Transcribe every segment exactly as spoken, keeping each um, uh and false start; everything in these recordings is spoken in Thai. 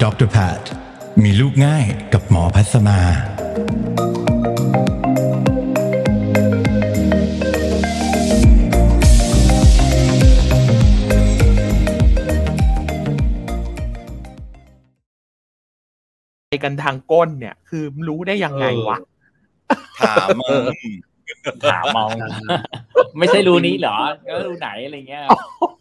ด็อกเตอร์ Pat มีลูกง่ายกับหมอพัสมาไปกันทางก้นเนี่ยคือรู้ได้ยังไงวะถามมึงถามมองไม่ใช่รูนี้เหรอก็รูไหนอะไรเงี้ย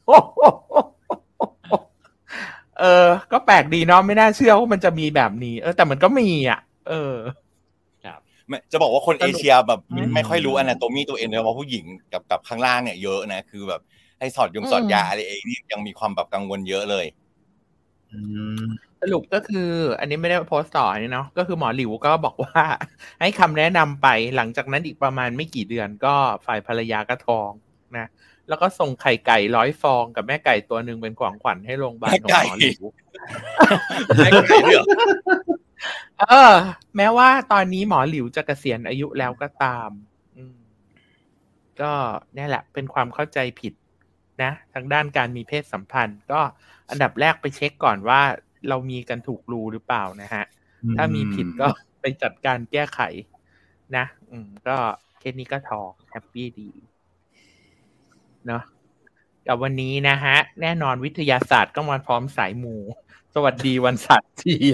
เออก็แปลกดีเนาะไม่น่าเชื่อว่ามันจะมีแบบนี้เออแต่มันก็มีอ่ะเออครับจะบอกว่าคนเอเชียแบบไม่ค่อยรู้อนาโตมีตัวเองเลยว่าผู้หญิงกับกับข้างล่างเนี่ยเยอะนะคือแบบให้สอดยงสอดยาอะไรเองนี่ยังมีความแบบกังวลเยอะเลยสรุปก็คืออันนี้ไม่ได้โพสต์ต่อนี่เนาะก็คือหมอหลิวก็บอกว่าให้คำแนะนำไปหลังจากนั้นอีกประมาณไม่กี่เดือนก็ฝ่ายภรรยาก็ท้องนะแล้วก็ส่งไข่ไก่ร้อยฟองกับแม่ไก่ตัวหนึ่งเป็นของขวัญให้โรงพยาบาลของหมอหลิวแม่ไก่ด้วยเหรอเออแม้ว่าตอนนี้หมอหลิวจะเกษียณอายุแล้วก็ตามอืมก็นี่แหละเป็นความเข้าใจผิดนะทางด้านการมีเพศสัมพันธ์ก็อันดับแรกไปเช็คก่อนว่าเรามีกันถูกรูหรือเปล่านะฮะถ้ามีผิดก็ไปจัดการแก้ไขนะอืมก็เคสนี้ก็ทอแฮปปี้ดีเนาะกับวันนี้นะฮะแน่นอนวิทยาศาสตร์ก็มาพร้อมสายมูสวัสดีวันศาสตร์จีน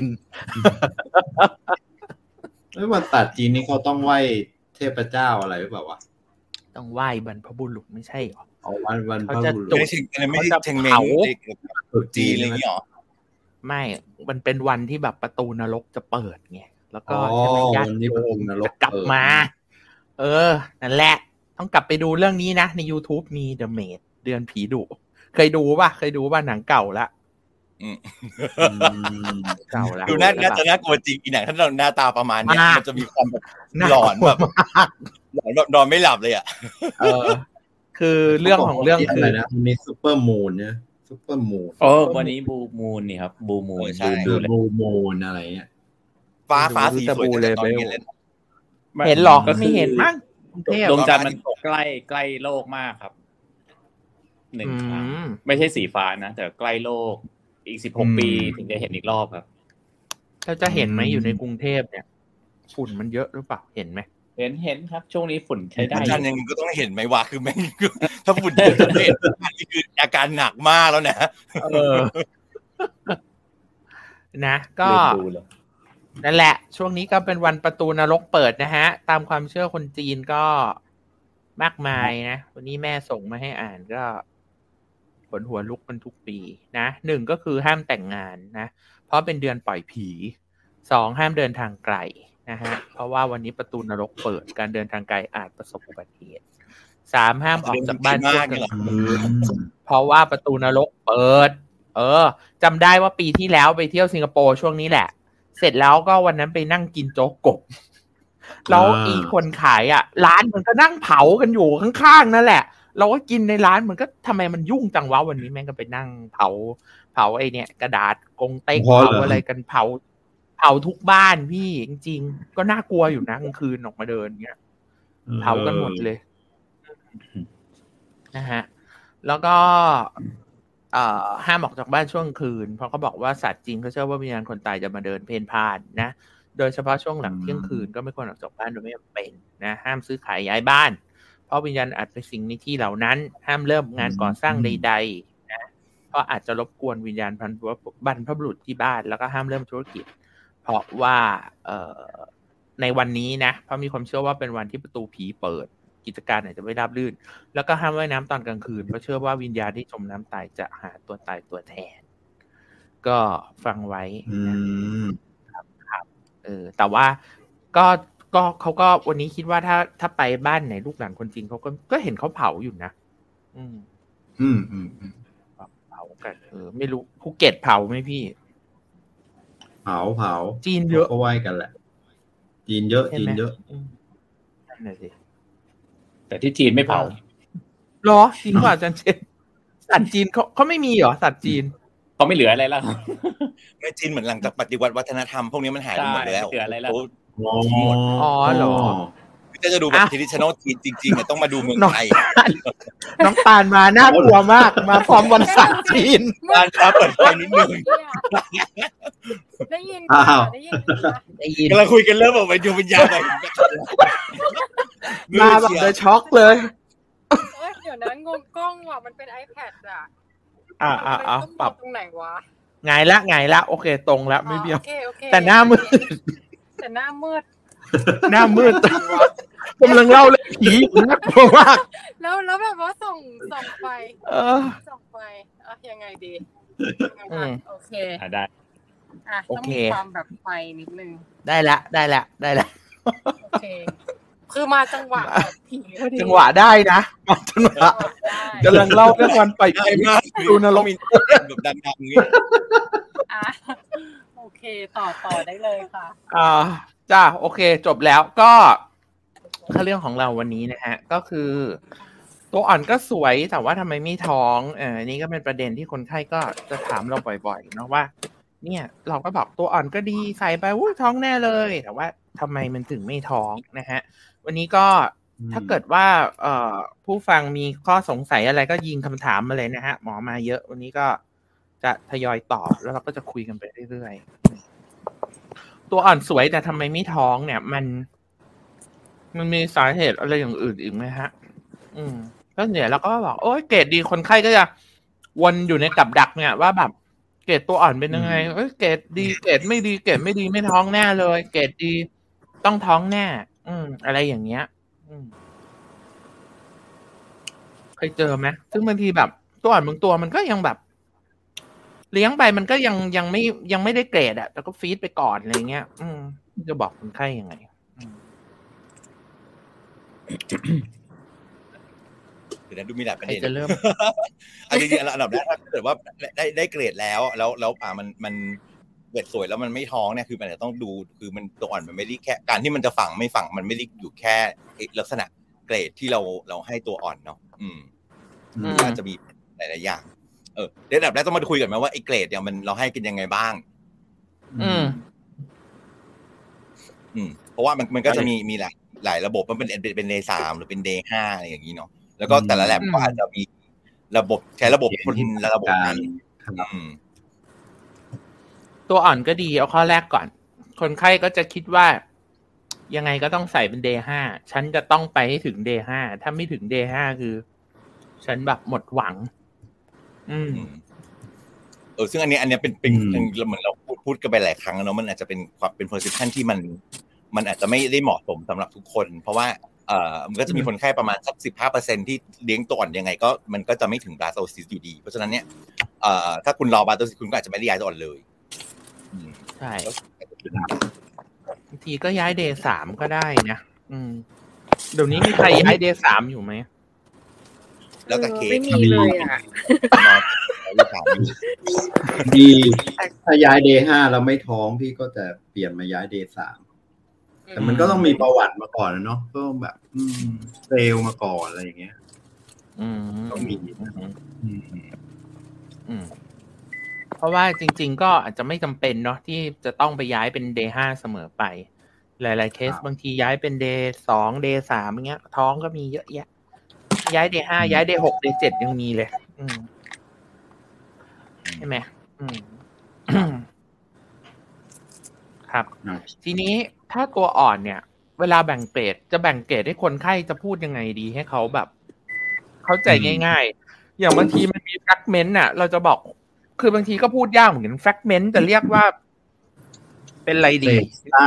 เอ้ยวันศาสตร์จีนนี่เขาต้องไหว้เทพเจ้าอะไรหรือเปล่าวะต้องไหว้บรรพบุรุษไม่ใช่หรอเอาวันวันพระบุรุษไม่ใช่ไม่ใช่เชงเม้งจีนอะไรอย่างเงี้ยหรอไม่มันเป็นวันที่แบบประตูนรกจะเปิดไงแล้วก็ใช่ไหมญาติโยมจะกลับมาเออนั่นแหละต้องกลับไปดูเรื่องนี้นะใน YouTube มี The Maid เดือนผีดุเคยดูป่ะเคยดูป่ะหนังเก่าละเก่าละดูน่าน่าจะน่ากลัวจริงอีหนังถ้าเราหน้าตาประมาณนี้มันจะมีความแบบหลอนแบบหลอนแบบนอนไม่หลับเลยอ่ะเออคือเรื่องของเรื่องคืออะไรนะมีซุปเปอร์มูนเนี่ยซุปเปอร์มูนโอ้วันนี้บูมูนนี่ครับบูมูนดูบูมูนอะไรเงี้ยฟ้าฟ้าสีสวยเลยเห็นหรอไม่เห็นมั้งดวงจันทร์มันใกล้ใกล้โลกมากครับหนึ่งครั้งไม่ใช่สีฟ้านะแต่ใกล้โลกอีกสิบหกปีถึงจะเห็นอีกรอบครับเราจะเห็นไหมอยู่ในกรุงเทพเนี่ยฝุ่นมันเยอะหรือเปล่าเห็นไหมเห็นเห็นครับช่วงนี้ฝุ่นใช้ได้ท่านยังก็ต้องเห็นไหมวะคือแม่งถ้าฝุ่นเยอะจะเห็นนี่คืออาการหนักมากแล้วนะเออนะก็นั่นแหละช่วงนี้ก็เป็นวันประตูนรกเปิดนะฮะตามความเชื่อคนจีนก็มากมายนะวันนี้แม่ส่งมาให้อ่านก็ขนหัวลุกมันทุกปีนะหนึ่งก็คือห้ามแต่งงานนะเพราะเป็นเดือนปล่อยผีสองห้ามเดินทางไกลนะฮะเพราะว่าวันนี้ประตูนรกเปิดการเดินทางไกลอาจประสบอุบัติเหตุสามห้ามออกจากบ้านช่วงกลางคืนเพราะว่าประตูนรกเปิดเออจำได้ว่าปีที่แล้วไปเที่ยวสิงคโปร์ช่วงนี้แหละเสร็จแล้วก็วันนั้นไปนั่งกินโจ๊กกบแล้วอีคนขายอ่ะร้านมันก็นั่งเผากันอยู่ข้างๆนั่นแหละเราก็กินในร้านมันก็ทำไมมันยุ่งจังวะวันนี้แม่งก็ไปนั่งเผาเผาไอ้เนี่ยกระดาษกงเต็กเผาอะไรกันเผาเผาทุกบ้านพี่จริงๆก็น่ากลัวอยู่นะกลางคืนออกมาเดินเงี้ยเผากันหมดเลยนะฮะแล้วก็เอ่อห้ามออกจากบ้านช่วงคืนเพราะเขาบอกว่าสัตว์จริงเขาเชื่อว่าวิญญาณคนตายจะมาเดินเพ่นพ่านนะโดยเฉพาะช่วงหลังเที่ยงคืนก็ไม่ควรออกจากบ้านโดยไม่จำเป็นนะห้ามซื้อขายย้ายบ้านเพราะวิญญาณอาจไปสิงในที่เหล่านั้นห้ามเริ่มงานก่อสร้างใดๆนะเพราะอาจจะรบกวนวิญญาณบรรพบุรุษที่บ้านแล้วก็ห้ามเริ่มธุรกิจเพราะว่าเอ่อในวันนี้นะเพราะมีความเชื่อว่าเป็นวันที่ประตูผีเปิดกิจการอาจจะไม่ราบรื่นแล้วก็ห้ามว่ายน้ำตอนกลางคืนเพราะเชื่อว่าวิญญาณที่จมน้ำตายจะหาตัวตายตัวแทนก็ฟังไว้นะครับครับเออแต่ว่าก็ก็เขาก็วันนี้คิดว่าถ้าถ้าไปบ้านไหนลูกหลานคนจีนเขาก็ก็เห็นเขาเผาอยู่นะอืมอืมอืมอืมเผากันเออไม่รู้ภูเก็ตเผาไหมพี่เผาเผาจีนเยอะก็ไหว้กันแหละจีนเยอะจีนเยอะนั่นแหละสิแต่ที่จีนไม่เผาหรอจริงกว่าอาจารย์เชนสัตว์จีนเขาเขาไม่มีเหรอสัตว์จีนเขาไม่เหลืออะไรแล้วในจีนเหมือนหลังจากปฏิวัติวัฒนธรรมพวกนี้มันหายไปหมดแล้วเหลืออะไรแล้วอ๋อเหรอคถ้าจะดูแบบทีดิชันแนลจีนจริงๆต้องมาดูเมืองไทยน้องปานมาน่ากลัวมากมาพร้อมวันศาสตร์จีนปานครับเปิดไฟนิดนึงได้ยินค่ะได้ยินได้ยินกำลังคุยกันเริ่มบอกไปดูวิญญาณหน่อยมาแบบเดอะช็อกเลยเดี๋ยวนั้นงงกล้องว่ะมันเป็น iPad อ่ะอ่าอ่าอ่าปรับตรงไหนวะไงละไงละโอเคตรงแล้วไม่เบี้ยวแต่หน้ามืดแต่หน้ามืดหน้ามืดกำลังเล่าเรื่องผีน่ากลัวมากแล้วแล้วแบบว่าส่องส่องไฟเออส่องไฟอ่ะยังไงดีโอเคได้อ่ะต้องมีความแบบไฟนิดนึงได้ละได้ละได้ละโอเคคือมาจังหวะผีพอดีจังหวะได้นะมาจังหวะกำลังเล่าเรื่องวันไปไปมากดูนรกแบบดังๆงี้อ่ะโอเคต่อต่อได้เลยค่ะอ่าจ้าโอเคจบแล้วก็ถ้าเรื่องของเราวันนี้นะฮะก็คือตัวอ่อนก็สวยแต่ว่าทำไมไม่ท้องเออนี่ก็เป็นประเด็นที่คนไข้ก็จะถามเราบ่อยๆเนาะว่าเนี่ยเราก็บอกตัวอ่อนก็ดีใส่ไปอุ้ยท้องแน่เลยแต่ว่าทำไมมันถึงไม่ท้องนะฮะวันนี้ก็ถ้าเกิดว่าเอ่อผู้ฟังมีข้อสงสัยอะไรก็ยิงคำถามมาเลยนะฮะหมอมาเยอะวันนี้ก็จะทยอยตอบแล้วเราก็จะคุยกันไปเรื่อยๆตัวอ่อนสวยแต่ทำไมไม่ท้องเนี่ยมันมันมีสาเหตุอะไรอย่างอื่นอีกไหมฮะอืมก็เนี่ยเราก็บอกโอ้ยเกรดดีคนไข้ก็จะวนอยู่ในกับดักเนี่ยว่าแบบเกรดตัวอ่อนเป็นยังไงเอ้ยเกรดดีเกรดไม่ดีเกรดไม่ดีไม่ท้องแน่เลยเกรดดีต้องท้องแน่อืมอะไรอย่างเงี้ยอืมเคยเจอไหมซึ่งบางทีแบบตัวอ่อนบางตัวมันก็ยังแบบเลี้ยงไปมันก็ยังยังไม่ยังไม่ได้เกรดอะแต่ก็ฟีดไปก่อนอะไรเงี้ยอืมจะบอกคนไข้ยังไงเดี๋ยวดูมีหลายประเด็นจะเริ่มอันนี้อันดับแรกถ้าเกิดว่าได้ได้เกรดแล้วแล้วแล้วอ่ามันมันเกรดสวยแล้วมันไม่ท้องเนี่ยคือมันจะต้องดูคือมันตัวอ่อนมันไม่ได้แค่การที่มันจะฝังไม่ฝังมันไม่ได้อยู่แค่ลักษณะเกรดที่เราเราให้ตัวอ่อนเนาะอืมอาจจะมีหลายๆอย่างเออเดี๋ยวอันดับแรกต้องมาคุยกันไหมว่าไอ้เกรดเนี่ยมันเราให้กันยังไงบ้างอืมอืมเพราะว่ามันมันก็จะมีมีหลายหลายระบบมันเป็นเป็นเดย์สามหรือเป็นเดย์ห้าอะไรอย่างนี้เนาะแล้วก็แต่ละแลบก็อาจจะมีระบบใช้ระบบคนละระบบกันตัวอ่อนก็ดีเอาข้อแรกก่อนคนไข้ก็จะคิดว่ายังไงก็ต้องใส่เป็นเดย์ห้าฉันจะต้องไปให้ถึงเดย์ห้าถ้าไม่ถึงเดย์ห้าคือฉันแบบหมดหวังอืมเออซึ่งอันนี้อันนี้เป็นเป็นเหมือนเราพูดพูดกันไปหลายครั้งแล้วเนาะมันอาจจะเป็นความเป็น perception ที่มันมันอาจจะไม่ได้เหมาะสมสำหรับทุกคนเพราะว่าเอ่อมันก็จะมีคนไข้ประมาณสัก สิบห้าเปอร์เซ็นต์ ที่เลี้ยงตัวอ่อนยังไงก็มันก็จะไม่ถึงบลาสโตซิสอยู่ดีเพราะฉะนั้นเนี่ยเอ่อถ้าคุณรอบลาสโตซิสคุณก็อาจจะไม่ได้ย้ายตัวอ่อนเลยใช่บางทีก็ย้ายเดย์สามก็ได้นะอืมเดี๋ยวนี้มีใครย้ายเดย์สามอยู่ไหมแล้วแต่เคสไม่มีเลยอ่ะดีถ้าย้ายเดย์ห้าแล้วไม่ท้องพี่ก็จะเปลี่ยนมาย้ายเดย์สามแต่มันก็ต้องมีประวัติมาก่อนเนาะก็แบบเซลล์มาก่อนอะไรอย่างเงี้ยต้องมีเพราะว่าจริงๆก็อาจจะไม่จำเป็นเนาะที่จะต้องไปย้ายเป็นเดย์ห้าเสมอไปหลายๆเคสบางทีย้ายเป็นเดย์สองเดย์สามอย่างเงี้ยท้องก็มีเยอะแยะย้ายเดย์ห้าย้ายเดย์หกเดย์เจ็ดยังมีเลยใช่ไหมครับทีนี้ถ้าตัวอ่อนเนี่ยเวลาแบ่งเกรดจะแบ่งเกรดให้คนไข้จะพูดยังไงดีให้เขาแบบเข้าใจง่ายๆอย่างบางทีมันมีแฟกเมนต์น่ะเราจะบอกคือบางทีก็พูดยากเหมือนกันแฟกเมนต์จะเรียกว่าเป็นอะไรดี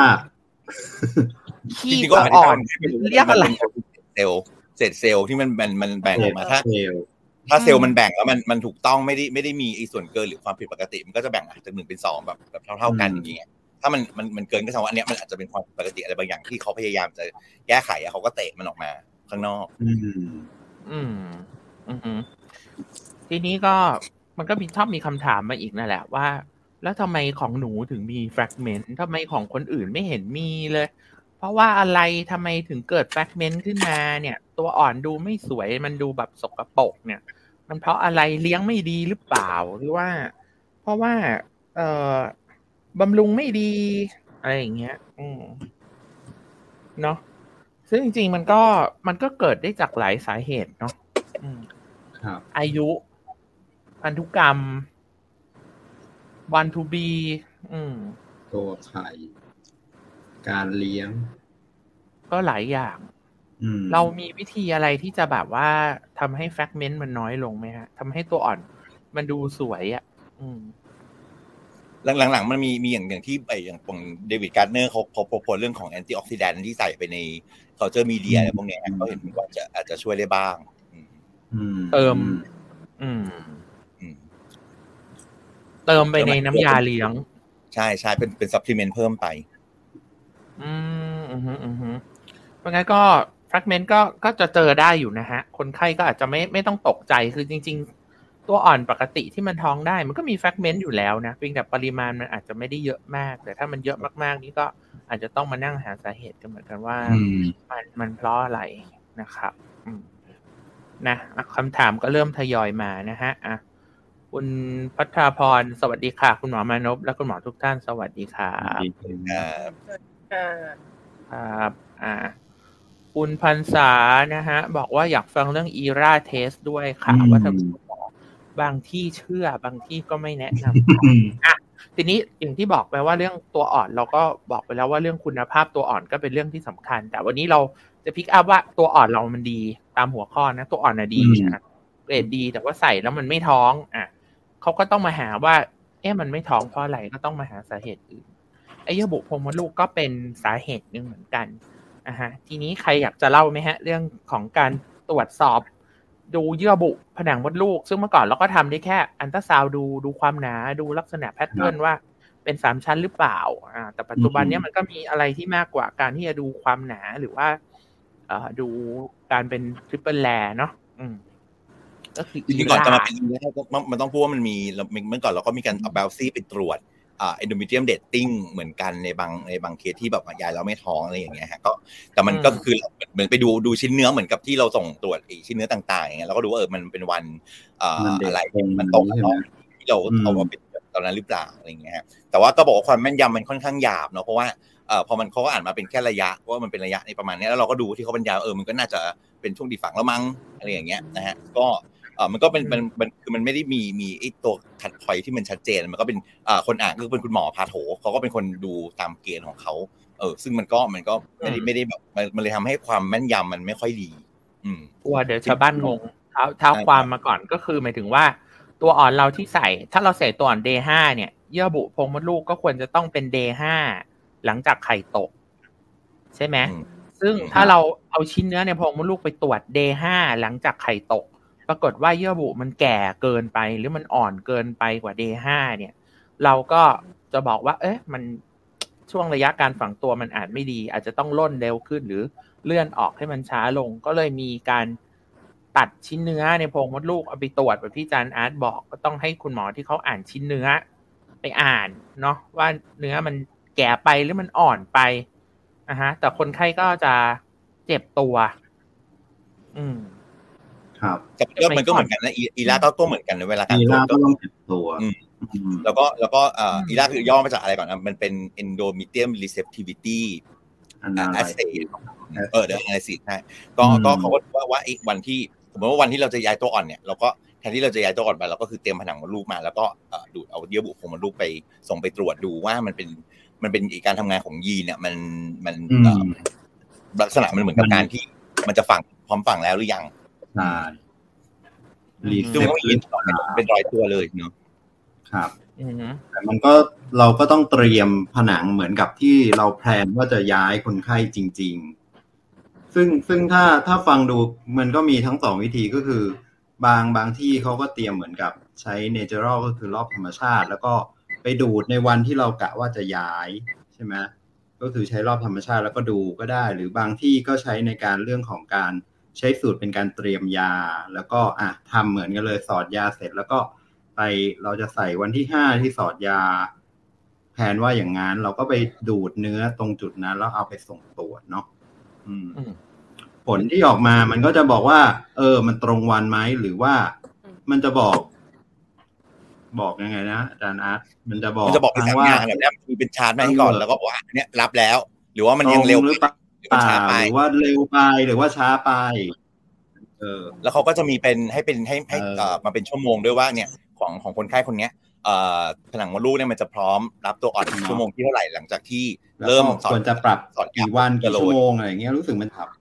ขี้ตัวอ่อนเรียกอะไรเซลล์เศษเซลล์ที่มันมันมันแบ่งออกมาถ้าถ้าเซลล์มันแบ่งแล้วมันมันถูกต้องไม่ได้ไม่ได้มีไอ้ส่วนเกินหรือความผิดปกติมันก็จะแบ่งจากหนึ่งเป็นสองแบบแบบเท่าๆกันอย่างเงี้ยถ้ามันมันมันเกินก็แสดงว่าอันเนี้ยมันอาจจะเป็นความปกติอะไรบางอย่างที่เขาพยายามจะแก้ไขอ่ะเขาก็เตะมันออกมาข้างนอกอืมอืมอืมทีนี้ก็มันก็มีชอบมีคำถามมาอีกนั่นแหละว่าแล้วทำไมของหนูถึงมีแฟกเมนต์ทำไมของคนอื่นไม่เห็นมีเลยเพราะว่าอะไรทำไมถึงเกิดแฟกเมนต์ขึ้นมาเนี่ยตัวอ่อนดูไม่สวยมันดูแบบสกปรกเนี่ยมันเพราะอะไรเลี้ยงไม่ดีหรือเปล่าหรือว่าเพราะว่าเอ่อบำรุงไม่ดีอะไรอย่างเงี้ยอืมเนาะซึ่งจริงๆมันก็มันก็เกิดได้จากหลายสาเหตุเนาะครับอายุพันธุกรรมวันทูบีตัวไข่การเลี้ยงก็หลายอย่างเรามีวิธีอะไรที่จะแบบว่าทำให้แฟกเมนต์มันน้อยลงไหมฮะทำให้ตัวอ่อนมันดูสวยอ่ะหลังๆมันมีมีอย่างอย่างที่ไออย่างของเดวิดการ์เนอร์เขาเขาโพสเรื่องของแอนตี้ออกซิแดนท์ที่ใส่ไปในคัลเจอร์มีเดียอะไรพวกนี้เขาเห็นว่าจะอาจจะช่วยได้บ้างเติมเติมไปในน้ำยาเลี้ยงใช่ใช่เป็นเป็นซัพพลีเมนต์เพิ่มไปอืมอืมอืมเพราะงั้นก็แฟกเมนต์ก็ก็จะเจอได้อยู่นะฮะคนไข้ก็อาจจะไม่ไม่ต้องตกใจคือจริงๆตัวอ่อนปกติที่มันท้องได้มันก็มีแฟกเมนต์อยู่แล้วนะเพียงแต่ปริมาณมันอาจจะไม่ได้เยอะมากแต่ถ้ามันเยอะมากๆนี่ก็อาจจะต้องมานั่งหาสาเหตุกันเหมือนกันว่ามันมันเพราะอะไรนะครับนะคำถามก็เริ่มทยอยมานะฮะอ่ะคุณพัฒนาพรสวัสดีค่ะคุณหมอมานพและคุณหมอทุกท่านสวัสดีค่ะครับอ่าคุณพันษานะฮะบอกว่าอยากฟังเรื่องอีราเทสด้วยค่ะว่าทำไมบางที่เชื่อบางที่ก็ไม่แนะนำอ่ะทีนี้อย่างที่บอกไปว่าเรื่องตัวอ่อนเราก็บอกไปแล้วว่าเรื่องคุณภาพตัวอ่อนก็เป็นเรื่องที่สำคัญแต่วันนี้เราจะพิกอัพว่าตัวอ่อนเรามันดีตามหัวข้อนะตัวอ่อนน่ะดีนะเกรดดีแต่ว่าใส่แล้วมันไม่ท้องอ่ะเขาก็ต้องมาหาว่าเอ๊ะมันไม่ท้องเพราะอะไรก็ต้องมาหาสาเหตุอื่นไอ้เยื่อบุโพรงมดลูกก็เป็นสาเหตุหนึ่งเหมือนกันอ่ะฮะทีนี้ใครอยากจะเล่าไหมฮะเรื่องของการตรวจสอบดูเยื่อบุผนังมดลูกซึ่งเมื่อก่อนเราก็ทำได้แค่อัลตราซาวด์ดูดูความหนาดูลักษณะแพทเทิร์นว่าเป็นสามชั้นหรือเปล่าอ่าแต่ปัจจุบันนี้มันก็มีอะไรที่มากกว่าการที่จะดูความหนาหรือว่าเอ่อดูการเป็นทริปเปิลแลเนาะอืมก็คือจริงๆก่อนจะมาเป็นมันต้องพูดว่ามันมีเมื่อก่อนเราก็มีการเอาไบโอซีไปตรวจอ่า endometrium dating เหมือนกันในบางในบางเคสที่แบบยายเราไม่ท้องอะไรอย่างเงี้ยฮะก็แต่มันก็คือเหมือนไปดูดูชิ้นเนื้อเหมือนกับที่เราส่งตรวจชิ้นเนื้อต่างๆอย่างเงี้ยเราก็ดูว่าเออมันเป็นวันอ่าอะไรมันตรงกับที่เราเอามาเป็นตอนนั้นหรือเปล่าอะไรอย่างเงี้ยฮะแต่ว่าก็บอกว่าความแม่นยำมันค่อนข้างหยาบเนาะเพราะว่าเอ่อพอมันเขาก็อ่านมาเป็นแค่ระยะว่ามันเป็นระยะในประมาณนี้แล้วเราก็ดูที่เขาบรรยายเออมันก็น่าจะเป็นช่วงดีฝังแล้วมั้งอะไรอย่างเงี้ยนะฮะก็เอ่อมันก็เป็นมันมันคือมันไม่ได้มีมีไอ้ตัวคัดพอยที่มันชัดเจนมันก็เป็นอ่าคนอ่านก็เป็นคุณหมอพาโถเขาก็เป็นคนดูตามเกณฑ์ของเขาเออซึ่งมันก็มันก็ไม่ได้ไม่ได้แบบมันเลยทำให้ความแม่นยำมันไม่ค่อยดีอืมตัวเดี๋ยวชาวบ้านงงเท้าเท้าความมาก่อนก็คือหมายถึงว่าตัวอ่อนเราที่ใส่ถ้าเราใส่ตัวอ่อน day ห้าเนี่ยเยื่อบุโพรงมดลูกก็ควรจะต้องเป็น day ห้าหลังจากไข่ตกใช่ไหมซึ่งถ้าเราเอาชิ้นเนื้อในโพรงมดลูกไปตรวจ day ห้าหลังจากไข่ตกปรากฏว่าเยื่อบุมันแก่เกินไปหรือมันอ่อนเกินไปกว่า day ห้าเนี่ยเราก็จะบอกว่าเอ๊ะมันช่วงระยะการฝังตัวมันอาจไม่ดีอาจจะต้องล่นเร็วขึ้นหรือเลื่อนออกให้มันช้าลงก็เลยมีการตัดชิ้นเนื้อในโพรงมดลูกเอาไปตรวจแบบที่อาจารย์อาร์ตบอกก็ต้องให้คุณหมอที่เขาอ่านชิ้นเนื้อไปอ่านเนาะว่าเนื้อมันแก่ไปหรือมันอ่อนไปอ่ะฮะแต่คนไข้ก็จะเจ็บตัวอืมครับแต่ก็มันก็เหมือนกันนะอีล่าก็ก็เหมือนกันในเวลาการตรวจก็ต้องเจ็บตัวแล้วก็แล้วก็อ่าอีล่าคือย่อมาจากอะไรก่อนนะมันเป็น endometrium receptivity assay เออเดี๋ยว analysis ใช่ก็ก็เขาก็ว่าว่าอีกวันที่สมมติว่าวันที่เราจะย้ายตัวอ่อนเนี่ยเราก็แทนที่เราจะย้ายตัวอ่อนไปเราก็คือเตรียมผนังมดลูกมาแล้วก็ดูดเอาเยื่อบุโพรงมดลูกไปส่งไปตรวจดูว่ามันเป็นมันเป็นการทำงานของยีนเนี่ยมันมันลักษณะมันเหมือนกับการที่มันจะฝังพร้อมฝังแล้วหรือยังใช่ซึ่งมันยีนเป็นรอยตัวเลยเนาะครับแต่มันก็เราก็ต้องเตรียมผนังเหมือนกับที่เราแพลนว่าจะย้ายคนไข้จริงๆซึ่งซึ่งถ้าถ้าฟังดูมันก็มีทั้งสองวิธีก็คือบางบางที่เขาก็เตรียมเหมือนกับใช้ natural ก็คือรอบธรรมชาติแล้วก็ไปดูดในวันที่เรากะว่าจะย้ายใช่ไหมก็คือใช้รอบธรรมชาติแล้วก็ดูก็ได้หรือบางที่ก็ใช้ในการเรื่องของการใช้สูตรเป็นการเตรียมยาแล้วก็อ่ะทำเหมือนกันเลยสอดยาเสร็จแล้วก็ไปเราจะใส่วันที่ห้าที่สอดยาแผนว่าอย่างงั้นเราก็ไปดูดเนื้อตรงจุดนั้นแล้วเอาไปส่งตรวจเนาะผลที่ออกมามันก็จะบอกว่าเออมันตรงวันไหมหรือว่ามันจะบอกบอกยังไงนะอาจารย์อาร์ตมันจะบอกมันจะบอกเป็นสัญญาณแบบนี้มีเป็นชาร์ตมาให้ก่อนแล้วก็ว่าอันเนี้ยรับแล้วหรือว่ามันยังเร็วหรือเปล่าป่าหรือว่าเร็วไปหรือว่าช้าไปเออแล้วเขาก็จะมีเป็นให้เป็นให้ให้เออเอ่อมาเป็นชั่วโมงด้วยว่าเนี่ยของของคนไข้คนเนี้ยเอ่อผนังมดลูกเนี่ยมันจะพร้อมรับตัวอ่อนชั่วโมงที่เท่าไหร่หลังจากที่เริ่มสอนควรจะปรับสอนกี่วันกี่ชั่วโมงอะไรอย่างเงี้ยรู้สึกมันทับ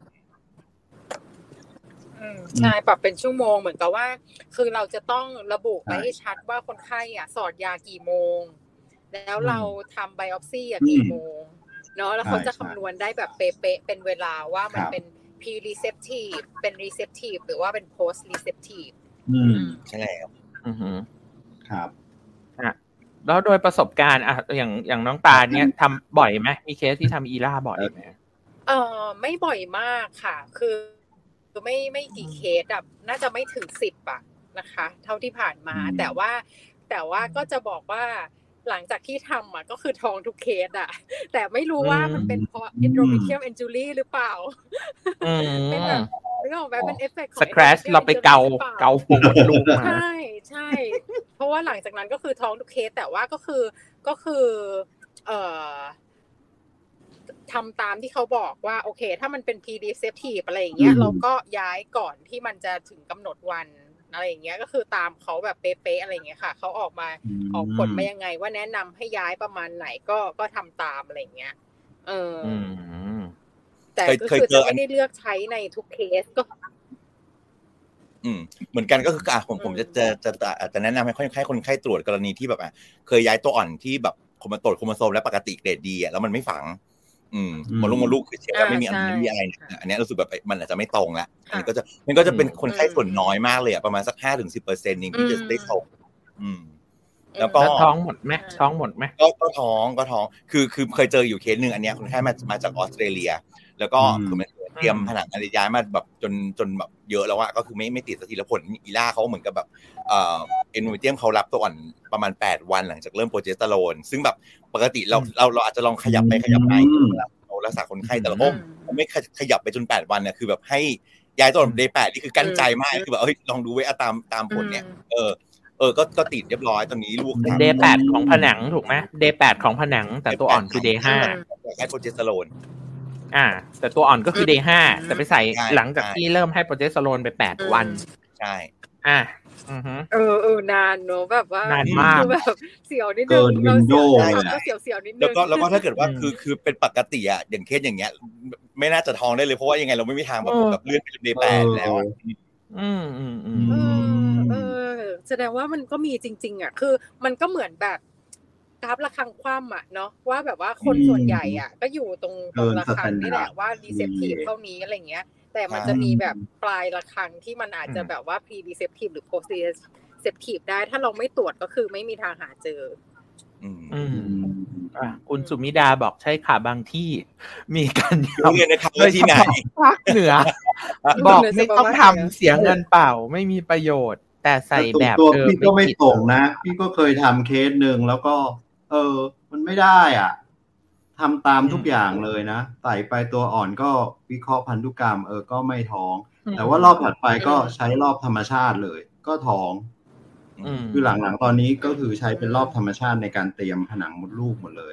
ใช่ปรับเป็นชั่วโมงเหมือนกับว่าคือเราจะต้องระบุไปให้ชัดว่าคนไข้อ่ะสอดยากี่โมงแล้วเราทำไบออปซี่อ่ะกี่โมงเนาะแล้วเขาจะคำนวณได้แบบเป๊ะๆเป็นเวลาว่ามันเป็น pre-receptive เป็น receptive หรือว่าเป็น post-receptive อืมใช่แล้วอือฮึครับอ่ะแล้วโดยประสบการณ์อ่ะอย่างอย่างน้องตาลเนี่ยทำบ่อยไหมมีเคสที่ทำอีล่าบ่อยไหมเออไม่บ่อยมากค่ะคือไม่ไม่กี่เคสอ่ะน่าจะไม่ถึงสิบอ่ะนะคะเท่าที่ผ่านมาแต่ว่าแต่ว่าก็จะบอกว่าหลังจากที่ทำอ่ะก็คือท้องทุกเคสอ่ะแต่ไม่รู้ว่ามันเป็นเพราะ endometrium injury หรือเปล่าเป็นแบบเรื่องแบบเป็นเอฟเฟกต์ของ scratch เราไปเกาเกาปวดลูกมาใช่ใช่เพราะว่าหลังจากนั้นก็คือท้องทุกเคสแต่ว่าก็คือก็คือเอ่อทำตามที่เขาบอกว่าโอเคถ้ามันเป็น pre-receptive อะไรอย่างเงี้ยเราก็ย้ายก่อนที่มันจะถึงกำหนดวันอะไรอย่างเงี้ยก็คือตามเขาแบบเป๊ะๆอะไรอย่างเงี้ยค่ะเขาออกมาออกผลมายังไงว่าแนะนำให้ย้ายประมาณไหนก็ก็ทำตามอะไรอย่างเงี้ยเออแต่ก็คือจะไม่ได้เลือกใช้ในทุกเคสก็อืมเหมือนกันก็คืออ่ะผมผมจะจะจะจะแนะนำให้คนไข้คนไข้ตรวจกรณีที่แบบอ่ะเคยย้ายตัวอ่อนที่แบบโครโมโตรโครโมโซมและปกติเกรดดีอ่ะแล้วมันไม่ฝังอืมมดลูกมดลูกคือเชื่อว่าไม่มีอะไรไม่มีอะไรอันนี้รู้สึกแบบมันอาจจะไม่ตรงละอันนี้ก็จะมันก็จะเป็นคนไข้ส่วนน้อยมากเลยอ่ะประมาณสัก ห้าถึงสิบเปอร์เซ็นต์ เองที่จะได้ตรงอืมแล้วก็ท้องหมดไหมท้องหมดไหมก็ก็ท้องก็ท้องคือคือเคยเจออยู่เคสนึงอันเนี้ยคนไข้มามาจากออสเตรเลียแล้วก็คือมันเตรียมผนังอะไรย้ายมาแบบจนจนแบบเยอะแล้วอะก็คือไม่ไม่ติดสักทีแล้วผลอีล่าเขาเหมือนกับแบบเอ่อเอ็นโดเมเทรียมเขารับตัวอ่อนประมาณแปดวันหลังจากเริ่มโปรเจสเตอโรนซึ่งแบบปกติเราเราเราอาจจะลองขยับไปขยับมาเรารักษาคนไข้แต่ละโอ้ไม่ขยับไปจนแปดวันเนี่ยคือแบบให้ย้ายตัวอ่อนเดย์แปดนี่คือกั้นใจมากคือแบบเอ้ยลองดูไว้ตามตามผลเนี่ยเออเออก็ก็ติดเรียบร้อยตอนนี้ลูกเดย์แปดของผนังถูกไหมเดย์แปดของผนังแต่ตัวอ่อนคือเดย์ห้าให้โปรเจสเตอโรนอ่าแต่ตัวอ่อนก็คือ day ห้าแต่ไปใส่หลังจากที่เริ่มให้โปรเจสเตอโรนไปแปดวันใช่อ่าอือฮึเออเออนานเนอะแบบว่านานมากแบบเสียวนิดนึงเราเสียวก็เสียวเสียวนิดนึงแล้วก็แล้วก็ถ้าเกิดว่าคือคือเป็นปกติอ่ะอย่างเคสอย่างเงี้ยไม่น่าจะท้องได้เลยเพราะว่ายังไงเราไม่มีทางแบบแบบเลื่อนไปจน day แปดแล้วอืมอืมอืมเออแสดงว่ามันก็มีจริงๆอ่ะคือมันก็เหมือนแบบกราฟระฆังคว่ำอ่ะเนาะว่าแบบว่าคนส่วนใหญ่อ่ะก็อยู่ตรงตรงระฆังนี่แหละว่า receptive เท่านี้อะไรเงี้ยแต่มันจะมีแบบปลายระฆังที่มันอาจจะแบบว่า pre receptive หรือ post receptive ได้ถ้าเราไม่ตรวจก็คือไม่มีทางหาเจออืมอ่ะคุณสุมิดาบอกใช่ค่ะบางที่มีการทำเลยนะครับที่ไหนภาคเหนือบอกไม่ต้องทำเสียเงินเปล่าไม่มีประโยชน์แต่ใส่แบบเดิมพี่ก็ไม่ตรงนะพี่ก็เคยทำเคสหนึ่งแล้วก็เออมันไม่ได้อ่ะทำตามทุกอย่างเลยนะใส่ไปตัวอ่อนก็วิเคราะห์พันธุกรรมเออก็ไม่ท้องแต่ว่ารอบถัดไปก็ใช้รอบธรรมชาติเลยก็ท้องคือหลังๆตอนนี้ก็คือใช้เป็นรอบธรรมชาติในการเตรียมผนังมดลูกหมดเลย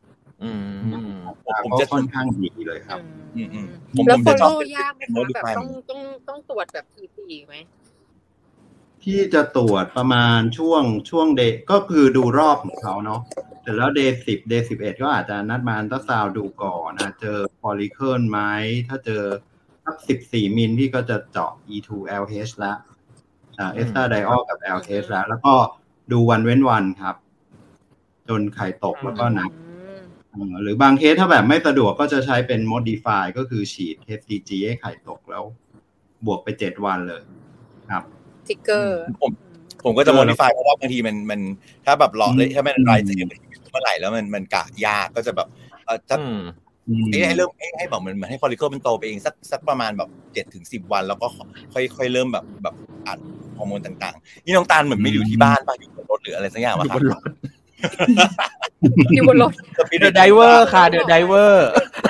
ผมจะค่อนข้างดีเลยครับแล้วโฟโล่ยากไหมคะแบบต้องต้องต้องตรวจแบบทีๆไหมที่จะตรวจประมาณช่วงช่วงเดย์ก็คือดูรอบของเขาเนาะแต่แล้วเดย์สิบเดย์สิบเอ็ดก็อาจจะนัดมาอัลตราซาวด์ดูก่อนนะเจอฟอลิเคิลไหมถ้าเจอสักสิบสี่มิลพี่ก็จะเจาะ อี ทู แอล เอช ละอ่าเอสตราไดออลกับ แอล เอช ละแล้วก็ดูวันเว้นวันครับจนไข่ตกแล้วก็หนักหรือบางเคสถ้าแบบไม่สะดวกก็จะใช้เป็น modify ก็คือฉีด เอช ซี จี ให้ไข่ตกแล้วบวกไปเจ็ดวันเลยครับทิกเกอร์ผมผมก็จะ modify เพราะว่าบางทีมันมันถ้าแบบหลอกเลยถ้ามันไรเสียเมื่อไหร่แล้วมันมันกะยากก็จะแบบเออจะให้เริ่มให้ให้บอกมันเหมือนให้ฟอลิเคิลมันโตไปเองสักสักประมาณแบบเจ็ดถึงสิบวันแล้วก็ค่อยค่อยเริ่มแบบแบบอัดฮอร์โมนต่างๆนี่น้องตาลเหมือนไม่อยู่ที่บ้านป่ะอยู่บนรถหรืออะไรสักอย่างป่ะครับอยู่บนรถเดอะไดเวอร์ค่ะเดอะไดเวอร์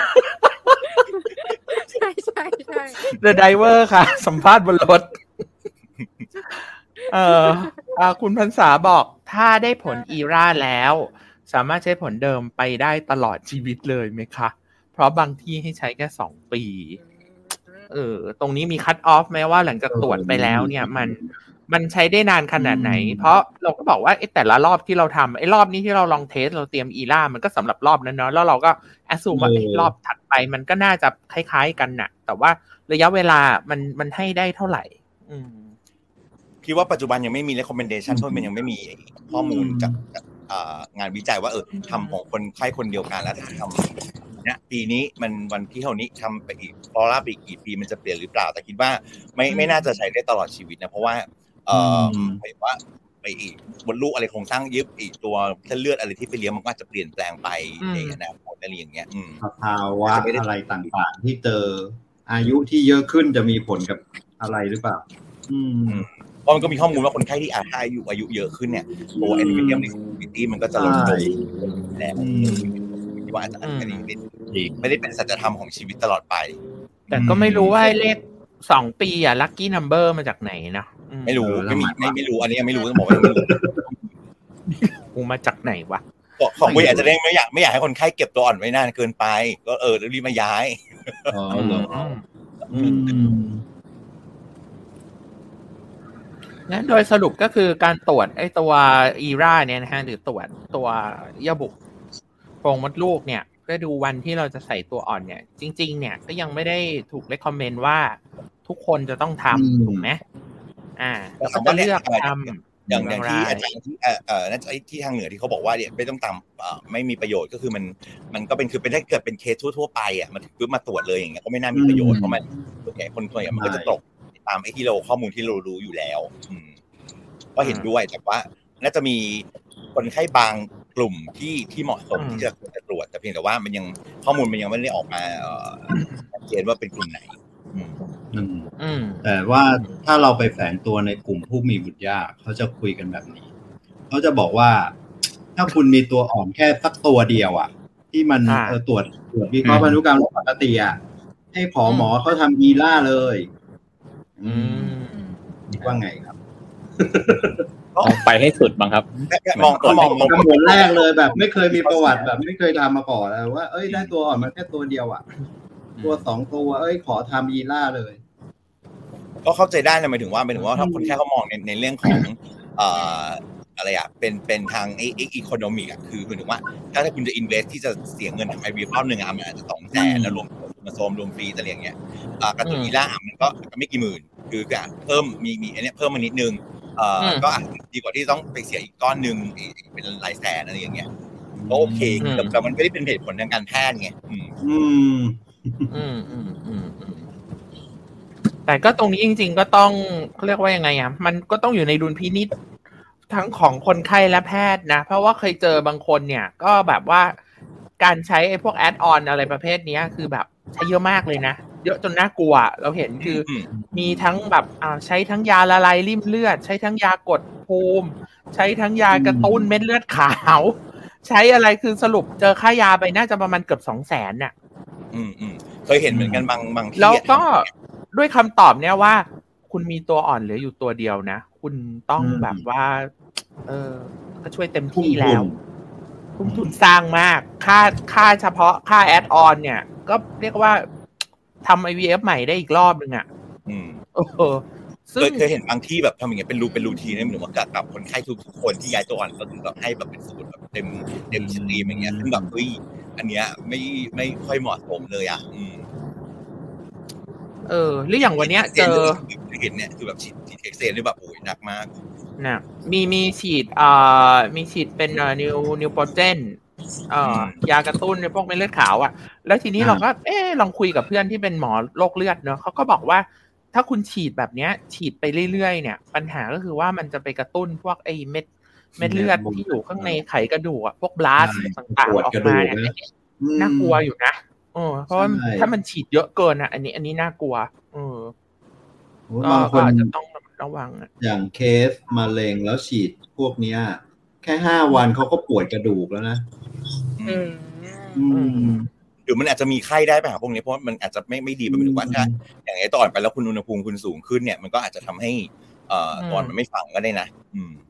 ใช่ใช่ใช่เดอะไดเวอร์ค่ะสัมภาษณ์บนรถเอ่ออ่าคุณพรรษาบอกถ้าได้ผลอีราแล้วสามารถใช้ผลเดิมไปได้ตลอดชีวิตเลยไหมคะเพราะบางที่ให้ใช้แค่สองปีเออตรงนี้มีคัตออฟไหมว่าหลังจากตรวจไปแล้วเนี่ยมันมันใช้ได้นานขนาดไหนเพราะเราก็บอกว่าไอ้แต่ละรอบที่เราทำไอ้รอบนี้ที่เราลองเทสเราเตรียมอีล่ามันก็สำหรับรอบนั้นเนาะแล้วเราก็แอสซูมว่าไอ้รอบถัดไปมันก็น่าจะคล้ายๆกันน่ะแต่ว่าระยะเวลามันมันให้ได้เท่าไหร่อืมคิดว่าปัจจุบันยังไม่มี recommendation เพราะมันยังไม่มีข้อมูลจากงานวิจัยว่าเออทำของคนไข้คนเดียวกันแล้วทำเนี่ยปีนี้มันวันที่เท่านี้ทำไปอีกฟอลล่าไปอีกกี่ปีมันจะเปลี่ยนหรือเปล่าแต่คิดว่าไม่ไม่น่าจะใช้ได้ตลอดชีวิตนะเพราะว่าเออหมายว่าไปอีกบนลูกอะไรโครงสร้างยึดอีกตัวเส้นเลือดอะไรที่ไปเลี้ยงมันก็อาจจะเปลี่ยนแปลงไปในอนาคตอะไรอย่างเงี้ยภาวะอะไรต่างๆที่เจออายุที่เยอะขึ้นจะมีผลกับอะไรหรือเปล่าอืมเพราะมันก็มีข้อมูลว่าคนไข้ที่อายุอายุเยอะขึ้นเนี่ยตัวแอนติบอดีในสถิติมันก็จะลดลงแล้วที่ว่าอาจจะไม่ได้ไม่ได้เป็นสัจธรรมของชีวิตตลอดไปแต่ก็ไม่รู้ว่าเลขสองปีอ่ะลัคกี้นัมเบอร์มาจากไหนนะไม่รู้ไม่มีไม่ไม่รู้อันนี้ยังไม่รู้ต้องบอกว่าไม่รู้กูมาจากไหนวะของกูอาจจะไม่อยากไม่อยากให้คนไข้เก็บตัวอ่อนไว้นานเกินไปก็เออรีบมาย้ายอ๋อเหรองั้นโดยสรุปก็คือการตรวจไอ้ตัวอีราเนี่ยนะฮะหรือตรวจตัวเยื่อบุโพรงมดลูกเนี่ยก็ดูวันที่เราจะใส่ตัวอ่อนเนี่ยจริงๆเนี่ยก็ยังไม่ได้ถูกเรคคอมเมนต์ว่าทุกคนจะต้องทำถูกไหมอ่าแล้วก็จะเลือกทำอย่างอย่างที่อาจารย์ที่เอ่อน่าจะที่ทางเหนือที่เขาบอกว่าเนี่ยไม่ต้องทำไม่มีประโยชน์ก็คือมันมันก็เป็นคือเป็นถ้าเกิดเป็นเคสทั่วๆไปอ่ะมันคือมาตรวจเลยอย่างเงี้ยก็ไม่น่ามีประโยชน์เพราะมันส่วนใหญ่คนส่วนใหญ่มันก็จะตกตามไอ้ที่เราข้อมูลที่เรารู้อยู่แล้วก็เห็นด้วยแต่ว่าน่าจะมีคนไข้บางกลุ่มที่ที่เหมาะสมที่จะตรวจแต่เพียงแต่ว่ามันยังข้อมูลมันยังไม่ได้ออกมาชัดเจนว่าเป็นกลุ่มไหนแต่ว่าถ้าเราไปแฝงตัวในกลุ่มผู้มีบุตรยากเขาจะคุยกันแบบนี้เขาจะบอกว่าถ้าคุณมีตัวอ่อนแค่สักตัวเดียวอ่ะที่มันเออตรวจตรวจวิเคราะห์พันธุกรรมปกติอ่ะให้ขอหมอเขาทำอีล่าเลยอืมว่าไงครับไปให้สุดบ้างครับมองมองมองกำหนดแรกเลยแบบไม่เคยมีประวัติแบบไม่เคยทำมาก่อนเลยว่าเอ้ยได้ตัวอ่อนมาแค่ตัวเดียวอ่ะตัวสองตัวเอ้ยขอทำอีล่าเลยก็เข้าใจได้นะหมายถึงว่าหมายถึงว่าถ้าคนแค่เขามองในในเรื่องของเอ่ออะไรอ่ะเป็นเป็นทางไอ้อีโคโนมิกอ่ะคือหมายถึงว่าถ้าถ้าคุณจะอินเวสที่จะเสียเงินทำไอ วี เอฟ รอบนึงอ่ะมันอาจจะสองแสนแล้วรวมมาโซมรวมฟรีอะไรอย่างเงี้ยอ่ากระตุ้นอีล่ามันก็ไม่กี่หมื่นคือก็เพิ่มมีมีอันเนี้ยเพิ่มมานิดนึงเอ่อก็ดีกว่าที่ต้องไปเสียอีกก้อนนึงเป็นหลายแสนอะไรอย่างเงี้ยก็โอเคแต่มันไม่ได้เป็นเหตุผลทางการแพทย์ไงอืมอืมอืมอืมอืมแต่ก็ตรงนี้จริงๆก็ต้องเรียกว่ายังไงอ่ะมันก็ต้องอยู่ในดุลพินิจทั้งของคนไข้และแพทย์นะเพราะว่าเคยเจอบางคนเนี่ยก็แบบว่าการใช้ไอ้พวกแอดออนอะไรประเภทนี้คือแบบใช้เยอะมากเลยนะเยอะจนน่ากลัวเราเห็นคือมีทั้งแบบอ่าใช้ทั้งยาละลายริ่มเลือดใช้ทั้งยากดภูมิใช้ทั้งยากระตุ้นเม็ดเลือดขาวใช้อะไรคือสรุปเจอค่ายาไปน่าจะประมาณเกือบสองแสนน่ะอืมอืมเคยเห็นเหมือนกันบางบางที่แล้วก็ด้วยคำตอบเนี่ยว่าคุณมีตัวอ่อนเหลืออยู่ตัวเดียวนะคุณต้องแบบว่าเออก็ช่วยเต็มที่แล้วทุ่มทุนสร้างมากค่าค่าเฉพาะค่าแอดออนเนี่ยก็เรียกว่าทำ ไอ วี เอฟ ใหม่ได้อีกรอบนึงอ่ะอืมเออเคยเคยเห็นบางที่แบบทำอย่างเงี้ยเป็นรูเป็นรูทีนเนี่ยเหมือนว่ากับคนไข้ทุกคนที่ย้ายตัวอ่อนก็คือแบบให้แบบเป็นสูตรแบบเต็มเต็มสตรีมอย่างเงี้ยซึ่งแบบเฮ้ยอันเนี้ยไม่ไม่ค่อยเหมาะสมเลยอ่ะอืมเออหรืออย่างวันเนี้ยเจอเห็นเนี่ยคือแบบฉีดฉีดเอ็กเซนด้วยแบบโอ้ยหนักมากนะมีมีฉีดอ่ามีฉีดเป็นเอ่อนิวนิวโปรเจนเอ่อยากระตุ้นในพวกเม็ดเลือดขาวอ่ะแล้วทีนี้เราก็เออลองคุยกับเพื่อนที่เป็นหมอโรคเลือดเนอะเขาก็บอกว่าถ้าคุณฉีดแบบเนี้ยฉีดไปเรื่อยๆเนี่ยปัญหาก็คือว่ามันจะไปกระตุ้นพวกไอ้เม็ดเม็ดเลือดที่อยู่ข้างในไขกระดูกอ่ะพวกบลาสต่างๆออกมาเนี่ยน่ากลัวอยู่นะเออเพราะว่าถ้ามันฉีดเยอะเกินอ่ะอันนี้อันนี้น่ากลัวเออบางคนจะต้องระวังอ่ะอย่างเคสมะเร็งแล้วฉีดพวกเนี้ยแค่ห้าวันเขาก็ปวดกระดูกแล้วนะอืมอืมหรือมันอาจจะมีไข้ได้ป่ะพวกนี้เพราะมันอาจจะไม่ไม่ดีไปเหมือนว่าถ้าอย่างไอ้ตอนไปแล้วคุณอุณหภูมิคุณสูงขึ้นเนี่ยมันก็อาจจะทำให้เอ่อตอนมันไม่ฝังก็ได้นะอืม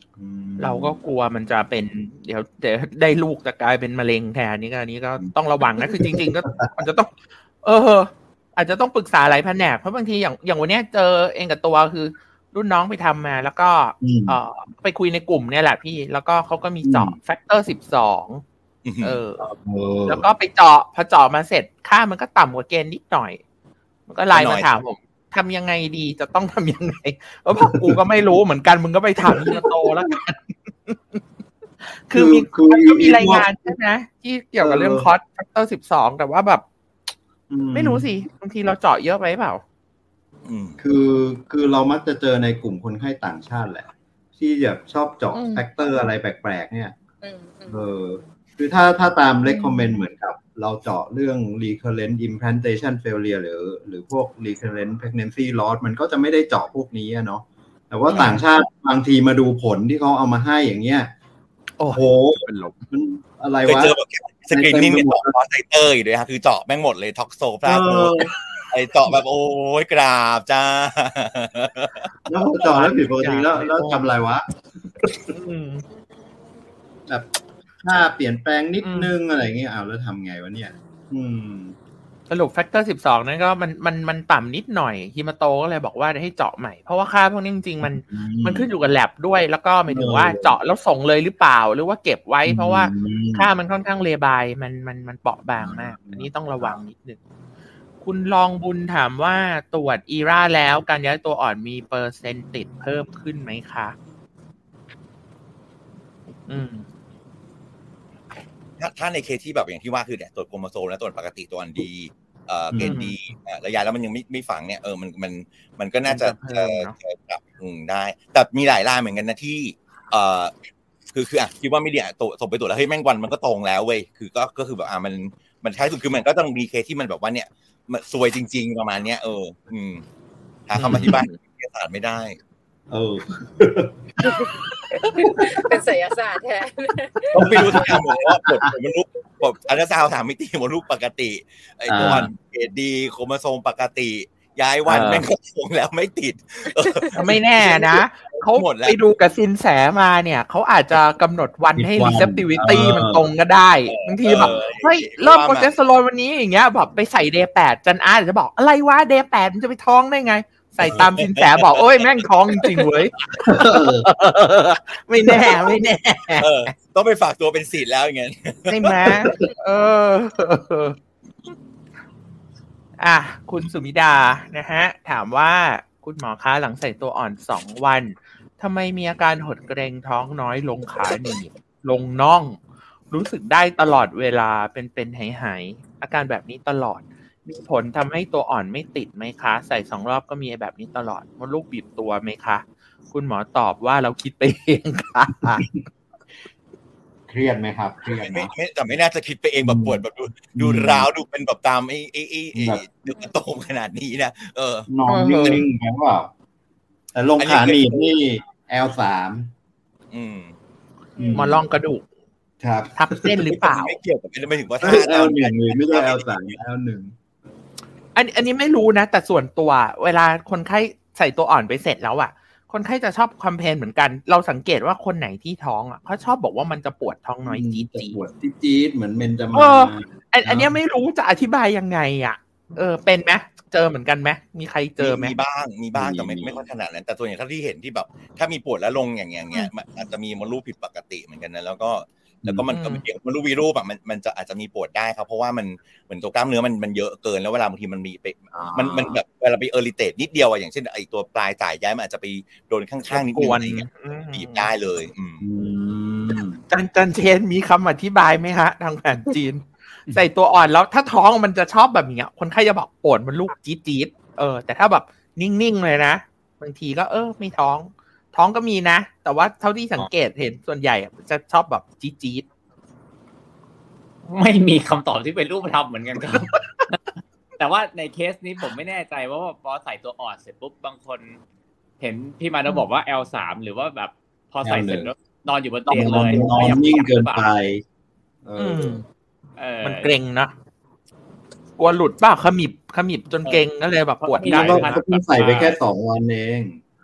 เราก็กลัวมันจะเป็นเดี๋ยวเดี๋ยวได้ลูกจะกลายเป็นมะเร็งแทนนี้ก็อันนี้ก็ต้องระวังนะคือจริงๆก็มันจะต้องเอออาจจะต้องปรึกษาหลายแผนกเพราะบางทีอย่างอย่างวันนี้เจอเองกับตัวคือรุ่นน้องไปทำมาแล้วก็เออไปคุยในกลุ่มเนี่ยแหละพี่แล้วก็เขาก็มีเจาะแฟกเตอร์สิบสองเออแล้วก็ไปเจาะพอเจาะมาเสร็จค่ามันก็ต่ำกว่าเกณฑ์นิดหน่อยมันก็ไลน์มาถามผมทำยังไงดีจะต้องทำยังไงแล้วบอกกูก็ไม่รู้เหมือนกันมึงก็ไปถามฮีมาโตแล้วกันคือมีมันก็มีรายงานใช่ไหมที่เกี่ยวกับเรื่องคอสแฟกเตอร์สิบสองแต่ว่าแบบไม่รู้สิบางทีเราเจาะเยอะไปเปล่าคือคือเรามักจะเจอในกลุ่มคนไข้ต่างชาติแหละที่แบบชอบเจาะแฟกเตอร์อะไรแปลกๆเนี่ยเออคือถ้าถ้าตาม recommend เหมือนกับเราเจาะเรื่อง recurrent implantation failure หรือหรือพวก recurrent pregnancy loss มันก็จะไม่ได้เจาะพวกนี้เนาะแต่ว่าต่างชาติบางทีมาดูผลที่เขาเอามาให้อย่างเงี้ยโอ้โหเป็นลมมันอะไรวะสกรีนนิ่งเนี่ยเจาะคอสไซเตอร์อีกด้วยฮะคือเจาะแม่งหมดเลยท็อกโซพลาสโมไอเจาะแบบโอ้ยกราบจ้าแล้วเจาะแล้วผิดปกติแล้วแล้วทำอะไรวะแบบถ้าเปลี่ยนแปลงนิดนึงอะไรเงี้ยเอาแล้วทำไงวะเนี่ยอืมสรุปแฟกเตอร์สิบสองนั้นก็มันมันมันต่ำนิดหน่อยฮีมาโตก็เลยบอกว่าให้เจาะใหม่เพราะว่าค่าพวกนี้จริงๆมันมันขึ้นอยู่กับแลบด้วยแล้วก็หมายถึงว่าเจาะแล้วส่งเลยหรือเปล่าหรือว่าเก็บไว้เพราะว่าค่ามันค่อนข้างเลบายมันมันมันเปราะบางมากอันนี้ต้องระวังนิดนึงคุณลองบุญถามว่าตรวจอีร่าแล้วการย้ายตัวอ่อนมีเปอร์เซ็นต์ติดเพิ่มขึ้นไหมคะอืมถ้าถ้าในเคสที่แบบอย่างที่ว่าคือเนี่ยตรวจโครโมโซมและตรวจปกติตัวอันดีเอ่อเกณฑ์ดีอ่าระยะแล้วมันยังไม่ไม่ฝังเนี่ยเออมันมันมันก็น่าจะเอ่อปรับปรุงได้แต่มีหลายรายเหมือนกันนะที่เอ่อคือคืออ่ะคิดว่าไม่ดีอ่ะตรวจส่งไปตรวจแล้วเฮ้ยแม่งวันมันก็ตรงแล้วเว้ยคือก็ก็คือแบบอ่ะมันมันใช่สุดคือมันก็ต้องมีเคสที่มันแบบว่าเนี่ยมันซวยจริงๆประมาณเนี้ยเอออืมหาคำอธิบายเอกสารไม่ได้เออเป็นไสยศาสตร์แท้ต้องไปดูทุกอย่างบอกว่าผลมนุษย์แบบอัลตราซาวด์สามมิติมนุษย์ปกติไอ้ตัวเกรดดีโครโมโซมปกติย้ายวันแม่งก็ส่งแล้วไม่ติดไม่แน่นะเขาไปดูกับซินแสมาเนี่ยเขาอาจจะกำหนดวันให้ receptivity มันตรงก็ได้บางทีแบบเฮ้ยเริ่มโปรเจสเตอโรนวันนี้อย่างเงี้ยแบบไปใส่เดย์แปดจันอาร์จะบอกอะไรวะเดย์แปดมันจะไปท้องได้ไงใส่ตามสินแสบอกโอ้ยแม่งท้องจริงๆเว้ยไม่แน่ไม่แน่เออต้องไปฝากตัวเป็นศิษย์แล้วอย่างเงี้ยใช่ไหมเอออ่ะคุณสุมิดานะฮะถามว่าคุณหมอคะหลังใส่ตัวอ่อนสองวันทำไมมีอาการหดเกร็งท้องน้อยลงขาหนีบลงน่องรู้สึกได้ตลอดเวลาเป็นเป็นหายหายอาการแบบนี้ตลอดมีผลทำให้ตัวอ่อนไม่ติดไหมคะใส่สองรอบก็มีแบบนี้ตลอดมดลูกบีบตัวไหมคะคุณหมอตอบว่าเราคิดไปเองค่ะเครียดไหมครับเครียดไม่ไม่แต่ไม่น่าจะคิดไปเองแบบปวดแบบดูดูร้าวดูเป็นแบบตามไอ้ไอ้ไอ้ดูกระโตงขนาดนี้นะเออนอนนิ่งๆแบบว่าแต่ลงขาหนีบนี่ แอล สามอืมมาลองกระดูกครับทับเส้นหรือเปล่าไม่เกี่ยวกับไม่ถึงว่าถ้าแอล หนึ่งเลยไม่ใช่ แอล สาม แอล หนึ่งอันอันนี้ไม่รู้นะแต่ส่วนตัวเวลาคนไข้ใส่ตัวอ่อนไปเสร็จแล้วอ่ะคนไข้จะชอบคอมเพลนเหมือนกันเราสังเกตว่าคนไหนที่ท้องอ่ะเขาชอบบอกว่ามันจะปวดท้องน้อยจี๊ดจี๊ดปวดจี๊ดเหมือนเมนจะมาเอออันนี้ไม่รู้จะอธิบายยังไงอ่ะเออเป็นไหมเจอเหมือนกันไหมมีใครเจอไหมมีบ้างมีบ้างแต่ไม่ไม่ค่อยขนาดนั้นแต่ส่วนใหญ่ถ้าที่เห็นที่แบบถ้ามีปวดแล้วลงอย่างเงี้ยเงี้ยอาจจะมีมดลูกผิดปกติเหมือนกันนะแล้วก็แล้วก็มันก็เกี่ยวกับมดลูกวีรูปอ่ะมันมันจะอาจจะมีปวดได้ครับเพราะว่ามันเหมือนตัวกล้ามเนื้อมันมันเยอะเกินแล้วเวลาบางทีมันมีไปมันมันแบบเวลาไปเออริเตทนิดเดียวอ่ะอย่างเช่นไอตัวปลายสายย้ายมันอาจจะไปโดนข้างๆนิดนึงอะไรเงี้ยบีบได้เลยอืมจันจันเชนมีคำอธิบายไหมฮะทางแผนจีนใส่ตัวอ่อนแล้วถ้าท้องมันจะชอบแบบนี้คนไข้จะบอกปวดมันลูกจี๊ดจี๊ดเออแต่ถ้าแบบนิ่งๆเลยนะบางทีก็เออไม่ท้องท้องก็มีนะแต่ว่าเท่าที่สังเกตเห็นส่วนใหญ่จะชอบแบบจี๊ดจี๊ดไม่มีคำตอบที่เป็นรูปธรรมเหมือนกันครับ แต่ว่าในเคสนี้ผมไม่แน่ใจว่าพอใส่ตัวอ่อนเสร็จปุ๊บบางคนเห็นพี่มาแล้วบอกว่า แอล สาม หรือว่าแบบพอใส่เสร็จแล้วนอนอยู่บนเตียงเลยนอนนิ่งเกินไปมันเกร็งนะกลัวหลุดป่ะขมิบขมิบจนเกร็งก็เลยแบบปวดได้ก็เพิ่งใส่ไปแค่สองวันเอง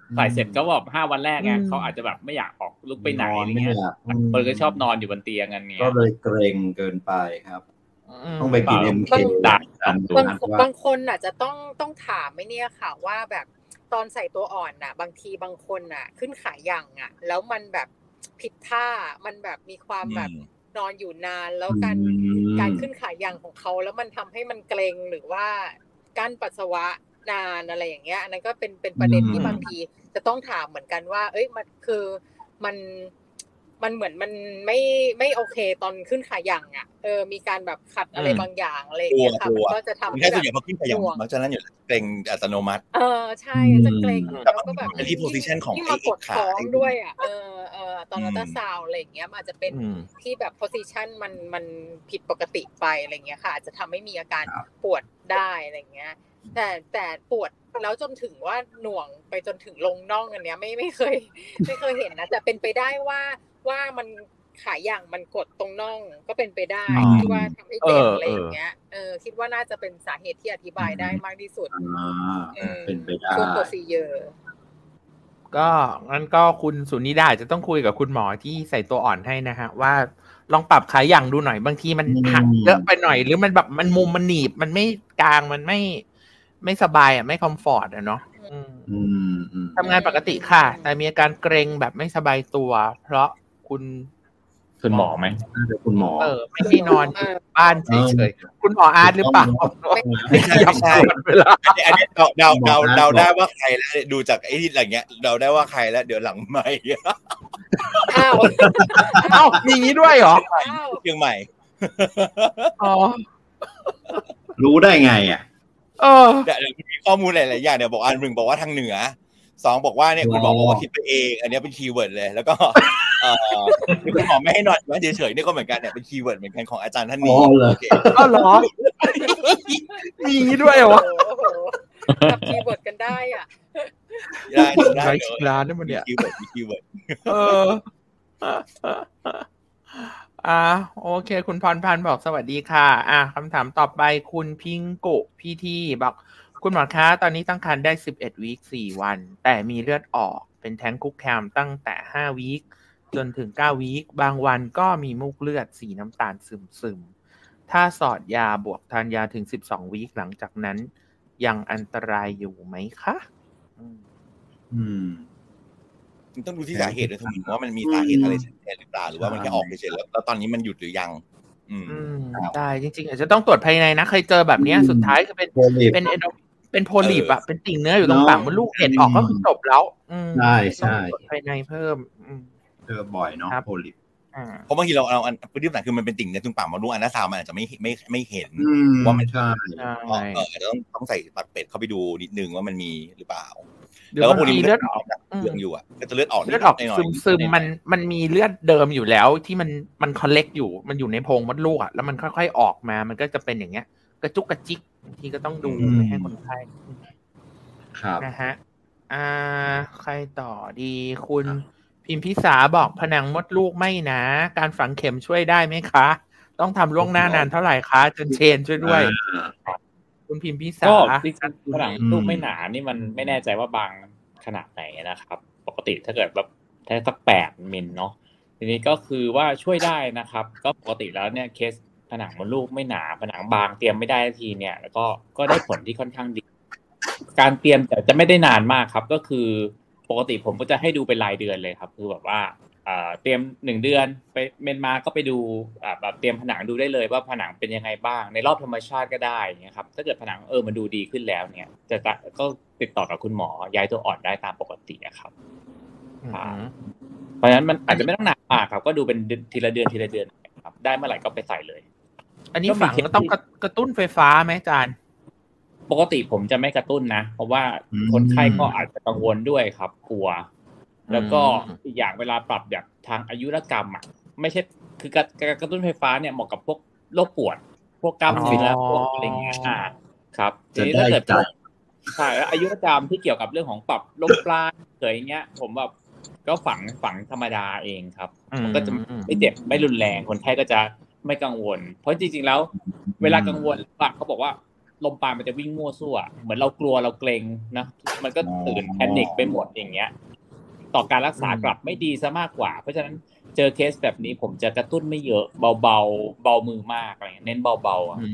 ใส่เสร็จก็แบบห้าวันแรกไงเขาอาจจะแบบไม่อยากออกลุกไปไหนอะไรเงี้ยคนก็ชอบนอนอยู่บนเตียงกันเงี้ยก็เลยเกรงเกินไปครับต้องไปกิน เอ็ม เคบางบางบางคนอาจจะต้องต้องถามไหมเนี่ยค่ะว่าแบบตอนใส่ตัวอ่อนน่ะบางทีบางคนน่ะขึ้นขาหยั่งอ่ะแล้วมันแบบผิดท่ามันแบบมีความแบบนอนอยู่นานแล้วการการขึ้นขาหยั่งของเขาแล้วมันทำให้มันเกร็งหรือว่ากั้นปัสสาวะนานอะไรอย่างเงี้ยอันนั้นก็เป็นเป็นประเด็นที่บางทีจะต้องถามเหมือนกันว่าเอ้ยมันคือมันมันเหมือนมันไม่ไม่โอเคตอนขึ้นขาหยั่งอ่ะเออมีการแบบขัดอะไรบางอย่างอะไรอย่างเงี้ยค่ะมันก็จะทำให้แบบส่วนใหญ่พอขึ้นขาหยั่งมักจะนั้นอยู่เกร็งอัตโนมัติเออใช่จะเกร็งแล้วก็แบบเป็นที่โพสิชันของที่มากดท้องด้วยอ่ะเออเออตอนอัลตราซาวด์อะไรอย่างเงี้ยมันอาจจะเป็นที่แบบโพสิชันมันมันผิดปกติไปอะไรเงี้ยค่ะอาจจะทำให้มีอาการปวดได้อะไรเงี้ยแต่แต่ปวดแล้วจนถึงว่าหน่วงไปจนถึงลงน่องอันเนี้ยไม่ไม่เคยไม่เคยเห็นนะแต่เป็นไปได้ว่าว่ามันขาหยั่งมันกดตรงน่องก็เป็นไปได้ที่ว่าทำให้เจ็บอะไรอย่างเงี้ยเออคิดว่าน่าจะเป็นสาเหตุที่อธิบายได้มากที่สุดเป็นไปได้ช่วงโปรซีเจอร์ก็งั้นก็คุณสุนิดาจะต้องคุยกับคุณหมอที่ใส่ตัวอ่อนให้นะฮะว่าลองปรับขาหยั่งดูหน่อยบางทีมันหักเยอะไปหน่อยหรือมันแบบมันมุมมันหนีบมันไม่กลางมันไม่ไม่สบายอ่ะไม่คอมฟอร์ตอ่ะเนาะทำงานปกติค่ะแต่มีอาการเกร็งแบบไม่สบายตัวเพราะคุณคุณหมอไหมคุณหมอเออไม่ได้นอนอยู่บ้านเฉยๆคุณหมออาร์ตหรือเปล่าไม่ใช่ไม่ใช่อันนี้เดาเดาเดาเดาได้ว่าใครแล้วดูจากไอ้ที่อะไรเงี้ยเดาได้ว่าใครแล้วเดี๋ยวหลังใหม่อ้าวอ้าวมีงี้ด้วยเหรอเชียงใหม่อ๋อรู้ได้ไงอ่ะเออเดี๋ยวมีข้อมูลหลายๆอย่างเดี๋ยวบอกอันหนึ่งบอกว่าทางเหนือสองบอกว่าเนี่ยคุณหมอบอกว่าคิดไปเองอันนี้เป็นคีย์เวิร์ดเลยแล้วก็เอ่อคุณหมอไม่ให้นอนเฉยๆนี่ก็เหมือนกันเนี่ยเป็นคีย์เวิร์ดเหมือนกันของอาจารย์ท่านนี้โอเคอ้าวเหรอมีงี้ด้วยเหรอวะจับคีย์เวิร์ดกันได้อ่ะได้ได้ร้านนี่มันเนี่ยคีย์เวิร์ดมีคีย์เวิร์ดเอออ่าโอเคคุณพรพันธ์บอกสวัสดีค่ะอ่ะคำถามต่อไปคุณพิงกุพี่ที่บอกคุณหมอคะตอนนี้ตั้งครรภ์ได้สิบเอ็ดวีคสี่วันแต่มีเลือดออกเป็นแท้งคุกแคมตั้งแต่ห้าวีคจนถึงเก้าวีคบางวันก็มีมูกเลือดสีน้ำตาลซึมๆถ้าสอดยาบวกทานยาถึงสิบสองวีคหลังจากนั้นยังอันตรายอยู่ไหมคะอืมต้องดูที่สาเหตุด้วยทั้งหมดว่ามันมีสาเหตุอะไรแทนหรือเปล่าหรือว่ามันแค่ออกเฉยๆแล้วตอนนี้มันหยุดหรือยังอืมใช่จริงๆอาจจะต้องตรวจภายในนะเคยเจอแบบนี้สุดท้ายคือเป็นเป็นเอโดเป็นโพลีปอ่ะเป็นติ่งเนื้ออยู่ตรงปากมันลูกเห็ดออกก็คือจบแล้วใช่ใช่ตรวจภายในเพิ่มเจอบ่อยเนาะโพลีปเพราะบางทีเราเอาอันพื้นที่ต่างคือมันเป็นติ่งเนื้อตรงปากมดลูกอันนั้นซาวมันอาจจะไม่ไม่ไม่เห็นว่ามันใช่เออต้องต้องใส่ปากเป็ดเข้าไปดูนิดนึงว่ามันมีหรือเปล่าแล้วก็มีเลือดออกเรื่องอยู่อ่ะก็จะเลือดออกเลือดออกซึมๆมันมันมีเลือดเดิมอยู่แล้วที่มันมันคอลเลกต์อยู่มันอยู่ในโพรงมดลูกอ่ะแล้วมันค่อยๆออกมามันก็จะเป็นอย่างเงี้ยกระจุกกระจิกที่ก็ต้องดูให้คนไข้ครับนะฮะอ่าใครต่อดีคุณพิมพิสาบอกผนังมดลูกไม่หนาการฝังเข็มช่วยได้ไหมคะต้องทำล่วงหน้านานเท่าไหร่คะจนเชนช่วยด้วยคุณพิมพิสาก็จริงๆผนังลูกไม่หนานี่มันไม่แน่ใจว่าบางขนาดไหนนะครับปกติถ้าเกิดแบบแค่สักแปดมิลเนาะทีนี้ก็คือว่าช่วยได้นะครับก็ปกติแล้วเนี่ยเคสผนังมดลูกไม่หนาผนังบางเตรียมไม่ได้ทีเนี่ยแล้วก็ก็ได้ผลที่ค่อนข้างดีการเตรียมแต่จะไม่ได้นานมากครับก็คือปกติผมก็จะให้ดูเป็นรายเดือนเลยครับคือแบบว่าเตรียมหนึ่งเดือนไปเมนมาก็ไปดูแบบเตรียมผนังดูได้เลยว่าผนังเป็นยังไงบ้างในรอบธรรมชาติก็ได้เนี่ยครับถ้าเกิดผนังเออมันดูดีขึ้นแล้วเนี่ยจะก็ติดต่อกับคุณหมอย้ายตัวอ่อนได้ตามปกติครับเพราะฉะนั้นมันอาจจะไม่ต้องหนักมากครับก็ดูเป็นทีละเดือนทีละเดือนครับได้เมื่อไหร่ก็ไปใส่เลยอันนี้ฝังก็ต้องกระตุ้นไฟฟ้าไหมอาจารย์ปกติผมจะไม่กระตุ้นนะเพราะว่าคนไข้ก็อาจจะกังวลด้วยครับกลัวแล้วก็อีกอย่างเวลาปรับแบบทางอายุรกรรมอ่ะไม่ใช่คือการกระตุ้นไฟฟ้าเนี่ยเหมาะกับพวกโรคปวดพวกกล้ามเนื้อพวกอะไรอย่างเงี้ยครับทีนี้ถ้าเกิดใช่อายุรกรรมที่เกี่ยวกับเรื่องของปรับลมปราณเฉยอย่างเงี้ยผมแบบก็ฝังฝังธรรมดาเองครับมันก็จะไม่เจ็บไม่รุนแรงคนไข้ก็จะไม่กังวลเพราะจริงๆแล้วเวลากังวลเขาบอกว่าลมปราณมันจะวิ่งมั่วซั่วเหมือนเรากลัวเราเกรงนะมันก็ตื่นแพนิคไปหมดอย่างเงี้ยต่อการรักษากลับไม่ดีซะมากกว่าเพราะฉะนั้นเจอเคสแบบนี้ผมจะกระตุ้นไม่เยอะเบาๆเบามือมากอะไรเน้นเบาๆอ่ะ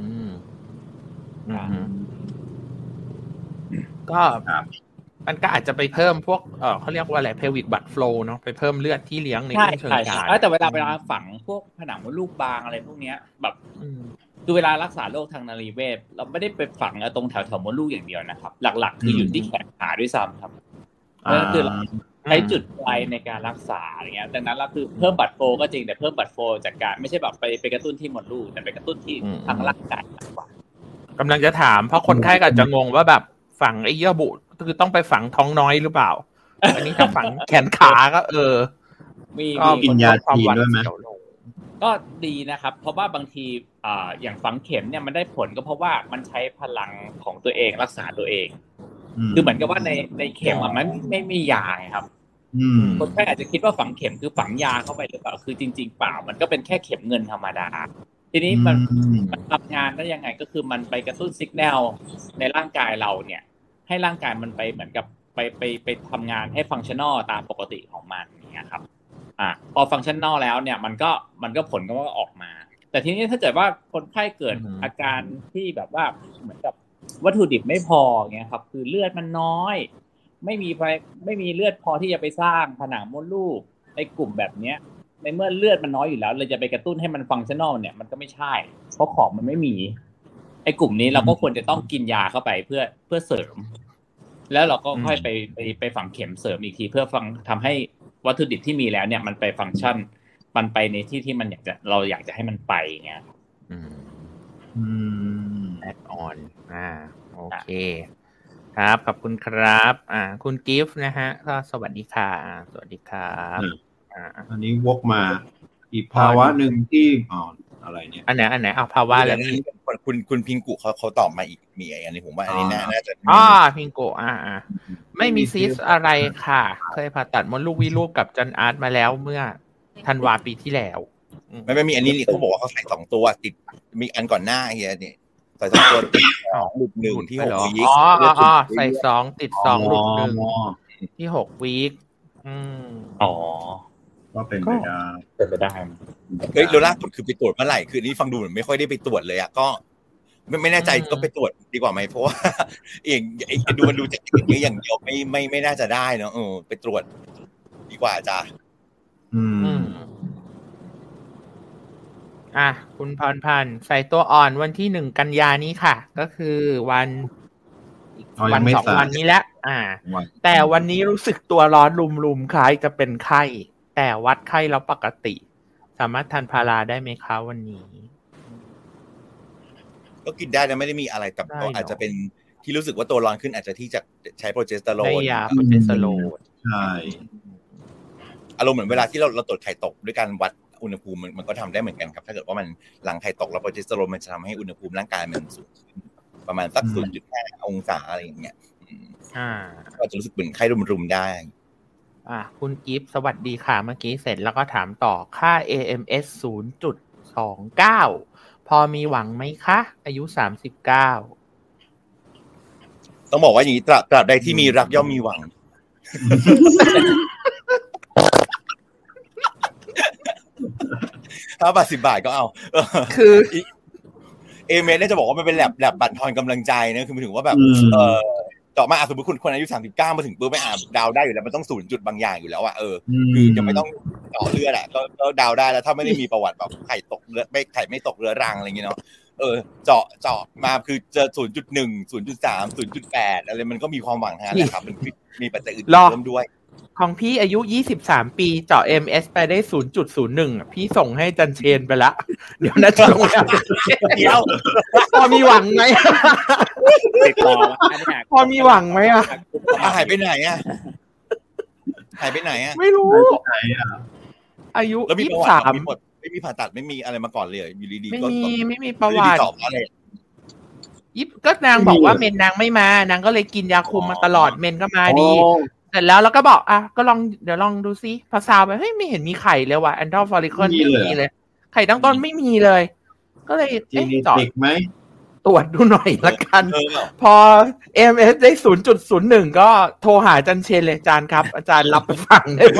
ก็มันก็อาจจะไปเพิ่มพวกเออเขาเรียกว่าอะไร pelvic blood flow เนาะไปเพิ่มเลือดที่เลี้ยงในเชิงการแต่เวลาเวลาฝังพวกผนังมดลูกบางอะไรพวกเนี้ยแบบคือเวลารักษาโรคทางนารีเวชเราไม่ได้ไปฝังตรงแถวแถวมดลูกอย่างเดียวนะครับหลักๆคืออยู่ที่แขนขาด้วยซ้ำครับก็คือใช้จุดไฟในการรักษาอย่างเงี้ยดังนั้นเราคือเพิ่มบัตรโฟก็จริงแต่เพิ่มบัตรโฟจากการไม่ใช่แบบไปไปกระตุ้นที่มดลูกแต่ไปกระตุ้นที่ทางร่างกายมากกว่ากำลังจะถามเพราะคนไข้ก็จะงงว่าแบบฝังไอ้เยื่อบุคือต้องไปฝังท้องน้อยหรือเปล่าอันนี้ถ้าฝังแขนขาก็เออมีกินยาจีนด้วยไหมก็ดีนะครับเพราะว่าบางทีอ่าอย่างฝังเข็มเนี่ยมันได้ผลก็เพราะว่ามันใช้พลังของตัวเองรักษาตัวเองคือเหมือนกับว่าในในเข็มอ่ะมันไม่มียาครับคนไข้อาจจะคิดว่าฝังเข็มคือฝังยาเข้าไปหรือเปล่าคือจริงๆเปล่ามันก็เป็นแค่เข็มเงินธรรมดาทีนี้มันมันทำงานได้ยังไงก็คือมันไปกระตุ้นสัญญาณในร่างกายเราเนี่ยให้ร่างกายมันไปเหมือนกับไปไปไปทำงานให้ฟังก์ชันนอลตามปกติของมันอย่างเงี้ยครับอ่ะพอฟังก์ชันนอลแล้วเนี่ยมันก็มันก็ผลก็ออกมาแต่ทีนี้ถ้าเกิดว่าคนไข้เกิดอาการที่แบบว่าเหมือนกับวัตถุดิบไม่พอเงี้ยครับคือเลือดมันน้อยไม่มีไปไม่มีเลือดพอที่จะไปสร้างผนังมดลูกในกลุ่มแบบเนี้ยในเมื่อเลือดมันน้อยอยู่แล้วเลยจะไปกระตุ้นให้มันฟังก์ชันนอลเนี่ยมันก็ไม่ใช่เพราะของมันไม่มีไอ้กลุ่มนี้เราก็ควรจะต้องกินยาเข้าไปเพื่อเพื่อเสริมแล้วเราก็ค่อยไปไปไปฝังเข็มเสริมอีกทีเพื่อฟังทำให้วัตถุดิบที่มีแล้วเนี่ยมันไปฟังก์ชันมันไปในที่ที่มันอยากจะเราอยากจะให้มันไปเงี้ยอืมอืมแอดออนอ่าโอเคครับขอบคุณครับอ่าคุณกิฟต์นะฮะก็สวัสดีค่ะสวัสดีครับอ่าอันนี้วกมาอีกภาวะหนึ่งที่อ๋ออะไรเนี่ยอันไหนอันไหนเอาภาวะแล้วนี่คุณคุณพิงกุเขาเขาตอบมาอีกมีอันนี้ผมว่าอันนี้น่าจะอ๋อพิงกุอ่าอ่าไม่มีซิสอะไรค่ะเคยผ่าตัดมดลูกวิลูกกับจันอาร์ตมาแล้วเมื่อธันวาปีที่แล้วไม่ไม่มีอันนี้เขาบอกว่าเขาใส่สองตัวติดมีอันก่อนหน้าเฮียนี่ใส่สองตัวติดสองลูกหนึ่งที่หกวีคอ๋ออ๋อใส่สองติดสองลูกหนึ่งที่หกวีคอืมอ๋อก็เป็นไปได้เป็นไปได้เฮ้ยโลล่าสุดคือไปตรวจเมื่อไหร่คือนี่ฟังดูเหมือนไม่ค่อยได้ไปตรวจเลยอ่ะก็ไม่ไม่แน่ใจก็ไปตรวจดีกว่าไหมเพราะว่าเองไอ้ดูมันดูจากอย่างนี้อย่างเดียวไม่ไม่ไม่น่าจะได้เนาะเออไปตรวจดีกว่าจ้ะอืมอ่ะคุณพรพันธ์ใส่ตัวอ่อนวันที่หนึ่งกันยานี้ค่ะก็คือวันวันสองวันนี้แล้วอ่าแต่วันนี้รู้สึกตัวร้อนรุมๆคล้ายจะเป็นไข้แต่วัดไข้แล้วปกติสามารถทานพาราได้ไหมคะวันนี้ก็กินได้นะไม่ได้มีอะไรแต่อาจจะเป็นที่รู้สึกว่าตัวร้อนขึ้นอาจจะที่จะใช้โปรเจสเตอโรนได้ยาโปรเจสเตอโรนใช่อารมณ์เหมือนเวลาที่เราเราตรวจไข่ตกด้วยการวัดอุณหภูมิมันมันก็ทำได้เหมือนกันครับถ้าเกิดว่ามันหลังไข่ตกแล้วโปรเจสเตอโรนมันจะทำให้อุณหภูมิร่างกายมันสูงขึ้นประมาณสัก ศูนย์จุดห้า องศาอะไรอย่างเงี้ยอ่าก็จะรู้สึกเหมือนไข้รุมๆได้อ่าคุณกิฟต์สวัสดีค่ะเมื่อกี้เสร็จแล้วก็ถามต่อค่า เอ เอ็ม เอส ศูนย์จุดสองเก้า พอมีหวังไหมคะอายุสามสิบเก้าต้องบอกว่าอย่างนี้ตราบตราบใดที่มีรักย่อมมีหวังถ้าบาทสิบบาทก็เอาคือเอเมนเนี่ยจะบอกว่ามันเป็นแลบแลบบั่นทอนกำลังใจนะคือหมายถึงว่าแบบเออต่อมาสมมติคุณคนอายุสามสิบเก้ามาถึงปุ๊บไม่อ่านดาวได้อยู่แล้วมันต้องศูนย์จุดบางอย่างอยู่แล้วอ่ะเออคือจะไม่ต้องต่อเลือดอ่ะก็ก็ดาวได้แล้วถ้าไม่ได้มีประวัติแบบไข่ตกเลือดไม่ไข่ไม่ตกเรื้อรังอะไรอย่างเงี้ยเนาะเออเจาะเจาะมาคือเจอ ศูนย์จุดหนึ่ง ศูนย์จุดสาม ศูนย์จุดแปด อะไรมันก็มีความหวังทั้งนั้นแหละครับมันมีปัจจัยอื่นร่วมด้วยของพี่อายุยี่สิบสามปีเจาะ เอ็ม เอส ไปได้ ศูนย์จุดศูนย์หนึ่ง อ่ะพี่ส่งให้จันเชนไปละเดี๋ยวนะจะลงแล้วเดี๋ยวพอมีหวังไหมติดต่อพอมีหวังไหมอ่ะหายไปไหนอ่ะหายไปไหนอ่ะไม่รู้อายุยี่สิบสามไม่มีผ่าตัดไม่มีอะไรมาก่อนเลยอยู่ดีๆก็ไม่มีไม่มีประวัติยิบก็นางบอกว่าเมนนางไม่มานางก็เลยกินยาคุมมาตลอดเมนก็มาดีเสร็จแล้วเราก็บอกอ่ะก็ลองเดี๋ยวลองดูซิพอซาวไปเฮ้ยไม่เห็นมีไข่เลยว่ะแอนดอลฟอลิคอนไม่มีเลยไข่ตั้งต้นไม่มีเลยก็เลยเอ๊ะจอดไหมตรวจดูหน่อยละกันเออพอ เอ็ม เอส ได้ ศูนย์จุดศูนย์หนึ่ง ก็โทรหาอาจารย์เชนเลยอาจารย์ครับ อาจารย์รับไปฟังได้ไหม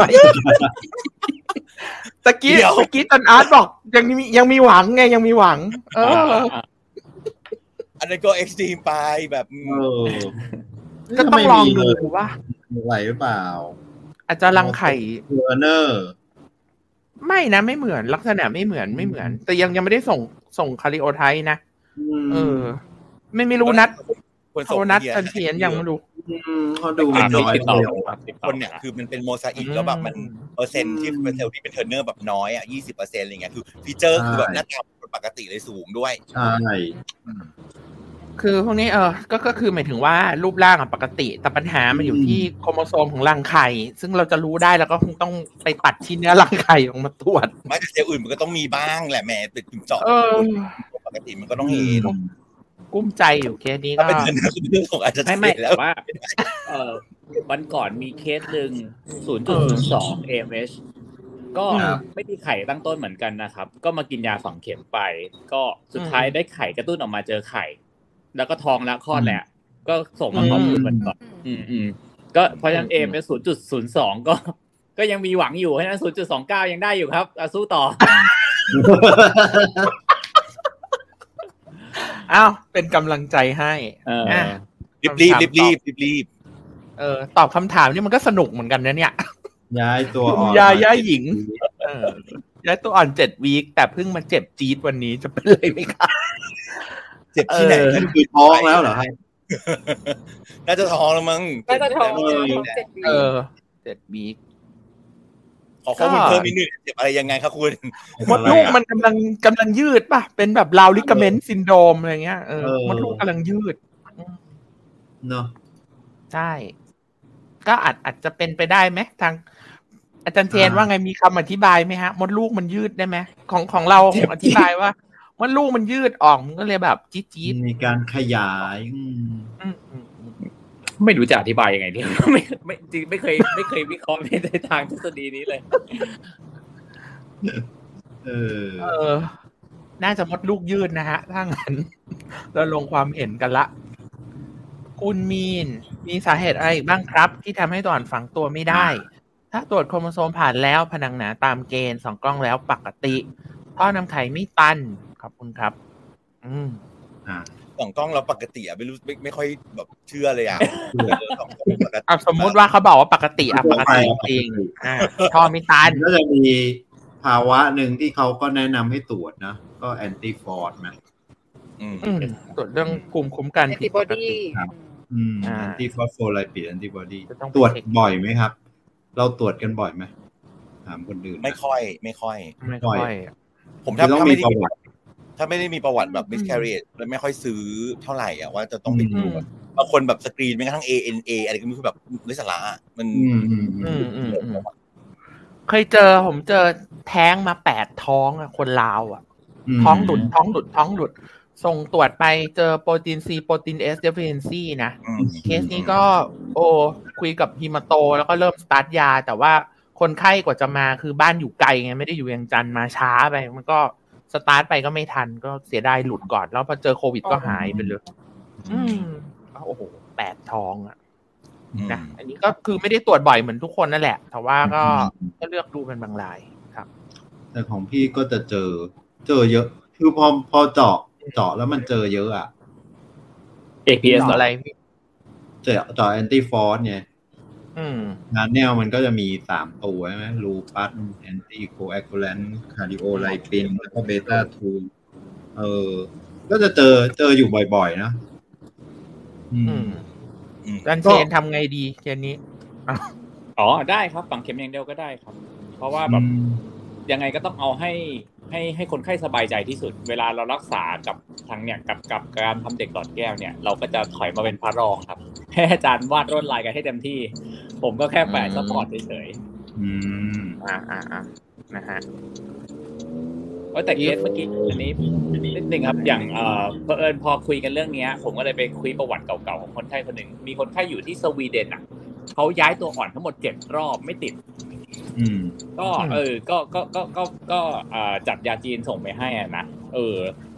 ตะกี้ตะกี้อาจารย์อาร์ตบอกยังมียังมีหวังไงยังมีหวัง เอออันนั้นก็เอ็กซ์ตรีมไปแบบเออก็ต้องลองดูว่าอะไรหรือเปล่าอาจจะรังไข่เทอร์เนอร์ไม่นะไม่เหมือนลักษณะไม่เหมือนไม่เหมือน แต่ยังยังไม่ได้ส่งส่งคาริโอไทป์นะเออ ไม่ไม่รู้นัดคนส่เขางนัดเทียอาจารย์เชนยังไม่รู้เขาดูน้อยติดต่อคนเนี่ยคือมันเป็นโมซาอิกแล้วแบบมันเปอร์เซ็นต์ที่เป็นเซลล์ที่เป็นเทอร์เนอร์แบบน้อยอ่ะยี่สิบเปอร์เซ็นต์อะไรเงี้ยคือฟีเจอร์คือแบบหน้าตาปกติเลยสูงด้วยใช่คือพวกนี้เออก็ก็คือหมายถึงว่ารูปร่างอ่ะปกติแต่ปัญหามันอยู่ที่โครโมโซมของรังไข่ซึ่งเราจะรู้ได้แล้วก็คงต้องไปตัดชิ้นเนื้อรังไข่ออกมาตรวจไม่แต่เซลล์อื่นมันก็ต้องมีบ้างแหละแหมเป็นเจาะเออปกติมันก็ต้องเห็นกุ้มใจอยู่เคสนี้ถ้าก็เป็นเรื่องของอาจารย์ไม่ไม่แล้แต่วว่าเออวันก่อนมีเคสหนึ่ง ศูนย์จุดศูนย์สอง เอ เอ็ม เอช ก็ไม่มีไข่ตั้งต้นเหมือนกันนะครับก็มากินยาฝังเข็มไปก็สุดท้ายได้ไข่กระตุ้นออกมาเจอไข่แล้วก็ท้องแล้วคลอดแล้วก็ส่งมาข้อมูลวันก่อนอืมอืมก็เพราะฉะนั้น เอ เอ็ม เอช ศูนย์จุดศูนย์สอง ก็ก็ยังมีหวังอยู่เพราะฉะนั้น ศูนย์จุดสองเก้า ยังได้อยู่ครับอ่ะสู้ต่ออ้าวเป็นกำลังใจให้เอออ่ะรีบรีบรีบรีบรีบรีบเออตอบคำถามนี่มันก็สนุกเหมือนกันนะเนี่ยย้ายตัวอ่อนยาย่าหญิง เออย้ายตัวอ่อนเจ็ดวีคแต่เพิ่งมาเจ็บจี๊ดวันนี้จะเป็นไรไหมครับเจ็บที่ไหนนั่นคือท้องแล้วเหรอครับน่าจะท้องแล้วมั้งน่าจะท้องเจ็บท้องเจ็ดวีเออเจ็ดวีคขอข้อมูลเพิ่มนิดนึงเจ็บอะไรยังไงครับคุณมดลูกมันกำลังกำลังยืดป่ะเป็นแบบลาวลิกาเมนต์ซินโดรมอะไรเงี้ยเออมดลูกกำลังยืดเนาะใช่ ก็อาจอาจจะเป็นไปได้ไหมทางอาจารย์เทนว่าไงมีคำอธิบายไหมฮะมดลูกมันยืดได้ไหมของของเราอธิบายว่ามดลูกมันยืดออกมันก็เลยแบบจี๊ดจี๊ดมีการขยายอืมอืมอืมอืมไม่รู้จะอธิบายยังไงดี ไม่ไม่จริงไม่เคยไม่เคยวิเคราะห์ในทางทฤษฎีนี้เลยเออเออ น่าจะมดลูกยืดนะฮะถ้างั้น เราลงความเห็นกันละคุณมีนมีสาเหตุอะไรบ้างครับ ที่ทำให้ตัวอ่อนฝังตัวไม่ได้ ถ้าตรวจโครโมโซมผ่านแล้วผนังหนาตามเกณฑ์สองกล้องแล้วปกติท่อนำไข่ไม่ตันขอบคุณครับ อืมอ่าสองกล้องเราปกติอ่ะไม่รู้ไม่ไม่ค่อยแบบเชื่อเลยอ่ะสองกล้องปกติอ่ะสมมุติว่าเขาบอกว่าปกติอ่ะปกติจริงอ่าท่อไม่ตันก็จะมีภาวะหนึ่งที่เขาก็แนะนำให้ตรวจนะก็แอนติฟอร์ดนะอืมอืมตรวจเรื่องภูมิคุ้มกันแอนผิติดบอปกดีติอืมอ่าแอนติฟอสโฟไลปิดแอนติบอดีจะต้องไปตรวจเช็คบ่อยไหมครับ เราตรวจกันบ่อยไหมถามคนอื่นนะไม่ค่อย ไม่ค่อยไม่ค่อยผมคืถ้าอต้องถ้ามีไม่ได้ประวัติถ้าไม่ได้มีประวัติแบบ miscarriage แล้วไม่ค่อยซื้อเท่าไหร่อ่ะว่าจะต้องไปตรวจอืมบางคนแบบสกรีนแม้กระทั่ง เอ เอ็น เอ อะไรก็ไม่รู้แบบไร้สาระอะมันอืมอืมอือืมมอืมอืมเคยเจอผมเจอแท้งมาแปดท้องอ่ะคนลาวอ่ะ ท้องหลุดท้องหลุดท้องหลุด ส่งตรวจไปเจอโปรตีนซีโปรตีนเอสเดฟเฟนซีนะอืมเคสนี้ก็โอ้คุยกับฮีมาโตแล้วก็เริ่มสตาร์ทยา แต่ว่าคนไข้กว่าจะมาคือบ้านอยู่ไกลไงไม่ได้อยู่เวียงจันทร์มาช้าไป มันก็สตาร์ทไปก็ไม่ทันก็เสียดายหลุดก่อน แล้วพอเจอโควิดก็หายไปเลย อืมโอ้โหแปดท้องอ่ะนะอันนี้ก็คือไม่ได้ตรวจบ่อยเหมือนทุกคนนั่นแหละ แต่ว่าก็ก็เลือกดูเป็นบางรายครับแต่ของพี่ก็จะเจอ เจอเยอะ คือพอพอเจาะเจาะแล้วมันเจอเยอะอ่ะเอ พี เอสอะไรพี่เจาะเจาะแอนติฟอสเนี่ยอืมงานแนวมันก็จะมีสามตัวใช่ไหมลูปัสแอนติโคแอคูแลนต์คาร์ดิโอไลปินแล้วก็เบต้าทูเออ ก็จะเจอเจออยู่บ่อยๆนะอือืมมดันเชนทำไงดีเคสนี้อ๋อได้ครับฝังเข็มอย่างเดียวก็ได้ครับ เพราะว่าแบบยังไงก็ต้องเอาให้ให้ให้คนไข้สบายใจที่สุด เวลาเรารักษากับทางเนี่ยกับกับการทำเด็กหลอดแก้วเนี่ย เราก็จะถอยมาเป็นพระรองครับแค่อาจารย์วาดรวดลายกันให้เต็มที่ ผมก็แค่แปะซัพพอร์ตเฉยอืมอ่าอ่าอ่านะฮะๆเพราะแต่เคสเมื่อกี้อันนี้นิดนึงครับอย่างเอ่อเผอิญพอคุยกันเรื่องนี้ผมก็เลยไปคุยประวัติเก่าๆของคนไข้คนหนึ่งมีคนไข้อยู่ที่สวีเดนอ่ะเขาย้ายตัวอ่อนทั้งหมดเจ็ดรอบไม่ติดอืมก็เออ ก็ ก็ ก็ ก็ ก็อ่าจัดยาจีนส่งไปให้อ่ะนะ เออ แ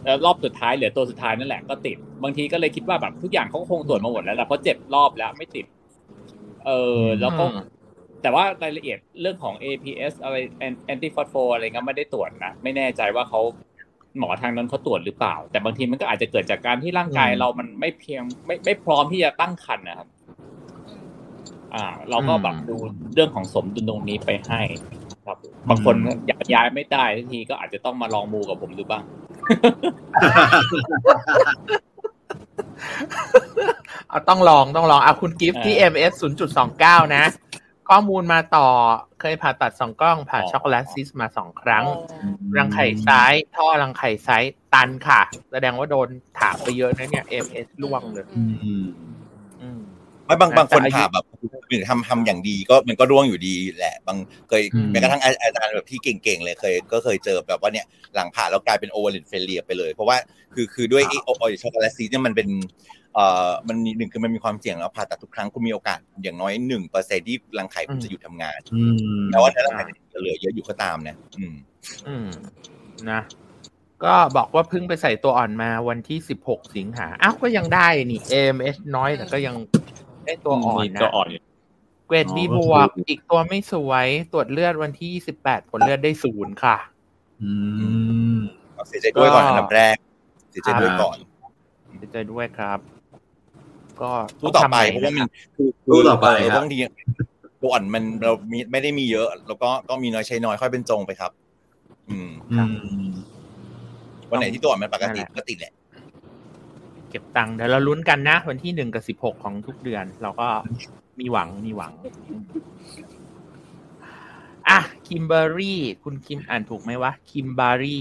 แล้วรอบสุดท้ายเหลือตัวสุดท้ายนั่นแหละก็ติดบางทีก็เลยคิดว่าแบบทุกอย่างเขาคงตรวจมาหมดแล้วแหละเพราะเจ็บรอบแล้วไม่ติดเออแล้วก็แต่ว่ารายละเอียดเรื่องของ เอ พี เอส อะไรแอนตี้ฟอสโฟอะไรเงี้ยไม่ได้ตรวจนะไม่แน่ใจว่าเขาหมอทางนั้นเขาตรวจหรือเปล่าแต่บางทีมันก็อาจจะเกิดจากการที่ร่างกายเรามันไม่เพียงไม่ไม่พร้อมที่จะตั้งครรภ์นะครับอ่าเราก็แบบดูเรื่องของสมดุลตรงนี้ไปให้ครับบางคนอยากย้ายไม่ได้ทีก็อาจจะต้องมาลองมูกับผมดูบ้างเอาต้องลองต้องลองเอาคุณกิฟต์ที่ เอ็ม เอส ศูนย์จุดสองเก้า นะข้อมูลมาต่อเคยผ่าตัดสองกล้องผ่าช็อกโกแลตซิสมาสองครั้งรังไข่ซ้ายท่อรังไข่ซ้ายตันค่ะแสดงว่าโดนถากไปเยอะนะเนี่ย เอ็ม เอส ร่วงเลยไม่บางบางคนผ่าแบบทำทำอย่างดีก็มันก็ร่วงอยู่ดีแหละบางเคยแม้กระทั่งอาจารย์แบบที่เก่งๆเลยเคยก็เคยเจอแบบว่าเนี่ยหลังผ่าแล้วกลายเป็นโอเวอร์ลินเฟลเลียไปเลยเพราะว่าคือคือด้วยไอ้ออยล์ช็อกโกแลตซีสเนี่ยมันเป็นเอ่อมันหนึ่งคือมันมีความเสี่ยงแล้วผ่าตัดทุกครั้งคุณมีโอกาสอย่างน้อย หนึ่งเปอร์เซ็นต์ ที่รังไข่คุณจะหยุดทำงานแต่ว่าถ้ารังไข่จะเหลือเยอะอยู่ก็ตามนะอืมอืมนะก็บอกว่าเพิ่งไปใส่ตัวอ่อนมาวันที่สิบหกสิงหาอ้าวก็ยังได้นี่ เอ เอ็ม เอส น้อยแต่ก็ยังได้ตัวอ่อนนะเกรด B บวกอีกตัวไม่สวยตรวจเลือดวันที่ยี่สิบแปดผลเลือดได้ศูนย์ค่ะอืมเสียใจด้วยก่อนอันดับแรกเสียใจด้วยก่อนเสียใจด้วยครับก็ตู้ต่อไปเพราะว่ามันตู้ต่อไปบางทีตัวอ่อนมันเรามีไม่ได้มีเยอะแล้วก็ก็มีน้อยใช้น้อยค่อยเป็นจงไปครับอืมวันไหนที่ตัวอ่อนมันปกติก็ติดแหละเก็บตังค์เดี๋ยวเราลุ้นกันนะวันที่หนึ่งกับสิบหกของทุกเดือนเราก็มีหวังมีหวังอ่ะคิมเบอรี่คุณคิมอ่านถูกไหมวะคิมบารี่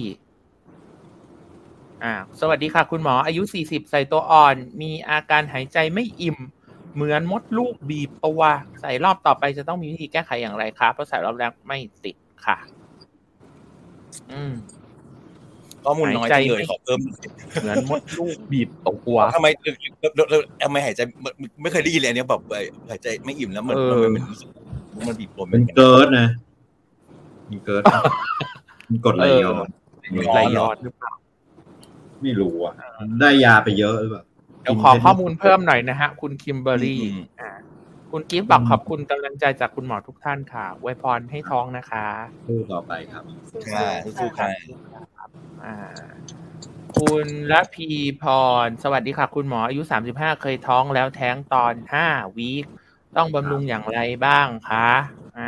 อ่าสวัสดีค่ะคุณหมออายุสี่สิบใส่ตัวอ่อนมีอาการหายใจไม่อิ่มเหมือนมดลูกบีบตัวใส่รอบต่อไปจะต้องมีวิธีแก้ไขอย่างไรครับเพราะใส่รอบแรกไม่ติดค่ะอืมข้อมูลน้อยจังเลยขอเพิ่มเหมือนมดลูกบีบตัวทำไมทำไมหายใจไม่เคยได้ยินเลยอันนี้แบบหายใจไม่อิ่มแล้วมันมันเหมือนมันบีบตัวเป็นเกิร์ดนะมีเกิร์ดมีกดไหลย้อนไหลย้อนหรือเปล่าไม่รู้อ่ะได้ยาไปเยอะหรือเปล่าเดี๋ยวขอข้อมูลเพิ่มหน่อยนะฮะคุณคิมเบอรี่อ่าคุณกิฟต์บอกขอบคุณกำลังใจจากคุณหมอทุกท่านค่ะอวยพรให้ท้องนะคะสู้ต่อไปครับค่ะสู้ค่ะอ่าคุณละพีพรสวัสดีค่ะคุณหมออายุสามสิบห้าเคยท้องแล้วแท้งตอนห้าวีคต้องบำรุงอย่างไรบ้างคะอ่า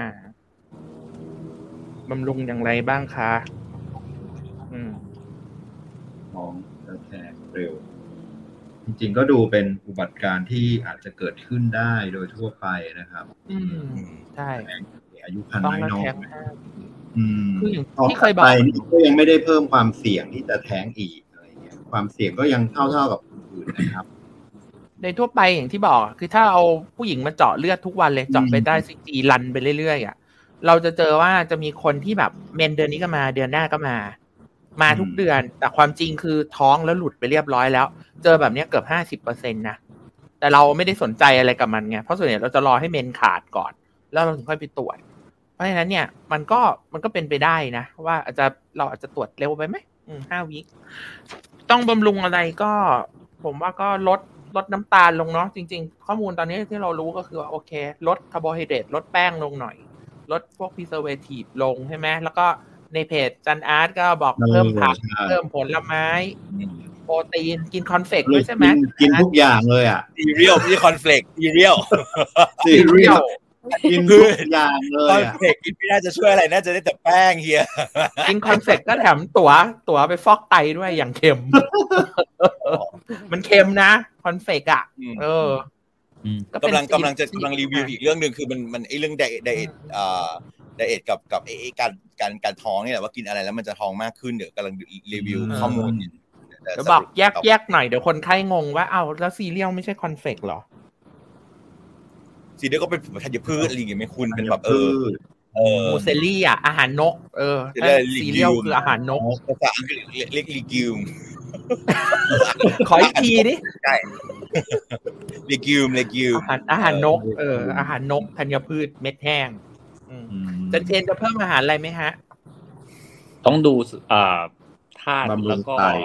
บำรุงอย่างไรบ้างคะอืมท้องแล้วแท้งเร็วจริงๆก็ดูเป็นอุบัติการณ์ที่อาจจะเกิดขึ้นได้โดยทั่วไปนะครับอืมใช่อายุคันน้อยอืมคืออย่างที่เคยบอกนี่ก็ยังไม่ได้เพิ่มความเสี่ยงที่จะแท้งอีกอะไรเงี้ยความเสี่ยงก็ยังเท่าๆกับคนอื่นนะครับในทั่วไปอย่างที่บอกคือถ้าเอาผู้หญิงมาเจาะเลือดทุกวันเลยเจาะไปได้ซีจีรันไปเรื่อยๆอ่ะเราจะเจอว่าจะมีคนที่แบบเมนเดือนนี้ก็มาเดือนหน้าก็มามาทุกเดือนแต่ความจริงคือท้องแล้วหลุดไปเรียบร้อยแล้วเจอแบบนี้เกือบ ห้าสิบเปอร์เซ็นต์ นะแต่เราไม่ได้สนใจอะไรกับมันไงเพราะส่วนใหญ่เราจะรอให้เมนขาดก่อนแล้วเราถึงค่อยไปตรวจเพราะฉะนั้นเนี่ยมันก็มันก็เป็นไปได้นะว่าอาจจะเราอาจจะตรวจเร็วไปไหมอืมห้าวีคต้องบำรุงอะไรก็ผมว่าก็ลดลดน้ำตาลลงเนาะจริงๆข้อมูลตอนนี้ที่เรารู้ก็คือว่าโอเคลดคาร์โบไฮเดรตลดแป้งลงหน่อยลดพวกพรีเซอร์เวทีฟลงใช่ไหมแล้วก็ในเพจจันอาร์ตก็บอกเพิ่มผักเพิ่มผลไม้โปรตีนกินคอนเฟกต์ด้วยใช่ไหมกินทุกอย่างเลยอ่ะซีเรียลไม่ใช่คอนเฟกต์ซีเรียลซีเรียลกินทุกอย่างเลยคอนเฟกต์กินไม่น่าจะช่วยอะไรน่าจะได้แต่แป้งเฮียกินคอนเฟกต์ก็แถมตั๋วตั๋วไปฟอกไตด้วยอย่างเค็มมันเค็มนะคอนเฟกต์อ่ะเออกำลังกำลังจะกำลังรีวิวอีกเรื่องนึงคือมันมันไอ้เรื่องไดไดเอทอ่าไดเอทกับกับไอ้การการการท้องนี่แหละว่ากินอะไรแล้วมันจะท้องมากขึ้นเดี๋ยวกำลังรีวิวข้อมูลเดี๋ยวบอกแยกแยกหน่อยเดี๋ยวคนไข้งงว่าอ้าวแล้วซีเรียลไม่ใช่คอนเฟกต์หรอซีเรียลก็เป็นธัญพืชอะไรอย่างเงี้ยไม่คุณเป็นแบบเออเออมูเซลี่อ่ะอาหารนกเออซีเรียลคืออาหารนกภาษาอังกฤษเรียกลีกิวมขออีกทีดิใช่ลีกิวมลีกิวมอาหารอาหารนกเอออาหารนกธัญพืชเม็ดแห้งจันเจนจะเพิ่มอาหารอะไรไหมฮะต้องดูอ่าธาตุแล้วก็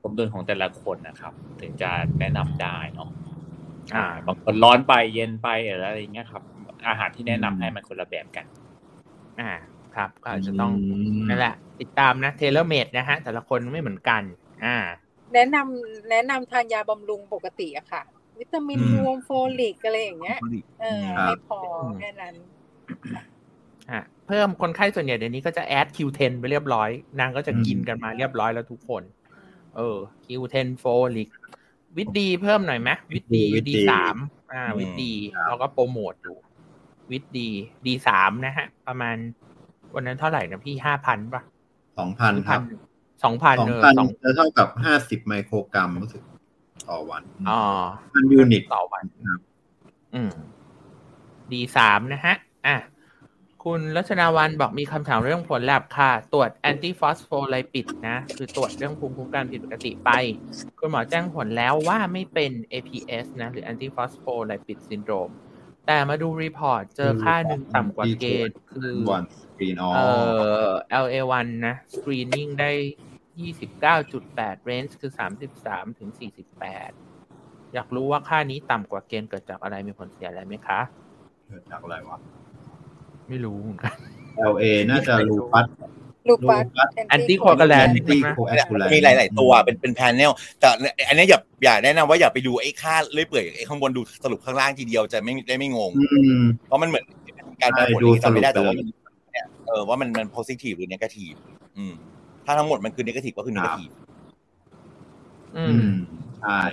สมดุลของแต่ละคนนะครับ ถึงจะแนะนำได้เนาะอ่าบางคนร้อนไปเย็นไปอะไรอย่างเงี้ยครับอาหารที่แนะนำให้มันคนละแบบกันอ่าครับก็อาจจะต้องนั่นแหละติดตามนะเทเลเมดนะฮะแต่ละคนไม่เหมือนกันอ่าแนะนำแนะนำทานยาบำรุงปกติอะค่ะวิตามินรวมโฟลิกอะไรอย่างเงี้ยเออไม่พอแค่นั้นอ่ะเพิ่มคนไข้ส่วนใหญ่เดี๋ยวนี้ก็จะแอด คิว เท็น ไปเรียบร้อยนางก็จะกินกันมาเรียบร้อยแล้วทุกคนเออ คิว เท็น โฟลิกวิตดีเพิ่มหน่อยไหมวิตดีดีสามอ่าวิตดีเราก็โปรโมทอยู่วิตดีดีสามนะฮะประมาณวันนั้นเท่าไหร่นะพี่ห้าพันป่ะสองพันครับสองพันเออสองจะเท่ากับห้าสิบไมโครกรัมรู้สึกต่อวันอ๋อมันยูนิตต่อวันอืมดีสามนะฮะอ่ะคุณรัชนาวันบอกมีคำถามเรื่องผลแลบค่ะตรวจแอนตี้ฟอสโฟไลปิดนะคือตรวจเรื่องภูมิคุ้มกันผิดปกติไปคุณหมอแจ้งผลแล้วว่าไม่เป็น เอ พี เอส นะหรือแอนตี้ฟอสโฟไลปิดซินโดรมแต่มาดูรีพอร์ตเจอค่าหนึ่งต่ำกว่าเกณฑ์คือเอ่อ แอล เอ วัน นะสกรีนนิ่งได้ ยี่สิบเก้าจุดแปด เรนจ์คือสามสิบสามถึงสี่สิบแปดอยากรู้ว่าค่านี้ต่ำกว่าเกณฑ์เกิดจากอะไรมีผลเสียอะไรไหมคะเกิดจากอะไรวะไม่รู้เหมือนกันแอล เอ น่าจะลูปัสลูปัสแอนตี้โคอาแลนต์มีหลายๆตัวเป็นเป็นแพนเนลแต่อันนี้อย่าอย่าแนะนำว่าอย่าไปดูไอ้ค่าเลื่อยเปื่อยไอ้ข้างบนดูสรุปข้างล่างทีเดียวจะไม่ได้ไม่งงเพราะมันเหมือนการประมวลที่ทำไม่ได้แต่ว่ามันเนี่ยเออว่ามันมัน positive หรือ negative อืมถ้าทั้งหมดมันคือ negative ก็คือ negative อืมใช่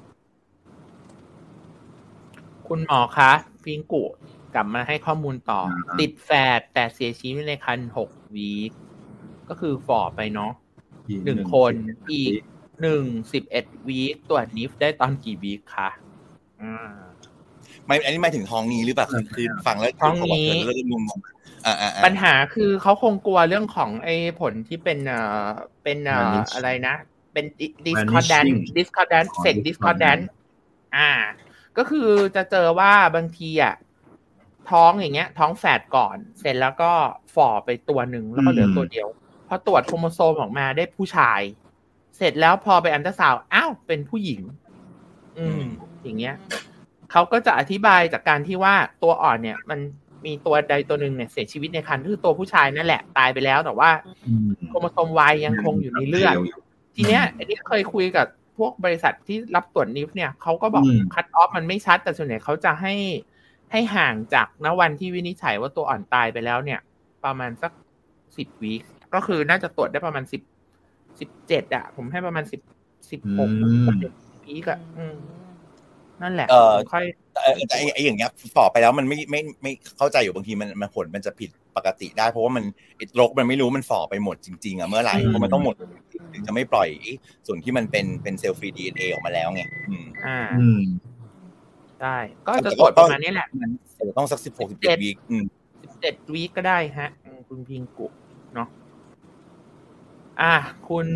คุณหมอคะฟิงกุกลับมาให้ข้อมูลต่อติดแฝดแต่เสียชีวิตในครรภ์หกวีคก็คือฝ่อไปเนาะหนึ่งคนอีกหนึ่ง สิบเอ็ดวีคตรวจนิฟได้ตอนกี่วีคคะอ่าไม่อันนี้หมายถึงท้องนี้หรือเปล่าคือฟังแล้วท้องนี้ปัญหาคือเขาคงกลัวเรื่องของไอ้ผลที่เป็นเอ่อเป็นเอ่ออะไรนะเป็น discordant discordant sex discordant อ่าก็คือจะเจอว่าบางทีอ่ะท้องอย่างเงี้ยท้องแฝดก่อนเสร็จแล้วก็ฝ่อไปตัวหนึ่งแล้วก็เหลือตัวเดียวพอตรวจโครโมโซมออกมาได้ผู้ชายเสร็จแล้วพอไปอัลตราซาวด์อ้าวเป็นผู้หญิงอืมอย่างเงี้ยเขาก็จะอธิบายจากการที่ว่าตัวอ่อนเนี่ยมันมีตัวใดตัวหนึ่งเนี่ยเสียชีวิตในครรภ์คือตัวผู้ชายนั่นแหละตายไปแล้วแต่ว่าโครโมโซม Y ยังคงอยู่ในเลือดทีเนี้ยไอ้นี่เคยคุยกับพวกบริษัทที่รับตรวจนิฟเนี่ยเขาก็บอกคัตออฟมันไม่ชัดแต่ส่วนใหญ่เขาจะให้ให้ห่างจากณวันที่วินิจฉัยว่าตัวอ่อนตายไปแล้วเนี่ยประมาณสักสิบวีคก็คือน่าจะตรวจได้ประมาณสิบ สิบเจ็ดอ่ะผมให้ประมาณสิบ สิบหกวีคอ่ะนั่นแหละค่อยแต่ไอ้อย่างเงี้ยฝ่อไปแล้วมันไม่ไม่ไม่เข้าใจอยู่บางทีมันมันผลมันจะผิดปกติได้เพราะว่ามันโรคมันไม่รู้มันฝ่อไปหมดจริงๆอ่ะเมื่อไหร่เพราะมันต้องหมดถึงจะไม่ปล่อยส่วนที่มันเป็นเป็นเซลล์ฟรี ดี เอ็น เอ ออกมาแล้วไงอืมอ่าได้ก็จะตรวจประมาณนี้แหละต้องสักสิบหก สิบเจ็ดวีคอืมสิบเจ็ดวีคก็ได้ฮะคุณพิงกุเนาะอ่ะคุณ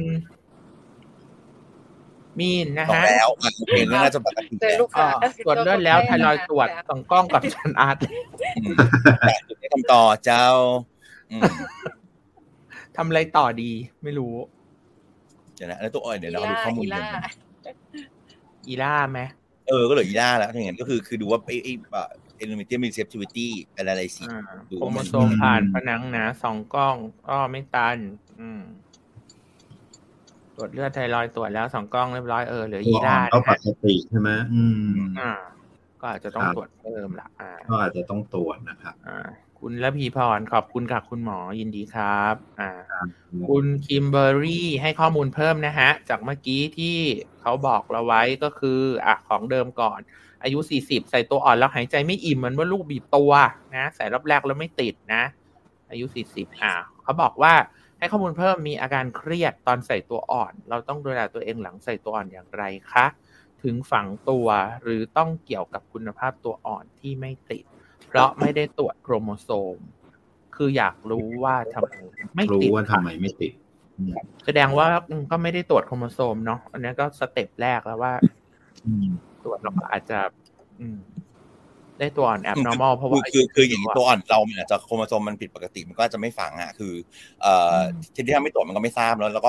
มีนนะฮะแล้วโอเคน่าจะปกติแล้วตรวจเลือดแล้วไทรอยด์ตรวจส่องกล้องกับชันอาร์ตแต่คำต่อเจ้าทำอะไรต่อดีไม่รู้เดี๋ยวนะแล้วตัวอ่อยเดี๋ยวเราดูข้อมูลกันอีล่าไหมเออก็เหลืออีล่าแล้วถ้าอย่างนั้นก็คือคือดูว่าไอ้ไอ้เอลิเมนเทียมรีเซปทิวิตี้อะไรสิดูโครโมโซมผ่านผนังหนาสองกล้องก็ไม่ตันอืมตรวจเลือดไทรอยด์ตรวจแล้วสองกล้องเรียบร้อยเออเหลืออีล่าก็ปกติใช่ไหมอืมอ่าก็อาจจะต้องตรวจเพิ่มละอ่าก็อาจจะต้องตรวจนะครับอ่าคุณละพีพรขอบคุณค่ะคุณหมอยินดีครับอ่าคุณคิมเบอรี่ให้ข้อมูลเพิ่มนะฮะจากเมื่อกี้ที่เขาบอกเราไว้ก็คืออ่ะของเดิมก่อนอายุสี่สิบใส่ตัวอ่อนแล้วหายใจไม่อิ่มเหมือนว่าลูกบีบตัวนะใส่รอบแรกแล้วไม่ติดนะอายุสี่สิบอ่ะเขาบอกว่าให้ข้อมูลเพิ่มมีอาการเครียดตอนใส่ตัวอ่อนเราต้องดูแลตัวเองหลังใส่ตัวอ่อนอย่างไรคะถึงฝังตัวหรือต้องเกี่ยวกับคุณภาพตัวอ่อนที่ไม่ติดเพราะไม่ได้ตรวจโครโมโซมคืออยากรู้ว่าทำไมไม่ติดรู้ว่าทำไมไม่ติดแสดงว่าก็ไม่ได้ตรวจโครโมโซมเนาะอันนี้ก็สเต็ปแรกแล้วว่าตรวจเราอาจจะได้ตัวอ่อนแอบ normal เพราะว่าคือคืออย่างนี้ตัวอ่อนเราเนี่ยจะโครโมโซมมันผิดปกติมันก็จะไม่ฝังอ่ะคือเอ่อที่ที่ทำไม่ตรวจมันก็ไม่ทราบแล้วแล้วก็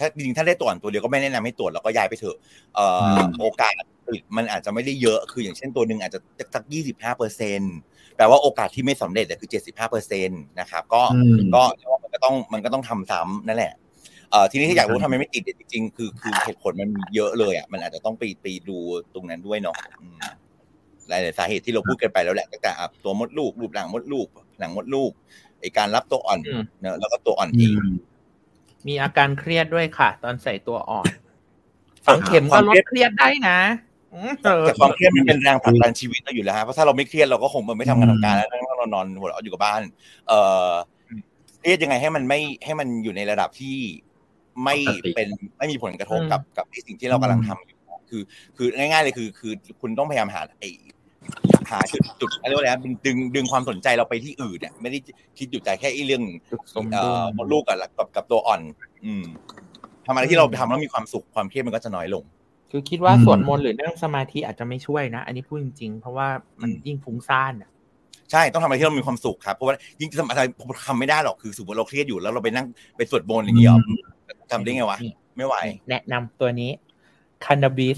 ถ้าจริงๆถ้าได้ตัวอ่อนตัวเดียวก็ไม่แนะนำให้ตรวจแล้วก็ย้ายไปเถอะเอ่อโอกาสติดมันอาจจะไม่ได้เยอะคืออย่างเช่นตัวนึงอาจจะสัก ยี่สิบห้าเปอร์เซ็นต์ แปลว่าโอกาสที่ไม่สำเร็จคือ เจ็ดสิบห้าเปอร์เซ็นต์ นะครับก็ก็มันก็ต้องมันก็ต้องทำซ้ำนั่นแหละเอ่อทีนี้ที่อยากรู้ทำไมไม่ติดจริงๆคือคือเหตุผลมันเยอะเลยอ่ะมันอาจจะต้องไปไปดูตรงนั้นด้วยเนาะหลายๆสาเหตุที่เราพูดกันไปแล้วแหละตั้งแต่ตัวมดลูกรูปร่างมดลูกหนังมดลูกไอ้การรับตัวอ่อนเนอะแล้วก็ตัวอ่อนเองมีอาการเครียดด้วยค่ะตอนใส่ตัวอ่อนฝังเข็มก็ลดเครียดได้นะแต่ความเครียดมันเป็นแรงผลักดันชีวิตเราอยู่แล้วฮะเพราะถ้าเราไม่เครียดเราก็คงไม่ทำงานทำการแล้วนั่งนอนหัวเราะอยู่กับบ้านเอ่อเครียดยังไงให้มันไม่ให้มันอยู่ในระดับที่ไม่เป็นไม่มีผลกระทบกับกับสิ่งที่เรากำลังทำอยู่คือคือง่ายๆเลยคือคือคุณต้องพยายามหาไอ้หาจุดจุดอะไรว่าอะไรดึงดึงความสนใจเราไปที่อื่นเนี่ยไม่ได้คิดอยู่แต่แค่ไอ้เรื่องเอ่อมดลูกกับกับกับตัวอ่อนอืมทำอะไรที่เราทำแล้วมีความสุขความเครียดมันก็จะน้อยลงคือคิดว่าสวดมนต์หรือนั่งสมาธิอาจจะไม่ช่วยนะอันนี้พูดจริงๆเพราะว่ามันยิ่งฟุ้งซ่านอ่ะใช่ต้องทำอะไรที่เรามีความสุขครับเพราะว่ายิ่งทำอะไรทำไม่ได้หรอกคือสมมติเราเครียดอยู่แล้วเราไปนั่งไปสวดมนต์อย่างเงี้ยทำได้ไงวะไม่ไหวแนะนำตัวนี้ Cannabis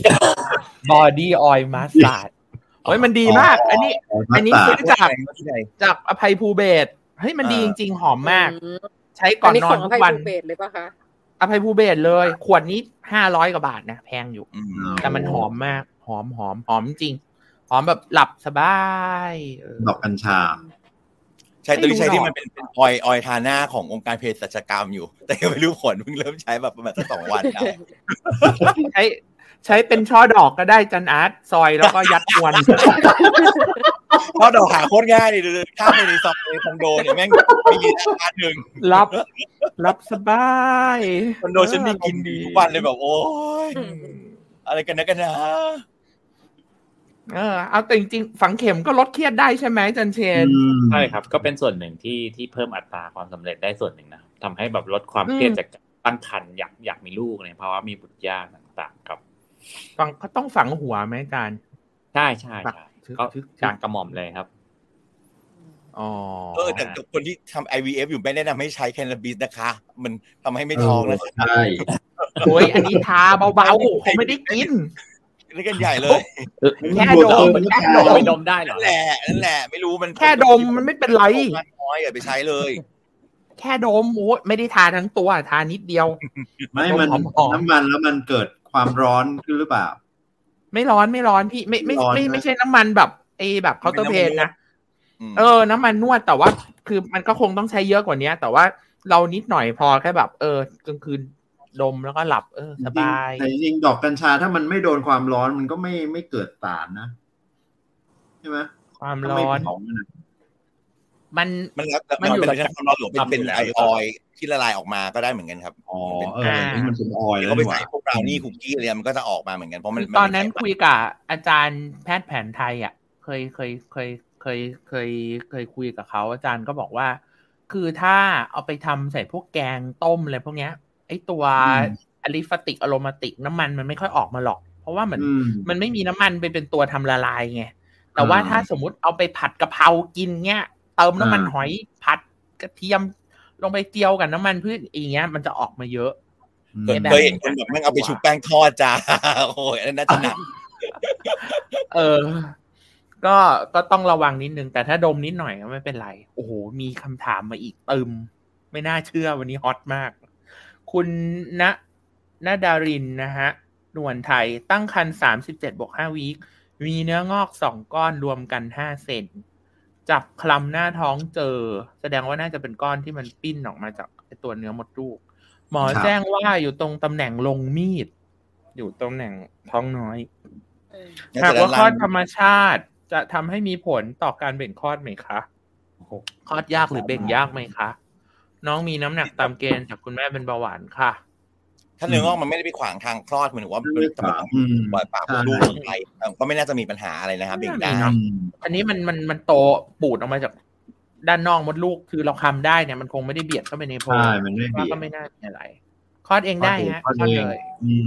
Body Oil Massage โอ้ยมันดีมากอันนี้อันนี้ซื้อจากจากอภัยภูเบศรเฮ้ยมันดีจริงๆหอมมากใช้ก่อนนอนทุกวันเลยป่ะคะอภัยภูเบศรเลยขวดนี้ห้าร้อยกว่าบาทนะแพงอยู่แต่มันหอมมากหอมหอมหอมจริงหอมแบบหลับสบายดอกกัญชาใช่ตัวนี้ใช้ที่มันเป็นออยออยทาหน้าขององค์การเภสัชกรรมอยู่แต่ยังไม่รู้ผลเพิ่งเริ่มใช้แบบประมาณสักสองวันได้ใช้ใช้เป็นช่อดอกก็ได้จันอาร์ตซอยแล้วก็ยัดควนช่อดอกหาโคตรง่ายเลยข้ามไปในซอยในคอนโดเนี่ยแม่งมีร้านหนึ่งรับรับสบายคอนโดฉันมีกินดีทุกวันเลยแบบโอ๊ยอะไรกันนะกันนะเออเอาแต่จริงๆฝังเข็มก็ลดเครียดได้ใช่ไหมจันเชนใช่ครับก็เป็นส่วนหนึ่งที่ที่เพิ่มอัตราความสำเร็จได้ส่วนหนึ่งนะทำให้แบบลดความเครียดจากตั้งครรภ์อยากอยากมีลูกในภาวะมีบุตรยากต่างๆครับฝังก็ต้องฝังหัวไหมอาจารย์ใช่ใช่ใช่ก็การกระหม่อมเลยครับอ๋อเออแต่คนที่ทำ ไอ วี เอฟ อยู่ไม่แนะนำให้ใช้แคนาบิสนะคะมันทำให้ไม่ท้องนะใช่โอ้ยอันนี้ทาเบาๆเขาไม่ได้กินนี่กันใหญ่เลยแค่ดมแค่ดมไปดมได้เหรอนั่นแหละนั่นแหละไม่รู้มันแค่ดมมันไม่เป็นไรน้อยอย่าไปใช้เลยแค่ดมโอ้ไม่ได้ทาทั้งตัวทานิดเดียวไม่มันน้ำมันแล้วมันเกิดความร้อนขึ้นหรือเปล่าไม่ร้อนไม่ร้อนพี่ไม่ไม่ไม่ไม่ใช่น้ำมันแบบไอ้แบบเคาน์เตอร์เพนนะเออน้ำมันนวดแต่ว่าคือมันก็คงต้องใช้เยอะกว่านี้แต่ว่าเรานิดหน่อยพอแค่แบบเออกลางคืนดมแล้วก็หลับเออสบายแต่จริงดอกกัญชาถ้ามันไม่โดนความร้อนมันก็ไม่ไม่เกิดสารนะใช่ไหมความร้อนมันมันมันอยู่ในความร้อนหรือเป็นไอออยที่ละลายออกมาก็ได้เหมือนกันครับอ๋อเออมันเป็นออยแล้วก็ไปใส่พวกบราวนี่คุกกี้อะไรมันก็จะออกมาเหมือนกันเพราะมันตอนนั้นคุยกับอาจารย์แพทย์แผนไทยอ่ะเคยเคยเคยเคยเคยเคยคุยกับเขาอาจารย์ก็บอกว่าคือถ้าเอาไปทำใส่พวกแกงต้มอะไรพวกเนี้ยไอตัวอะลิฟาติกอะโรมาติกน้ำมันมันไม่ค่อยออกมาหรอกเพราะว่ามันมันไม่มีน้ำมันไปเป็นตัวทำละลายไงแต่ว่าถ้าสมมุติเอาไปผัดกะเพรากินเงี้ยเติมน้ำมันหอยผัดกระเทียมลงไปเจียวกับน้ำมันพืชอย่างเงี้ยมันจะออกมาเยอะเคยเห็นคนแบบแม่งเอาไปชุบแป้งทอดจ้าโอ้ยอันนั้นน่าจะหนักเออก็ก็ต้องระวังนิดนึงแต่ถ้าดมนิดหน่อยก็ไม่เป็นไรโอ้โหมีคำถามมาอีกตึมไม่น่าเชื่อวันนี้ฮอตมากคุณณณดารินนะฮะนวลไทยตั้งครรภ์สามสิบเจ็ดบวกห้าวีคมีเนื้องอกสองก้อนรวมกันห้าเซนจับคลำหน้าท้องเจอแสดงว่าน่าจะเป็นก้อนที่มันปิ้นออกมาจากตัวเนื้อมดลูกหมอแจ้งว่าอยู่ตรงตำแหน่งลงมีดอยู่ตำแหน่งท้องน้อยหากว่าคลอดธรรมชาติจะทำให้มีผลต่อการเบ่งคลอดไหมคะคลอดยากหรือเบ่งยากไหมคะน้องมีน้ำหนักตามเกณฑ์จากคุณแม่เป็นเบาหวานค่ะถ้าเนื้องอกมันไม่ได้ไปขวางทางคลอดเหมือนว่ามันจะมาปล่อยปากลูกลงไปก็ไม่น่าจะมีปัญหาอะไรนะครับเบ่งได้อันนี้มันมันมันโตปูดออกมาจากด้านนอกมดลูกคือเราคำได้เนี่ยมันคงไม่ได้เบียดเข้าไปในโพรงก็ไม่น่ามีอะไรคลอดเองได้ฮะคลอดเลย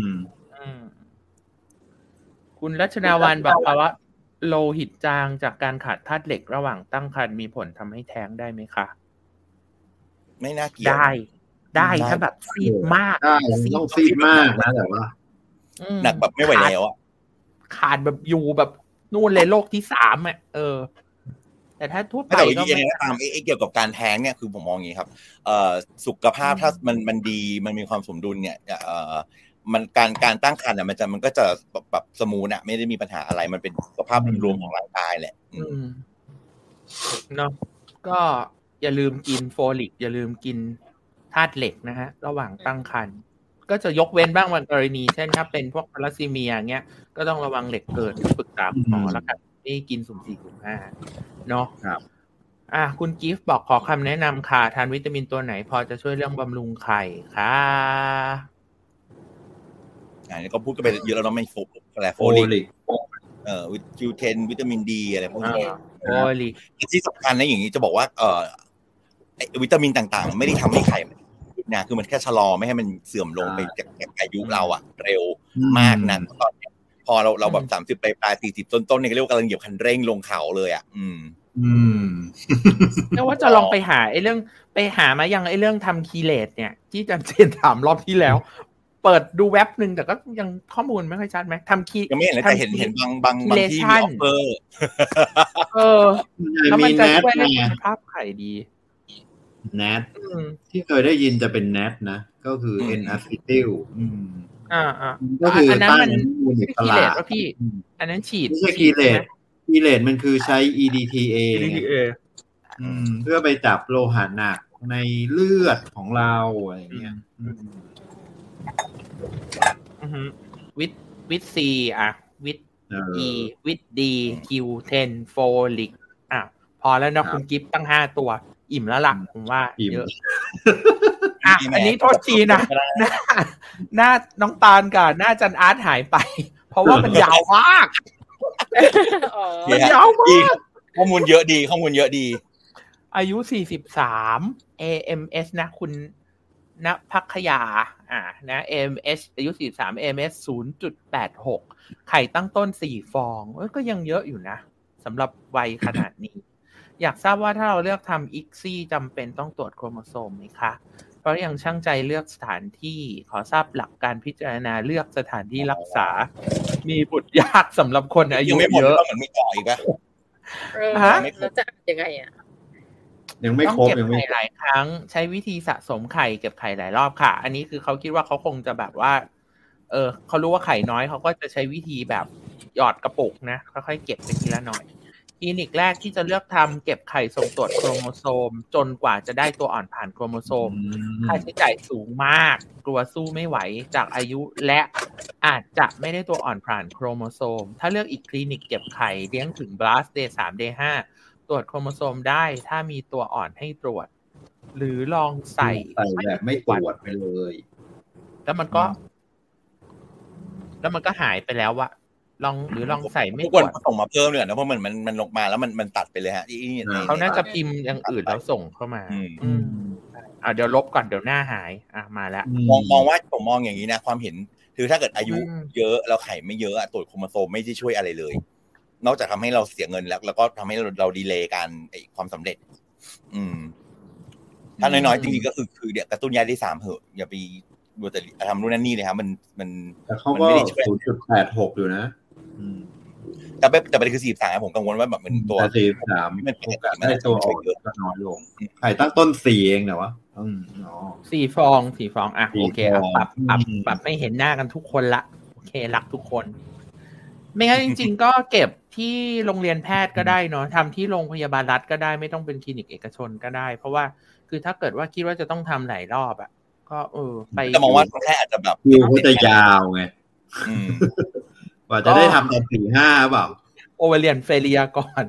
คุณรัชนาวันบอกว่าโลหิตจางจากการขาดธาตุเหล็กระหว่างตั้งครรภ์มีผลทำให้แท้งได้ไหมคะไม่น่าเกี่ยวได้ได้ถ้าแบบซีดมากได้ต้องซีดมากนะแต่ว่าหนักแบบไม่ไหวแล้วอ่ะขาดแบบอยู่แบบนู่นเลยโลกที่สามอ่ะเออแต่ถ้าทั่วไปแต่ก็ยังไงไม่ก็ตามไอ้เกี่ยวกับการแท้งเนี่ยคือผมมองอย่างนี้ครับเอ่อสุขภาพถ้ามันมันดีมันมีความสมดุลเนี่ยเอ่อมันการการตั้งครรภ์เนี่ยมันจะมันก็จะแบบสมูทอ่ะไม่ได้มีปัญหาอะไรมันเป็นสุขภาพรวมของร่างกายแหละอืมเนาะก็อย่าลืมกินโฟลิกอย่าลืมกินธาตุเหล็กนะฮะระหว่างตั้งครรภ์ก็จะยกเว้นบ้างบางกรณีเช่นถ้าเป็นพวกทาลัสซีเมียเงี้ยก็ต้องระวังเหล็กเกินปรึกษาหมอแล้วกันนี่กินสุ่มสี่สุ่มห้าเนาะครับอ่ะคุณกิฟต์บอกขอคำแนะนำค่ะทานวิตามินตัวไหนพอจะช่วยเรื่องบำรุงไข่ค่ะอันนี้ก็พูดกันไปเยอะแล้วเนาะไม่โฟกอะไรโฟโอลิลิกกเอ่อคิวเทนวิตามินดีอะไรพวกนี้โอ้ลิที่สำคัญนะอย่างนี้จะบอกว่าเอ่อไอ้วิตามินต่างๆไม่ได้ทำให้ไข่มันนะคือมันแค่ชะลอไม่ให้มันเสื่อมลงไปจากอายุเราอะเร็วมากนะตอนนี้พอเราเราแบบสามสิบปลายปลายสี่สิบต้นๆเนี่ยเรียกว่ากำลังเหยียบคันเร่งลงเขาเลยอะอืมอืมแล้วว่าจะลองไปหาไอ้เรื่องไปหามายังไอ้เรื่องทำคีเลตเนี่ยที่จำเจนถามรอบที่แล้ว เปิดดูเว็บหนึ่งแต่ก็ยังข้อมูลไม่ค่อยชัดไหมทำคียังไม่เห็นเลยแต่เห็นเห็นบางบางบางที่มีออฟเฟอร์เออแล้วมันมีจะแนทช่วยให้ไงคุณภาพไข่ดีแนทอืมที่เคยได้ยินจะเป็นแนทนะ ก็คืออืมเอ็นอะซิติลอืมอ่าอ่าก็คืออันนั้นตั้งมันมูลอิสคีระเลตว่าพี่ อันนั้นฉีดไม่ใช่คีเลตคีเลตมันคือใช้ อี ดี ที เอฉีด เออืมเพื่อไปจับโลหะหนักในเลือดของเราอะไรอย่างเงี้ยอืมอือฮึวิตวิตซีอ่ะวิตเอออีวิตดีคิวเทนโฟลิกอ่ะพอแล้วเนาะครับคุณกิฟต์ตั้งห้าตัว อิ่มแล้วล่ะผมว่าอิ่มเยอะ อ่ะอันนี้โทษทีนะหน้าหน้าน้องตาลกับหน้าจันอาร์ตหายไป เพราะว่ามันยาวมากอ๋อมันยาวมากข้อมูลเยอะดีข้อมูลเยอะดีอายุสี่สิบสาม เอ เอ็ม เอส นะคุณณพักยาอ่านะ เอ เอ็ม เอส อายุสี่สิบสาม เอ เอ็ม เอส ศูนย์จุดแปดหก ไข่ตั้งต้นสี่ฟองเอ้ยก็ยังเยอะอยู่นะสำหรับวัยขนาดนี้ อยากทราบว่าถ้าเราเลือกทำอิกซี่จำเป็นต้องตรวจโครโมโซมไหมคะเพราะยังช่างใจเลือกสถานที่ขอทราบหลักการพิจารณาเลือกสถานที่รักษา มีบุตรยากสำหรับคนอายุยังไม่หมดเยอะก็เหมือนมีต่ออีกปะเออฮะแล้วจะยังไงอ่ะยังไม่ต้องครบเก็บยังไม่ไข่หลายครั้งใช้วิธีสะสมไข่เก็บไข่หลายรอบค่ะ อันนี้คือเขาคิดว่าเขาคงจะแบบว่า เออเขารู้ว่าไข่น้อยเขาก็จะใช้วิธีแบบหยอดกระปุกนะค่อยๆเก็บไปทีละหน่อยคลินิกแรกที่จะเลือกทำเก็บไข่ส่งตรวจโครโมโซม จนกว่าจะได้ตัวอ่อนผ่านโครโมโซม ค่าใช้จ่ายสูงมากกลัวสู้ไม่ไหวจากอายุและอาจจะไม่ได้ตัวอ่อนผ่านโครโมโซม ถ้าเลือกอีกคลินิกเก็บไข่เลี้ยงถึง blast day สาม day ห้า ตรวจโครโมโซมได้ถ้ามีตัวอ่อนให้ตรวจ หรือลองใส่ใส่แบบไม่ตรวจไปเลยแล้วมันก็ แล้วมันก็หายไปแล้วอะลองหรือลองใส่ไม่ทุกตครนวจส่งมาเพิ่มเลยนะเพราะมันมันมันลงมาแล้วมันมันตัดไปเลยฮะที่ในเขาน่าจะพิมพ์อย่างอื่นแล้วส่งเข้ามาอืมอืมอ่าเดี๋ยวลบก่อนเดี๋ยวหน้าหายอ่ะมาแล้วมองมองว่าผมมองอย่างนี้นะความเห็นคือถ้าเกิดอายุอืมเยอะแล้วไข่ไม่เยอะอะตรวจโครโมโซมไม่ได้ช่วยอะไรเลย นอกจากทำให้เราเสียเงินแล้ว แล้วก็ทำให้เราเราดีเลย์การไอ้ความสำเร็จ อืม ถ้าน้อยๆจริงๆก็คือคือเดี๋ยวกระตุ้นยาได้สามเหอะอย่าไปดูแต่ทำนู่นนั่นนี่เลยครับมันมันแต่เขาก็มันไม่ได้ช่วยศูนย์จุดแปดหกอยู่นะอืมแต่ไม่แต่ประเด็นคือสี่สามผมกังวลว่าแบบมันตัวแต่สี่สามที่มันปโอก กาติสมันได้อาจจะตัวไม่อ่ช่อวยนเยอะก็น้อยลงไข่ตั้งต้นสี่เองแต่ว่าอืมอ๋อสี่ฟองสี่ฟองอ่ะสี่โอเคอ่ะฟองปรับปรับอืมปรับไม่เห็นหน้ากันทุกคนละโอเครักทุกคน ไม่งั้นจริง ๆ ก็เก็บที่โรงเรียนแพทย์ก็ได้เนาะทำที่โรงพยาบาลรัฐก็ได้ไม่ต้องเป็นคลินิกเอกชนก็ได้ เพราะว่าคือถ้าเกิดว่าคิดว่าจะต้องทำหลายรอบอ่ะ ก็เออ ไปแต่มองว่าแค่อาจจะแบบคิวเขาจะยาวไงอืมกว่าจะได้ทำตอนสี่ห้าเปล่าโอเวเรียนเฟเลียก่อน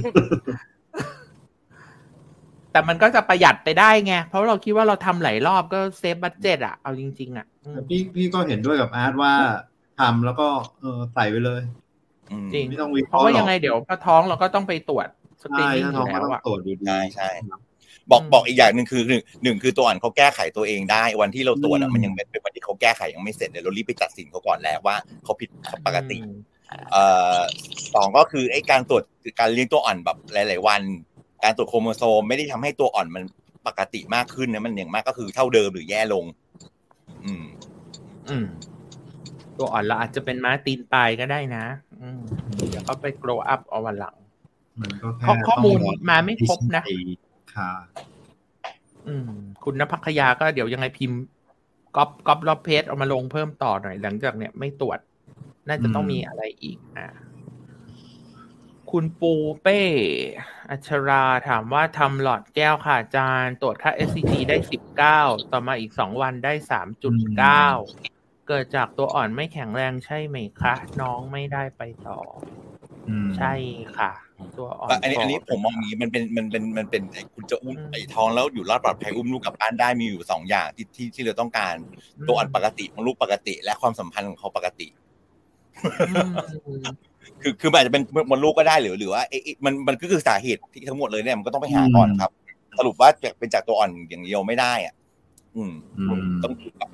แต่มันก็จะประหยัดไปได้ไงเพราะเราคิดว่าเราทำหลายรอบก็เซฟบัดเจ็ตอ่ะเอาจริงๆอ่ะอืมพี่พี่ก็เห็นด้วยกับอาร์ตว่าทำแล้วก็เออใส่ไปเลยอืมจริงไม่ต้องวิเคเพราะราะห์ว่าหรยัอกงไงเดี๋ยวพอท้องเราก็ต้องไปตรวจสกรีใช่นนิ่งถ้าอท้องยู่ก็แล้วต้องอ่ะตรวจอยู่ดีใช่ใช่บอกอืมบอกอีกอย่างหนึ่งคือหนึ่งหนึ่งคือตัวอ่อนเขาแก้ไขตัวเองได้ วันที่เราตรวจอือะมมันยังเป็นวันที่เขาแก้ไขยังไม่เสร็จเดี๋ยวเรารีบไปตัดสินเขาก่อนแล้วว่าเขาผิดปกติอืมเอ่อสองก็คือไอ้การตรวจการเลี้ยงตัวอ่อนแบบหลาย ๆ วัน การตรวจโครโมโซมไม่ได้ทำให้ตัวอ่อนมันปกติมากขึ้นเนี่ยมันอย่างมากก็คือเท่าเดิมหรือแย่ลง อืมอืมตัวอ่อนเราอาจจะเป็นม้าตีนปลายก็ได้นะ อืมเดี๋ยวก็ไป grow up เอาวันหลังมันก็แค่ข้อข้อมูลมาไม่ครบนะค่ะอืมคุณณภัคยาก็เดี๋ยวยังไงพิมพ์ก๊อปก๊อปรอบเพจเอามาลงเพิ่มต่อหน่อยหลังจากเนี่ยไม่ตรวจ น่าจะต้องมีอะไรอีกอ่ะคุณปูเป้อัชราถามว่าทำหลอดแก้วค่ะอาจารย์ตรวจค่า เอส ซี จี ได้สิบเก้าต่อมาอีกสองวันได้ สามจุดเก้า เกิดจากตัวอ่อนไม่แข็งแรงใช่ไหมคะ น้องไม่ได้ไปต่ออืมใช่ค่ะ ตัวอ่อนอันนี้อันนี้ผมมองอย่างนี้มันเป็นมันเป็นมันเป็นไอ้คุณจะอุ้มไอ้ท้องแล้วอยู่รอดปลอดภัยอุ้มลูกกลับบ้านได้มีอยู่สองอย่างที่ที่ที่เราต้องการตัวอ่อนปกติของลูกปกติ และความสัมพันธ์ของเขาปกติอืมคือคือมันอาจจะเป็นมดลูกก็ได้หรือหรือว่าเอ๊ะมันมันก็คือสาเหตุที่ทั้งหมดเลยเนี่ยมันก็ต้องไปหาก่อนครับ สรุปว่าเป็นจากตัวอ่อนอย่างเดียวไม่ได้อ่ะ อืมอืมต้องดูก่อน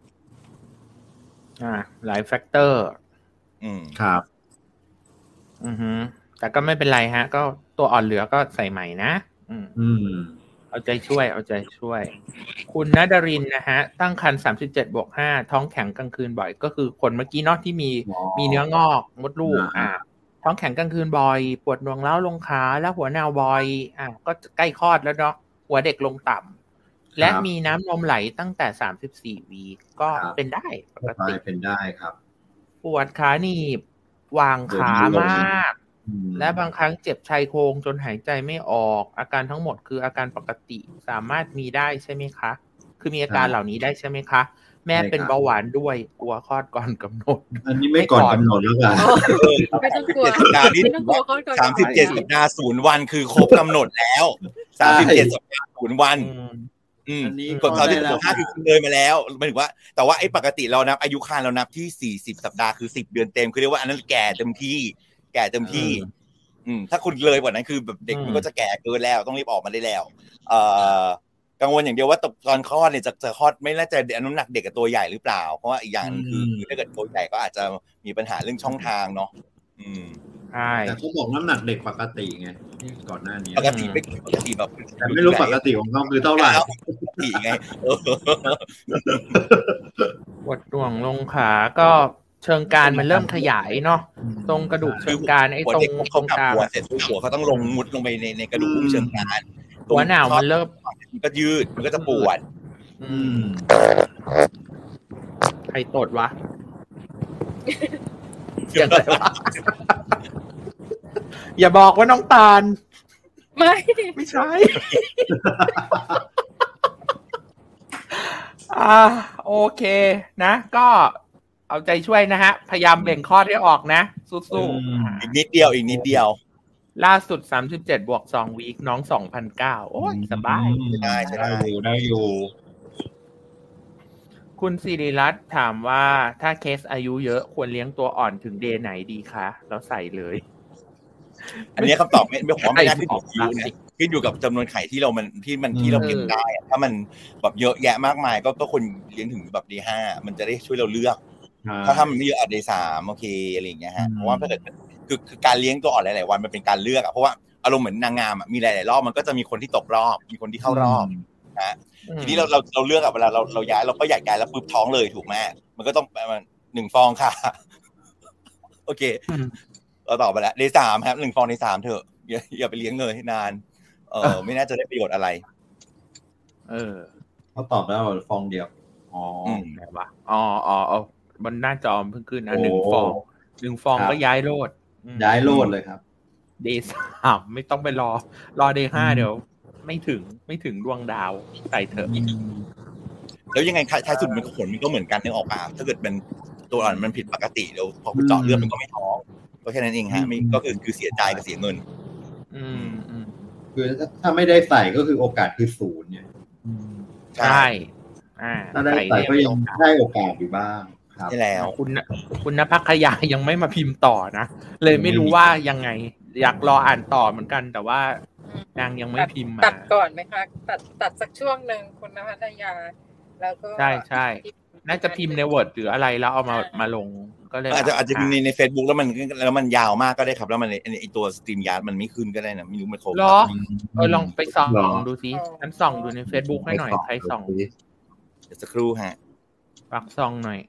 อ่าหลายแฟกเตอร์อืมครับอือฮึแต่ก็ไม่เป็นไรฮะ ก็ตัวอ่อนเหลือก็ใส่ใหม่นะ อืมอืมเอาใจช่วย เอาใจช่วย คุณณดรินทร์นะฮะ ตั้งครรภ์สามสิบเจ็ดบวกห้าท้องแข็งกลางคืนบ่อย ก็คือคนเมื่อกี้เนาะที่มีอ๋อมีเนื้องอกมดลูกอ่าอ่า ท้องแข็งกลางคืนบ่อย ปวดหน่วงเล้าลงขาและหัวแนวบ่อย อ่าก็ใกล้คลอดแล้วเนาะหัวเด็กลงต่ำและมีน้ำนมไหลตั้งแต่สามสิบสี่วีคก็เป็นได้ปกก็ติเป็นได้ครับปวดขาหนีบวางขามากอืมและบางครั้งเจ็บชายโครงจนหายใจไม่ออกอาการทั้งหมดคืออาการปกติสามารถมีได้ใช่ไหมคะ คือมีอาการเหล่านี้ได้ใช่ไหมคะ แม่เป็นเบาหวานด้วยกลัวคลอดก่อนกำหนดอันนี้ไม่ก่อนกำหนดแล้วกันไม่ต้องกลัวสัปดาห์นี้ไม่ต้องกลัวข้อก่อนสามสิบเจ็ดสัปดาห์ศูนย์วันคือครบกำหนดแล้วสามสิบเจ็ดสัปดาห์ศูนย์วันอืมอืมอันนี้กดเขาที่สิบห้าคือเลยมาแล้วหมายถึงว่าแต่ว่าไอ้ปกติเรานับอายุครรภ์เรานับที่สี่สิบสัปดาห์คือสิบเดือนเต็มคือเรียกว่าอันนั้นแก่เต็มที่ แก่เต็มที่ อืมถ้าคุณเลยกว่านั้นคือแบบเด็กมันก็จะแก่เกินแล้วต้องรีบออกมาได้แล้ว เอ่อกังวลอย่างเดียวว่าตอนคลอดเนี่ยจะจะคลอดไม่น่าจะน้ำหนักเด็กกับตัวใหญ่หรือเปล่าเพราะว่าอีกอย่างนึงคือถ้าเกิดตัวใหญ่ก็อาจจะมีปัญหาเรื่องช่องทางเนาะอืมใช่แต่เขาบอกน้ำหนักเด็กปกติไงที่ก่อนหน้านี้ปกติไม่ปกติแบบแต่ไม่รู้ปกติของเขาคือเท่าไหร่ปกติไงเออปวดหน่วงลงขาก็เชิงกรานมันเริ่มขยายเนาะตรงกระดูกเชิงกรานไอ้ตรงตรงกลางหัวเสร็จหัวเขาต้องลงมุดลงไปในในกระดูกเชิงกรานหัวหนาวมันเริ่มมันก็ยืดมันก็จะปวดอืมใครตดวะเสียงอะไรวะอย่าบอกว่าน้องตาลไม่ไม่ใช่ อ่าโอเคนะ ก็เอาใจช่วยนะฮะ พยายามเบ่งคลอดให้ออกนะ สู้ๆอีกนิดเดียวอีกนิดเดียวล่าสุดสามสิบเจ็ดบวกสองวีคน้อง สองพันเก้าร้อย โอ้ยสบายได้ใช่ได้ได้อยู่ได้อยู่คุณสิริรัตน์ถามว่าถ้าเคสอายุเยอะควรเลี้ยงตัวอ่อนถึงเดย์ไหนดีคะแล้วใส่เลยอันนี้คำตอบไม่ไม่ผมไม่ได้ขึ้นอยู่กับอายุนะขึ้นอยู่กับจำนวนไข่ที่เรามันที่มันที่เราเก็บได้อะถ้ามันแบบเยอะแยะมากมายก็ก็ควรเลี้ยงถึงแบบเดย์ห้ามันจะได้ช่วยเราเลือก ถ้าถ้ามันไม่เยอะอ่ะเดย์สามโอเคอะไรอย่างเงี้ยฮะเพราะว่าถ้าเกิดคือคือการเลี้ยงตัวอ่อนหลายๆวันมันเป็นการเลือกอ่ะเพราะว่าอารมณ์เหมือนนางงามอ่ะมีหลายๆรอบมันก็จะมีคนที่ตกรอบมีคนที่เข้ารอบนะทีนี้เราเราเราเลือกอ่ะเวลาเราเราย้ายเราก็อยากย้ายแล้วปุ๊บท้องเลยถูกไหมมันก็ต้องประมาณหนึ่งฟองค่ะโอเคเราตอบไปแล้วเดย์สามครับหนึ่งฟองเดย์สามเถอะอย่าอย่าไปเลี้ยงเลยนานเออไม่น่าจะได้ประโยชน์อะไรเออเขาตอบแล้วฟองเดียวอ๋อไหนวะอ๋ออ๋ออ๋อบนหน้าจอเพิ่งขึ้นนะโอ้หนึ่งฟองหนึ่งฟองครับก็ย้ายโลดย้ายโลดเลยครับเดย์สามไม่ต้องไปรอ รอเดย์ห้าเดี๋ยว ไม่ถึงไม่ถึงดวงดาวใส่เถอะแล้วยังไงท้ายสุดมันผลมันก็เหมือนกันนึกออกป่ะถ้าเกิดเป็นตัวอ่อนมันผิดปกติแล้วพอคุณเจาะเลือดมันก็ไม่ท้องก็แค่นั้นเองฮะไม่ก็คือคือเสียใจกับเสียเงินอืมอืมคือถ้าไม่ได้ใส่ก็คือโอกาสคือศูนย์เนี่ยใช่อ่าถ้าได้ใส่ก็ยังได้โอกาสอยู่บ้างครับใช่แล้วคุณคุณนภัคยายังไม่มาพิมพ์ต่อนะเลยไม่รู้ว่ายังไง อยากรออ่านต่อเหมือนกัน แต่ว่านางยังไม่พิมพ์มาตัดก่อนไหมคะตัดตัดสักช่วงหนึ่งคุณนภัทยาแล้วก็ใช่ใช่น่าจะพิมพ์ใน Word หรืออะไรแล้วเอามามาลงก็เลยอาจจะอาจจะในใน Facebook แล้วมันแล้วมันยาวมากก็ได้ครับแล้วมันไอตัวสตรีมยาร์ดมันไม่ขึ้นก็ได้นะไม่รู้มันโครบหรอเออลองไปส่องดูสิฉันส่องดูใน Facebook ให้หน่อยใครส่องเดี๋ยวสักครู่ฮะปักส่องหน่อย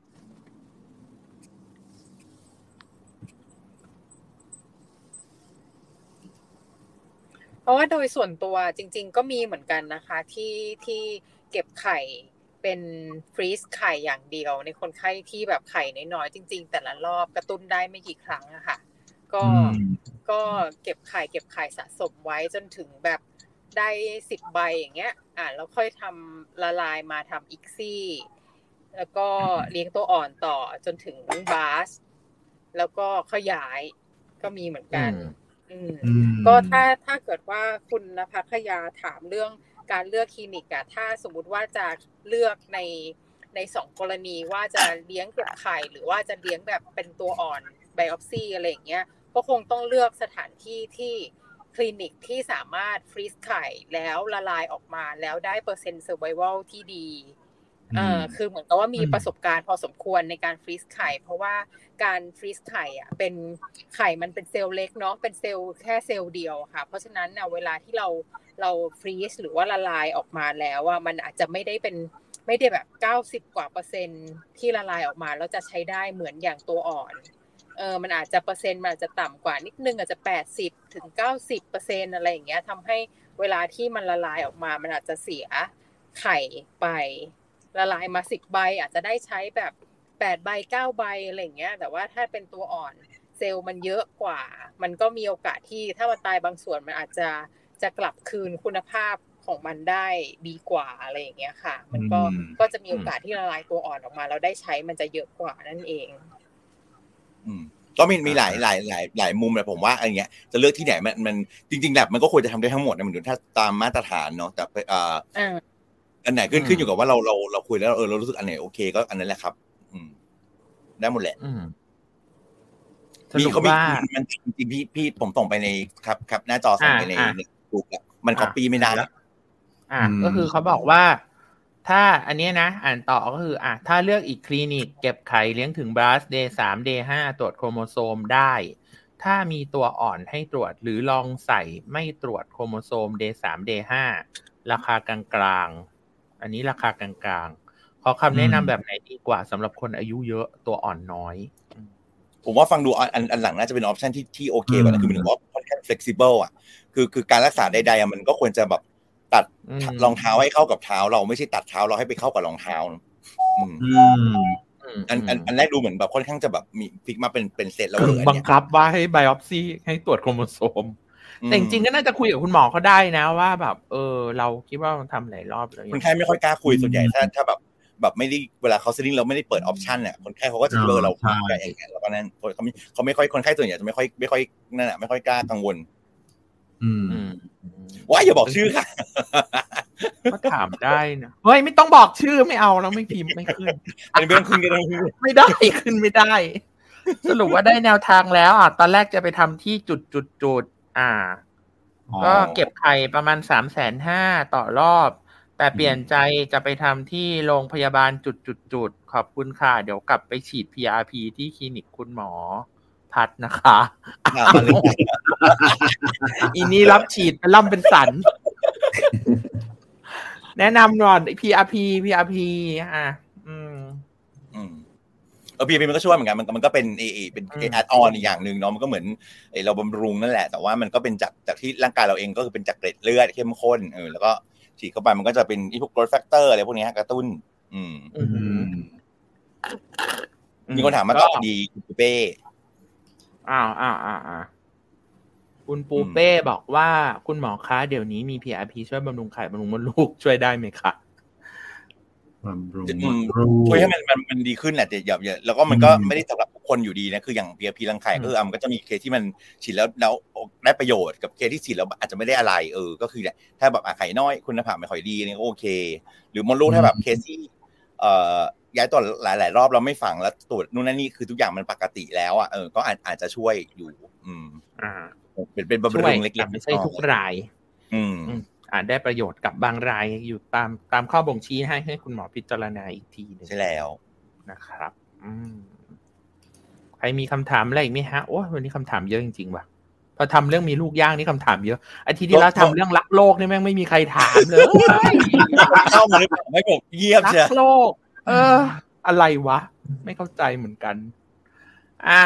เพราะว่าโดยส่วนตัวจริงๆก็มีเหมือนกันนะคะที่ที่เก็บไข่เป็นฟรีซไข่อย่างเดียวในคนไข้ที่แบบไข่น้อยๆจริงๆแต่ละรอบกระตุ้นได้ไม่กี่ครั้งอะค่ะก็ก็เก็บไข่เก็บไข่สะสมไว้จนถึงแบบได้สิบใบอย่างเงี้ยอ่ะแล้วค่อยทำละลายมาทำอิกซี่แล้วก็เลี้ยงตัวอ่อนต่อจนถึงบาสแล้วก็ขยายก็มีเหมือนกันก็ถ้าถ้าเกิดว่าคุณณภัคยาถามเรื่องการเลือกคลินิกอะถ้าสมมุติว่าจะเลือกในในสองกรณีว่าจะเลี้ยงเก็บไข่หรือว่าจะเลี้ยงแบบเป็นตัวอ่อนไบออปซี่อะไรอย่างเงี้ยก็คงต้องเลือกสถานที่ที่คลินิกที่สามารถฟรีซไข่แล้วละลายออกมาแล้วได้เปอร์เซ็นต์เซอร์ไววัลที่ดีเอ่อคือเหมือนกับว่ามีประสบการณ์พอสมควรในการฟรีซไข่เพราะว่าการฟรีซไข่อ่ะเป็นไข่มันเป็นเซลล์เล็กเนาะเป็นเซลล์แค่เซลล์เดียวค่ะเพราะฉะนั้นน่ะเวลาที่เราเราฟรีซหรือว่าละลายออกมาแล้วอ่ะมันอาจจะไม่ได้เป็นไม่ได้แบบเก้าสิบกว่าเปอร์เซ็นต์ที่ละลายออกมาแล้วจะใช้ได้เหมือนอย่างตัวอ่อนเออมันอาจจะเปอร์เซ็นต์มันอาจจะต่ำกว่านิดนึงอาจจะแปดสิบถึงเก้าสิบเปอร์เซ็นต์อะไรอย่างเงี้ยทำให้เวลาที่มันละลายออกมามันอาจจะเสียไข่ไปละลายมาสิบใบอาจจะได้ใช้แบบแปดใบเก้าใบอะไรอย่างเงี้ยแต่ว่าถ้าเป็นตัวอ่อนเซลล์มันเยอะกว่ามันก็มีโอกาสที่ถ้ามันตายบางส่วนมันอาจจะจะกลับคืนคุณภาพของมันได้ดีกว่าอะไรอย่างเงี้ยค่ะมันก็ก็จะมีโอกาสที่ละลายตัวอ่อนออกมาแล้วได้ใช้มันจะเยอะกว่านั่นเองอืมก็มีมีหลายหลายหลายหลายมุมแหละผมว่าอะไรเงี้ยจะเลือกที่ไหนมันมันจริงๆแบบมันก็ควรจะทำได้ทั้งหมดนะมันดูถ้าตามมาตรฐานเนาะแต่เอ่ออันไหนขึ้นขึ้นอยู่กับว่าเราเราเราคุยแล้วเออเรารู้สึกอันไหนโอเคก็อันนั้นแหละครับอืมได้หมดแหละมีเขามีมันจริงๆพี่พี่ผมส่งไปในครับครับหน้าจอส่งไปในในกลุ่มแล้วมันก๊อปปี้ไม่ได้อ่าก็คือเขาบอกว่าถ้าอันนี้นะอ่านต่อก็คืออ่ะถ้าเลือกอีกคลินิกเก็บไข่เลี้ยงถึงบาส day สาม day ห้าตรวจโครโมโซมได้ถ้ามีตัวอ่อนให้ตรวจหรือลองใส่ไม่ตรวจโครโมโซม day สาม day ห้าราคากลางๆอันนี้ราคากลางๆขอคำแนะนำแบบไหนดีกว่าสำหรับคนอายุเยอะตัวอ่อนน้อยผมว่าฟังดูอันอันหลังน่าจะเป็นออปชันที่ที่โอเคกว่านะคือหมายถึงว่าค่อนข้าง flexible อ่ะคือคือการรักษาใดๆมันก็ควรจะแบบตัดรองเท้าให้เข้ากับเท้าเราไม่ใช่ตัดเท้าเราให้ไปเข้ากับรองเท้าอืมอันอันอันแรกดูเหมือนแบบค่อนข้างจะแบบมีฟิกมาเป็นเป็นเซตแล้วเลยบังคับว่าให้ไบออปซี่ให้ตรวจโครโมโซมแต่จริงๆก็น่าจะคุยกับคุณหมอเขาได้นะว่าแบบเออเราคิดว่ามันทำหลายรอบเลยคนไข้ไม่ค่อยกล้าคุยส่วนใหญ่ถ้าถ้าแบบแบบไม่ได้เวลาเขาเซตติ้งเราไม่ได้เปิดออปชันเนี่ยคนไข้เขาก็จะคิดว่าเราคุยกันอย่างเงี้ยแล้วก็นั่นเขาไม่เขาไม่ค่อยคนไข้ส่วนใหญ่จะไม่ค่อยไม่ค่อยนั่นแหละไม่ค่อยกล้ากังวลอืมว่าอย่าบอกชื่อค่ะก็ถามได้นะเฮ้ยไม่ต้องบอกชื่อไม่เอาแล้วไม่พิมพ์ไม่ขึ้นอันนี้ไม่ต้องขึ้นก็ได้ไม่ได้ขึ้นไม่ได้สรุปว่าได้แนวทางแล้วอ่ะตอนแรกจะไปทำที่จุดจุดจุดอ่าก็เก็บไข่ประมาณสามแสนห้าต่อรอบแต่เปลี่ยนใจจะไปทำที่โรงพยาบาลจุดจุดจุดขอบคุณค่ะเดี๋ยวกลับไปฉีด พี อาร์ พี ที่คลินิกคุณหมอพัดนะคะอีนี้รับฉีดเป็นล่ำเป็นสันแนะนำหน่อย พี อาร์ พี พี อาร์ พี อ่ะอืมอืมเออ พี อาร์ พี มันก็ช่วยเหมือนกันมันมันก็เป็นเอเป็นแอดออนอีกอย่างนึงเนาะมันก็เหมือนไอ้เราบำรุงนั่นแหละแต่ว่ามันก็เป็นจากจากที่ร่างกายเราเองก็คือเป็นจากเกล็ดเลือดเข้มข้นเออแล้วก็ฉีดเข้าไปมันก็จะเป็นพวก growth factor อะไรพวกนี้กระตุ้นอืมมีคนถามมาก็ดีคุณปูเป้อ้าวอ้าวอ้าวอ้าวคุณปูเป้บอกว่าคุณหมอคะเดี๋ยวนี้มี พี อาร์ พี ช่วยบำรุงไข่บำรุงมดลูกช่วยได้ไหมคะบำรุงช่วยให้มันมันมันดีขึ้นแหละแต่อย่าอย่าแล้วก็มันก็ไม่ได้สำหรับทุกคนอยู่ดีนะคืออย่าง พี อาร์ พี รังไข่ก็คืออ่ะมันก็จะมีเคสที่มันฉีดแล้วแล้วได้ประโยชน์กับเคสที่ฉีดแล้วอาจจะไม่ได้อะไรเออก็คือเนี่ยถ้าแบบไข่น้อยคุณภาพไม่ค่อยดีเนี่ยก็โอเคหรือมดลูกถ้าแบบเคสที่เอ่อย้ายตัวหลายๆรอบเราไม่ฝังแล้วตรวจนู่นนั่นนี่คือทุกอย่างมันปกติแล้วอ่ะเออก็อาจอาจจะช่วยอยู่อืมอ่าเป็นเป็นบำรุงเล็กๆไม่ใช่ทุกรายอืมอาจได้ประโยชน์กับบางรายอยู่ตามตามข้อบ่งชี้ให้ให้คุณหมอพิจารณาอีกทีนึงใช่แล้วนะครับอืมใครมีคำถามอะไรอีกไหมฮะโอ้วันนี้คำถามเยอะจริงๆว่ะพอทำเรื่องมีลูกย่างนี่คำถามเยอะอาทิตย์ที่แล้วทำเรื่องรักโลกนี่แม่งไม่มีใครถามเลยเข้ามาหรือเปล่าไม่บอกเยียบเชียวรักโลกเอออะไรวะไม่เข้าใจเหมือนกันอ่ะ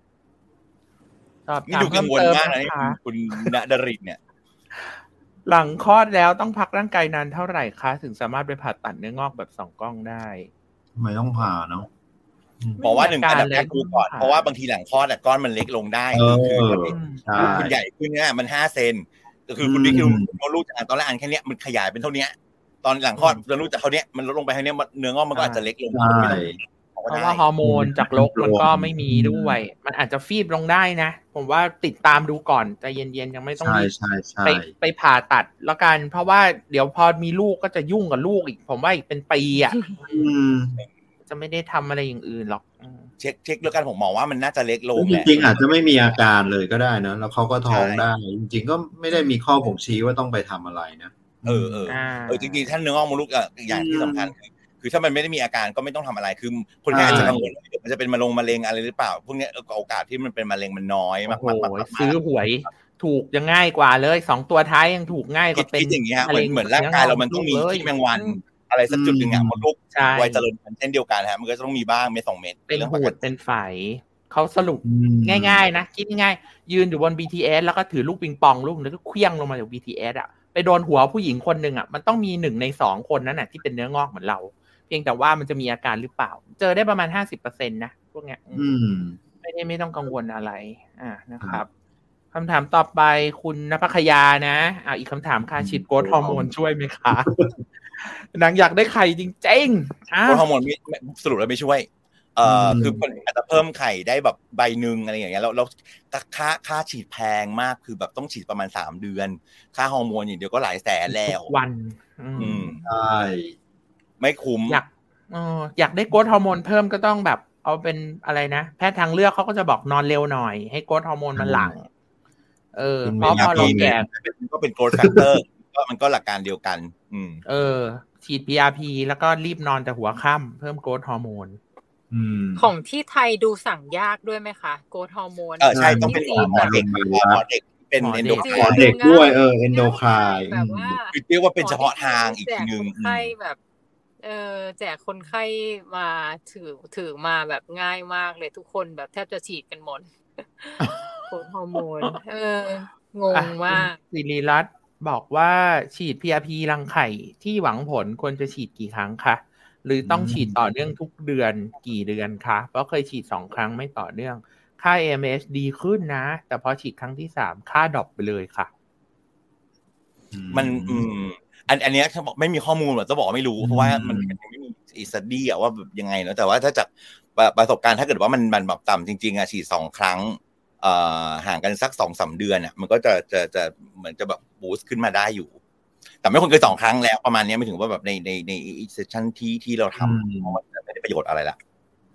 นี่ดูกังวลมากนะนี่คุณณดรินเนี่ยหลังคลอดแล้วต้องพักร่างกายนานเท่าไหร่คะถึงสามารถไปผ่าตัดเนื้องอกแบบสองกล้องได้ไม่ต้องผ่าเนาะบอกว่าหนึ่งอันดับแรกดูก่อนเพราะว่าบางทีหลังคลอดก้อนมันเล็กลงได้คือคุณใหญ่ขึ้นเนี่ยมันห้าเซนก็คือคุณบิ๊กคือลูกจากตอนแรกอันแค่นี้มันขยายเป็นเท่านี้ตอนหลังคลอดเรารู้จากเท่านี้มันลดลงไปเท่านี้เนื้องอกมันก็อาจจะเล็กลงเพราะว่าฮอร์โมนจากลกมันก็ไม่มีด้วยมันอาจจะฟีบลงได้นะผมว่าติดตามดูก่อนใจเย็นๆยังไม่ต้องไปไปผ่าตัดแล้วกันเพราะว่าเดี๋ยวพอมีลูกก็จะยุ่งกับลูกอีกผมว่าอีกเป็นปีอ่ะจะไม่ได้ทำอะไรอย่างอื่นหรอกเช็คเช็คแล้วกันผมมองว่ามันน่าจะเล็กลงจริงๆอาจจะไม่มีอาการเลยก็ได้นะแล้วเขาก็ท้องได้จริงๆก็ไม่ได้มีข้อบ่งชี้ว่าต้องไปทำอะไรนะเออเออเออจริงๆท่านเนื้องอกมดลูกอย่างที่สำคัญคือคือถ้ามันไม่ได้มีอาการก็ไม่ต้องทำอะไรคือคนไข้อาจจะกังวลว่ามันจะเป็นมะเร็งมะเร็งอะไรหรือเปล่าพวกนี้โอกาสที่มันเป็นมะเร็งมันน้อยมากๆซื้อหวยถูกยังง่ายกว่าเลยสองตัวท้ายยังถูกง่ายกว่าเป็นอย่างเงี้ยเหมือนเหมือนร่างกายเรามันต้องมีที่แมงวันอะไรสักจุดหนึ่งอ่ะมดลูกวัยเจริญพันธุ์เช่นเดียวกันฮะมันก็ต้องมีบ้างเม็ดสองเม็ดเป็นหูดเป็นไฝเขาสรุปง่ายๆนะคิดง่ายๆยืนอยู่บน บี ที เอส แล้วก็ถือลูกปิงปองลูกนึงก็เคลี้ยงลงมาจาก บี ที เอส อ่ะไปโดนหัวผู้หญิงคนนึงอ่ะมันต้องมีหนึ่งในสองคนนั้นน่ะที่เป็นเนื้องอกเหมือนเราเพียงแต่ว่ามันจะมีอาการหรือเปล่าเจอได้ประมาณ ห้าสิบเปอร์เซ็นต์ นะพวกเนี้ยไม่ได้ไม่ต้องกังวลอะไรอ่านะครับคำถามต่อไปคุณณภัคยานะอ่าอีกคำถามค่ะฉีดโกรทฮอร์โมนช่วยไหมคะนางอยากได้ไข่จริงๆโกรทฮอร์โมนสรุปแล้วไม่ช่วยเอ่อคืออาจจะเพิ่มไข่ได้แบบใบนึงอะไรอย่างเงี้ยแล้วแล้วค่าค่าฉีดแพงมากคือแบบต้องฉีดประมาณสามเดือนค่าฮอร์โมนอย่างเดียวก็หลายแสนแล้ววันอืมใช่ไม่คุ้มอยากเอออยากได้โกรทฮอร์โมนเพิ่มก็ต้องแบบเอาเป็นอะไรนะแพทย์ทางเลือกเขาก็จะบอกนอนเร็วหน่อยให้โกรทฮอร์โมนมันหลั่งเออเพราะพอเราแก่ก็เป็นโกรทแฟกเตอร์ก็มันก็หลักการเดียวกันอืมเออฉีด พี อาร์ พี แล้วก็รีบนอนแต่หัวค่ำเพิ่มโกรทฮอร์โมนของที่ไทยดูสั่งยากด้วยไหมคะโกรทฮอร์โมนเออใช่ต้องเป็นหมอเด็กหมอเด็กเป็นเอนโดหมอเด็กด้วยเออเอนโดไคน์แบบว่าคือเรียกว่าเป็นเฉพาะทางอีกทีนึงคนไข้แบบเออแจกคนไข้มาถือถือมาแบบง่ายมากเลยทุกคนแบบแทบจะฉีดกันหมดโกรทฮอร์โมนเอองงมากศิริรัตน์บอกว่าฉีด พี อาร์ พี รังไข่ที่หวังผลควรจะฉีดกี่ครั้งคะหรือต้องฉีดต่อเนื่องทุกเดือนกี่เดือนคะเพราะเคยฉีดสองครั้งไม่ต่อเนื่องค่า เอ เอ็ม เอช ดีขึ้นนะแต่พอฉีดครั้งที่สามค่าดรอปไปเลยค่ะมันอืมอันอันนี้เขาบอกไม่มีข้อมูลหรอกต้องบอกไม่รู้เพราะว่ามันมันยังไม่มีอีสตั๊ดดี้อะว่าแบบยังไงเนาะแต่ว่าถ้าจากประสบการณ์ถ้าเกิดว่ามันมันแบบต่ำจริงๆอะฉีดสองครั้งเอ่อห่างกันสัก สองถึงสาม เดือนอะมันก็จะจะจะเหมือนจะแบบบูสต์ขึ้นมาได้อยู่แต่ไม่ควรเกินสองครั้งแล้วประมาณนี้ไม่ถึงว่าแบบในในในเซสชั่นที่ที่เราทำมันไม่ได้ประโยชน์อะไรละ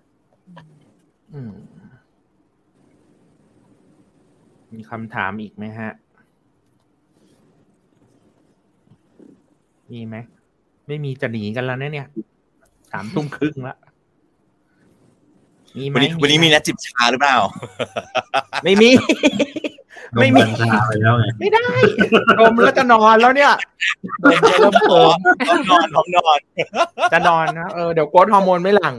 มีคำถามอีกไหมฮะมีไหมไม่มีจะหนีกันแล้วเนี่ยเนี่ยสามทุ่มครึ่งละมีไหมวันนี้มีนัดจิบชาหรือเปล่าไม่มีไม่มีชาไปแล้วไงไม่ได้ดมแล้วจะนอนแล้วเนี่ยดมจะเริ่มเขินต้องนอนต้องนอนจะนอนนะเออเดี๋ยวโกรทฮอร์โมนไม่หลั่ง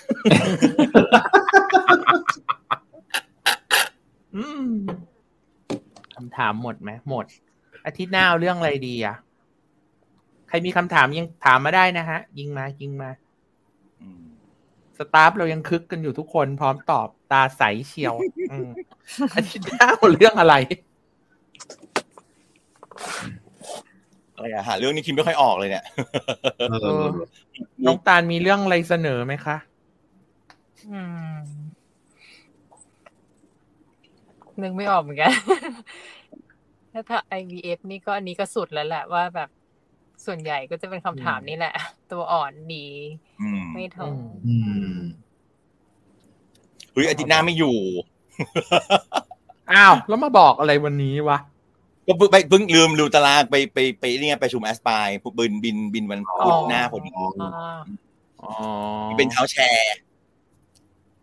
คำถามหมดไหมหมดอาทิตย์หน้าเอาเรื่องอะไรดีอ่ะใครมีคำถามยังถามมาได้นะฮะยิงมายิงมาสตาฟเรายังคึกกันอยู่ทุกคนพร้อมตอบตาใสเชียวอาทิตย์หน้าเอาเรื่องอะไรอะไรอะหาเรื่องนี้คิดไม่ค่อยออกเลยเนี่ยน้องตาลมีเรื่องอะไรเสนอไหมคะนึกไม่ออกเหมือนกันถ้า ไอ วี เอฟ นี่ก็อันนี้ก็สุดแล้วแหละว่าแบบส่วนใหญ่ก็จะเป็นคำถามนี่แหละตัวอ่อนดีไม่ท้องเฮ้ยอาทิตย์หน้าไม่อยู่อ้าวแล้วมาบอกอะไรวันนี้วะก็ไปเพิ่งลืมลืมตารางไปไปไปนี่ไงไปชุมแอสไพร์บินบินบินวันพุธหน้าพอดีอ๋อเป็นเท้าแชร์โ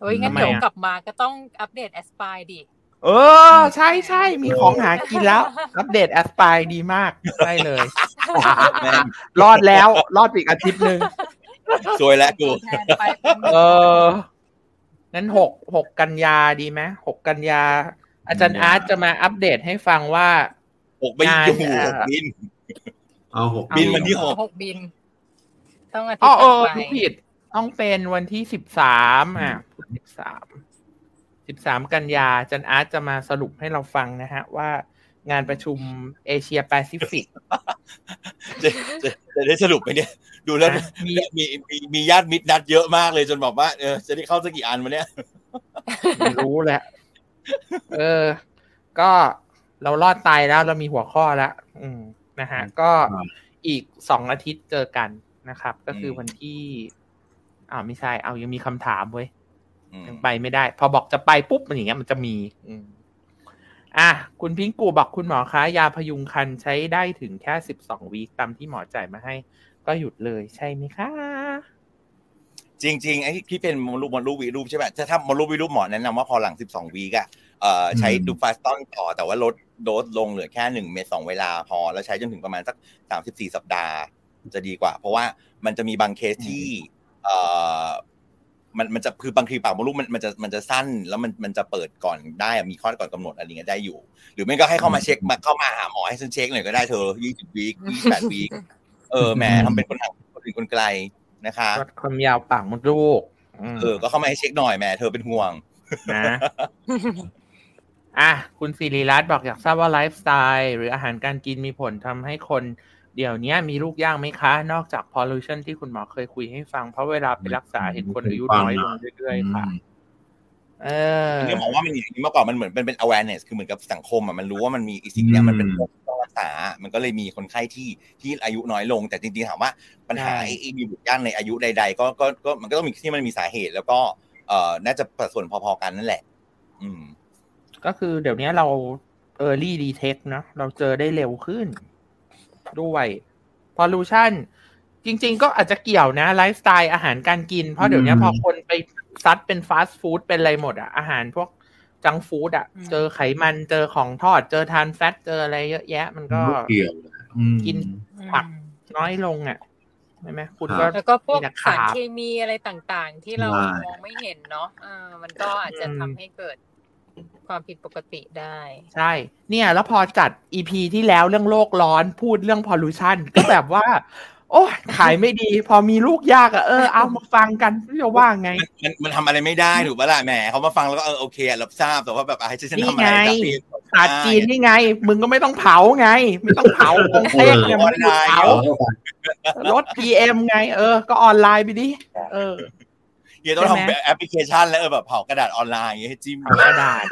โอ้ยงั้นเดี๋ยวกลับมาก็ต้องอัปเดตแอสไพร์ดิเออใช่ใช่มีของหากินแล้ว อัปเดตแอสไพร์ดีมากได้เลยรอดแล้วรอดอีกอาทิตย์นึงสวยแล้วกูเออนั้นหกหกกันยาดีไหมหกกันยาอาจารย์อาร์ตจะมาอัปเดตให้ฟังว่าหกไม่อยู่บินเอาหกบินวันที่หกหกบินต้องอาทิตย์ต่อไปผิดต้องเป็นวันที่สิบสามอ่ะสิบสามสิบสามกันยาอาจารย์อาร์ตจะมาสรุปให้เราฟังนะฮะว่างานประชุมเอเชียแปซิฟิกจะจะได้สรุปไหมเนี่ยดูแล้วมีมีมีมีญาติมิตรนัดเยอะมากเลยจนบอกว่าเออจะได้เข้าสักกี่อันวะเนี่ยไม่รู้แหละเออก็เรารอดตายแล้วเรามีหัวข้อแล้วอืมนะฮะก็อีกสองอาทิตย์เจอกันนะครับก็คือวันที่อ้าวไม่ใช่เอายังมีคำถามเว้ยยังไปไม่ได้พอบอกจะไปปุ๊บมันอย่างเงี้ยมันจะมีอืมอ่ะคุณพิงกูบอกคุณหมอคะยาพยุงครรภ์ใช้ได้ถึงแค่สิบสองวีคตามที่หมอจ่ายมาให้ก็หยุดเลยใช่ไหมคะจริงๆไอ้ที่เป็นมดลูกมดลูกวีรูปใช่ป่ะถ้าถ้ามดลูกวีรูปหมอแนะนำว่าพอหลังสิบสองวีคอ่ะเอ่อใช้ดูฟาสตอนต่อแต่ว่าลดโดสลงเหลือแค่หนึ่งเม็ดสองเวลาพอแล้วใช้จนถึงประมาณสักสามสิบสี่สัปดาห์จะดีกว่าเพราะว่ามันจะมีบางเคสที่เอ่อมันมันจะคือบางทีปากมดลูกมันมันจะมันจะสั้นแล้วมันมันจะเปิดก่อนได้มีข้อก่อนกำหนดอะไรเงี้ยได้อยู่หรือไม่ก็ให้เข้ามาเช็คมาเข้ามาหาหมอให้ฉันเช็คหน่อยก็ได้เธอยี่สิบวีคยี่สิบแปดวีคเออแหมทำเป็นคนห่างคนถึงคนไกลนะคะวัดความยาวปากมดลูกเออก็เข้ามาให้เช็คหน่อยแหมเธอเป็นห่วงนะอ่ะคุณศิริรัตน์บอกอยากทราบว่าไลฟ์สไตล์หรืออาหารการกินมีผลทำให้คนเดี๋ยวนี้มีลูกยากไหมคะนอกจาก pollution ที่คุณหมอเคยคุยให้ฟังเพราะเวลาไปรักษาเห็นคนอายุน้อยลงเรื่อยๆค่ะเออเนี่ยมองว่ามันอย่างนี้มากกว่ามันเหมือนเป็นเป็น awareness คือเหมือนกับสังคมอ่ะมันรู้ว่ามันมีอีสิ่งเนี้ยมันเป็นโรคต้องรักษามันก็เลยมีคนไข้ที่ที่อายุน้อยลงแต่จริงๆถามว่าปัญหาไอ้มีบุตรยากในอายุใดๆก็ก็ก็มันก็ต้องมีที่มันมีสาเหตุแล้วก็เอ่อน่าจะสัดส่วนพอๆกันนั่นแหละอืมก็คือเดี๋ยวนี้เรา early detect นะเราเจอได้เร็วขึ้นด้วยpollution จริงๆก็อาจจะเกี่ยวนะไลฟ์สไตล์อาหารการกินเพราะเดี๋ยวนี้พอคนไปซัดเป็นฟาสต์ฟู้ดเป็นอะไรหมดอ่ะอาหารพวกจังก์ฟู้ดอ่ะเจอไขมันเจอของทอดเจอทานแฟตเจออะไรเยอะแยะมันก็เกี่ยวกินผักน้อยลงอ่ะใช่ไหมคุณก็แล้วก็พวกสารเคมีอะไรต่างๆที่เรามองไม่เห็นเนาะอ่ามันก็อาจจะทำให้เกิดความผิดปกติได้ใช่เนี่ยแล้วพอจัด อี พี ที่แล้วเรื่องโลกร้อนพูดเรื่อง pollution ก็แบบว่าโอ้ขายไม่ดีพอมีลูกยากอ่ะเออเอามาฟังกันจะว่าไงมันมันทำอะไรไม่ได้ถูกป่ะล่ะแหมเขามาฟังแล้วก็เออโอเครับทราบแต่ว่าแบบให้ฉันทำอะไรกับปีศาสตร์จีนนี่ไงมึงก็ไม่ต้องเผาไงไม่ต้องเผากรุงเทพเนี่ยไม่ต้องเผาลด พี เอ็ม ไงเออก็ออนไลน์ไปดิเออเดี๋ยวต้องทำแอปพลิเคชันแล้วเออแบบเผากระดาษออนไลน์อย่างเงี้ยให้จิ้มกระดาษ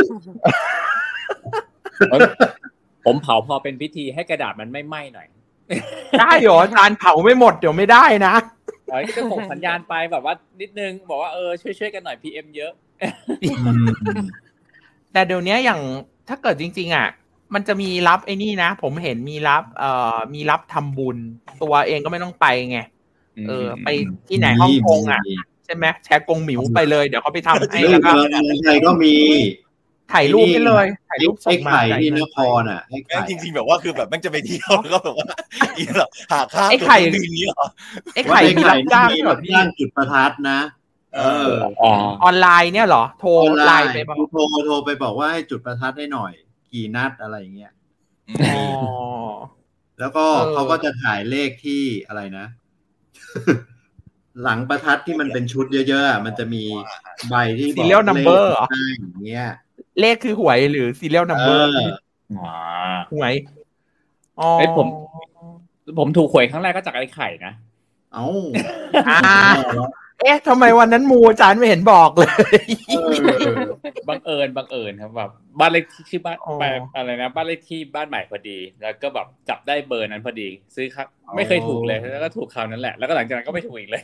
ผมเผาพอเป็นพิธีให้กระดาษมันไม่ไหม้หน่อยได้เหรอจานเผาไม่หมดเดี๋ยวไม่ได้นะเอ้ยก็ส่งสัญญาณไปแบบว่านิดนึงบอกว่าเออช่วยๆกันหน่อย พี เอ็ม เยอะแต่เดี๋ยวนี้อย่างถ้าเกิดจริงๆอ่ะมันจะมีรับไอ้นี่นะผมเห็นมีรับเอ่อมีรับทำบุญตัวเองก็ไม่ต้องไปไงเออไปที่ไหนฮ่องกงอ่ะใช่ไหมแชร์กงหมิวไปเลยเดี๋ยวเขาไปทำให้แล้วก็ใครก็มีถ่ายรูปให้เลยถ่ายรูปส่งมาไอ้ไข่ที่นครอ่ะไอ้ไข่จริงๆแบบว่าคือแบบมันจะไปเที่ยวแล้วก็แบบว่าอีหรอหาค่าไอ้ไข่นี้เหรอไอ้ไข่ที่รับจ้างแบบจ้างจุดประทัดนะเออออนไลน์เนี่ยเหรอโทรไลน์ไปบอกโทรโทรไปบอกว่าให้จุดประทัดให้หน่อยกี่นัดอะไรอย่างเงี้ยอ๋อแล้วก็เขาก็จะถ่ายเลขที่อะไรนะหลังประทัดที่มันเป็นชุดเยอะๆมันจะมีใบที่บอก serial number เหรออย่างเงี้ยเลขคือหวยหรือ serial number อ๋อหวยอ๋อผมผมถูกหวยครั้งแรกก็จากไอ้ไข่นะเอ้าอ่าเอ๊ะทำไมวันนั้นมูอาจารย์ไม่เห็นบอกเลยบังเอิญบังเอิญครับแบบบ้านเลขที่ชื่อบ้านอะไรนะบ้านเลขที่บ้านใหม่พอดีแล้วก็แบบจับได้เบอร์นั้นพอดีซื้อครับไม่เคยถูกเลยแล้วก็ถูกคราวนั้นแหละแล้วก็หลังจากนั้นก็ไม่ถูกอีกเลย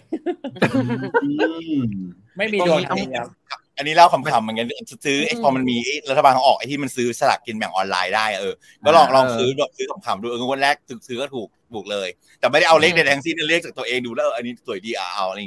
ไม่มีโดนอันนี้เล่าคำๆเหมือนกันซื้อไอ้พอมันมีรัฐบาลเขาออกไอ้ที่มันซื้อสลากกินแบ่งออนไลน์ได้เออก็ลองลองซื้อซื้อคำๆดูเออวันแรกซื้อก็ถูกถูกเลยแต่ไม่ได้เอาเลขใดทั้งสิ้นเลขจากตัวเองดูแล้วอันนี้สวยดีเอาอะไรอย่างเงี้ย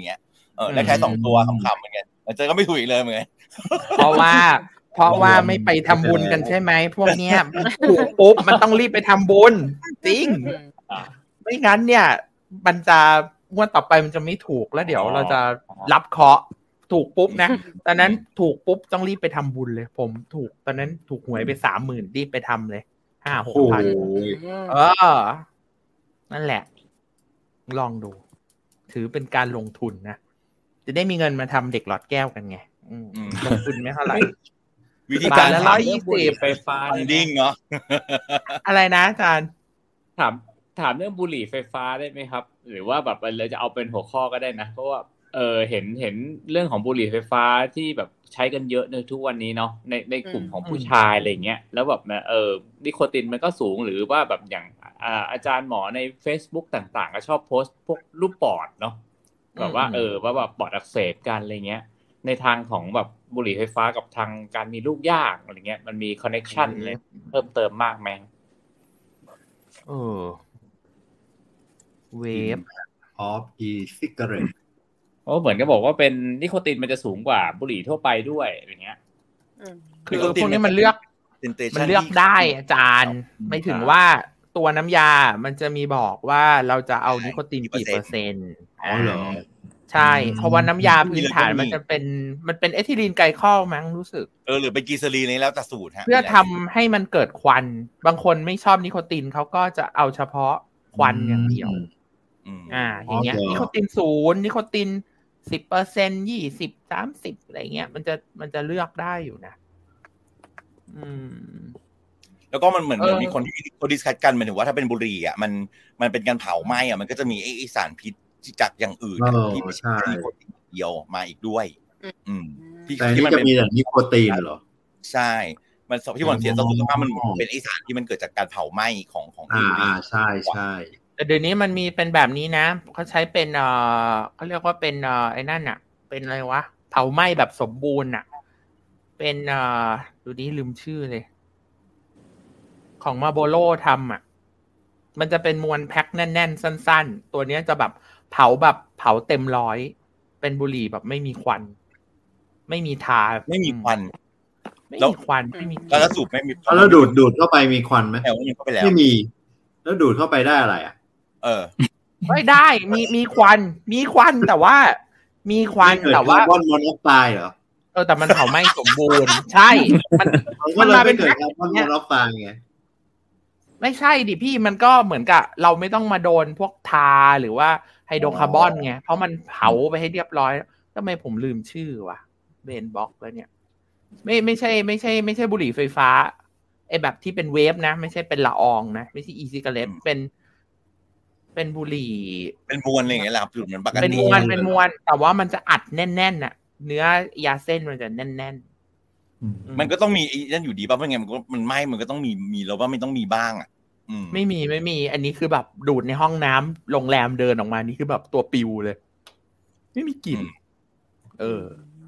เออได้แค่สองตัวขำๆเหมือนกันเจอก็ไม่ถูกอีกเลยเหมือนกันเพราะว่าเพราะว่าไม่ไปทำบุญกันใช่ไหมพวกเนี้ยถูกปุ๊บมันต้องรีบไปทำบุญจริงไม่งั้นเนี่ยมันจะงวดต่อไปมันจะไม่ถูกแล้วเดี๋ยวเราจะรับเคราะห์ถูกปุ๊บนะตอนนั้นถูกปุ๊บต้องรีบไปทำบุญเลยผมถูกตอนนั้นถูกหวยไปสามหมื่นรีบไปทำเลยห้าหกพันเออนั่นแหละลองดูถือเป็นการลงทุนนะจะได้มีเงินมาทำเด็กหลอดแก้วกันไงลงทุนไม่เท่าไหร่วิธีการละร้อยยี่สิบไฟฟ้าดิ้งเนาะอะไรนะอาจารย์ถามถามเรื่องบุหรี่ไฟฟ้าได้ไหมครับหรือว่าแบบเราจะเอาเป็นหัวข้อก็ได้นะเพราะว่าเออเห็นเห็นเรื่องของบุหรี่ไฟฟ้าที่แบบใช้กันเยอะในทุกวันนี้เนาะในในกลุ่มของผู้ชายอะไรเงี้ยแล้วแบบเออนิโคตินมันก็สูงหรือว่าแบบอย่างอ่าอาจารย์หมอใน Facebook ต่างๆก็ชอบโพสต์พวกรูปปอดเนาะแบบว่าเออว่าแบบปอดอักเสบกันอะไรเงี้ยในทางของแบบบุหรี่ไฟฟ้ากับทางการมีลูกยากอะไรเงี้ยมันมีคอนเนคชั่นเลยเพิ่มเติมมากมั้ยเออเวฟ of e-cigarette โอ้เหมือนกับบอกว่าเป็นนิโคตินมันจะสูงกว่าบุหรี่ทั่วไปด้วยอะไรเงี้ยคือพวกนี้มันเลือกมันเลือกได้อาจารย์ไม่ถึงว่าตัวน้ำยามันจะมีบอกว่าเราจะเอานิโคตินกี่เปอร์เซ็นต์อ๋อเหรอใช่เพราะว่าน้ำยาพื้นฐานมันจะเป็นมันเป็นเอทิลีนไกลคอลมั้งรู้สึกเออหรือเป็นกีซาลีนนี่แล้วแต่สูตรฮะเพื่อทำให้มันเกิดควันบางคนไม่ชอบนิโคตินเขาก็จะเอาเฉพาะควันอย่างเดียวอ่าอย่างเงี้ยนิโคตินศูนย์นิโคตินสิบเปอร์เซ็นต์ยี่สิบสามสิบอะไรเงี้ยมันจะมันจะเลือกได้อยู่นะอืมแล้วก็มันเหมือนมีคนที่เขาดิสคัสกันหมายถึงว่าถ้าเป็นบุหรี่อ่ะมันมันเป็นการเผาไหม้อ่ะมันก็จะมีไอ้สารพิษจากอย่างอื่นที่ไม่ใช่นิโคตินเดียวมาอีกด้วยอืมแต่นี่จะมีแต่นิโคตินเหรอใช่มันที่มันเสียต่อสุขภาพมันเป็นไอ้สารที่มันเกิดจากการเผาไหม้ของของอ่าใช่ใช่แต่เดี๋ยวนี้มันมีเป็นแบบนี้นะเขาใช้เป็นเอ่อเขาเรียกว่าเป็นเอ่อไอ้นั่นอ่ะเป็นอะไรวะเผาไหม้แบบสมบูรณ์อ่ะเป็นเอ่อดูนี้ลืมชื่อเลยของมาโบโลทำอ่ะมันจะเป็นมวลแพ็คแน่นๆสั้นๆตัวนี้จะแบบเผาแบบเผาเต็มร้อยเป็นบุหรี่แบบไม่มีควันไม่มีทาไม่มีควันไม่มีควันไม่มีแล้วสูบไม่มีแล้วดูดดูดเข้าไปมีควันไหมไม่มีแล้วดูดเข้าไปได้อะไรอ่ะเออไม่ได้มีมีควันมีควันแต่ว่ามีควันแต่ว่าคาร์บอนมอนอกไซด์เหรอเออแต่มันเผาไหม้สมบูรณ์ใช่มันมันมาเป็นคาร์บอนมอนอกไซด์ไงไม่ใช่ดิพี่มันก็เหมือนกับเราไม่ต้องมาโดนพวกทาหรือว่าไฮโดรคาร์บอนไงเพราะมันเผาไปให้เรียบร้อยทำไมผมลืมชื่อวะเบนบ็อกแล้วเนี่ยไม่ไม่ใช่ไม่ใช่ไม่ใช่บุหรี่ไฟฟ้าไอแบบที่เป็นเวฟนะไม่ใช่เป็นละอองนะไม่ใช่อีซิกาเรตเป็นเป็นบุหรี่เป็นมวลอะไรอย่างเงี้ยแหละครับเหมือนปกติเป็นมวลเป็นมวลแต่ว่ามันจะอัดแน่นๆน่ะเนื้อยาเส้นมันจะแน่นๆมันก็ต้องมีนั่นอยู่ดีป่ะเพราะไงมันก็มันไหม้มันก็ต้องมีมีแล้วว่าไม่ต้องมีบ้างอ่ะไม่มีไม่มีอันนี้คือแบบดูดในห้องน้ำโรงแรมเดินออกมานี่คือแบบตัวปิวเลยไม่มีกลิ่นเออ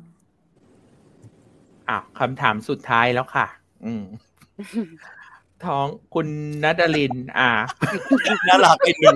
อ่ะคำถามสุดท้ายแล้วค่ะอืมท้องคุณณดลินอ่าน่ารักไอ้หนู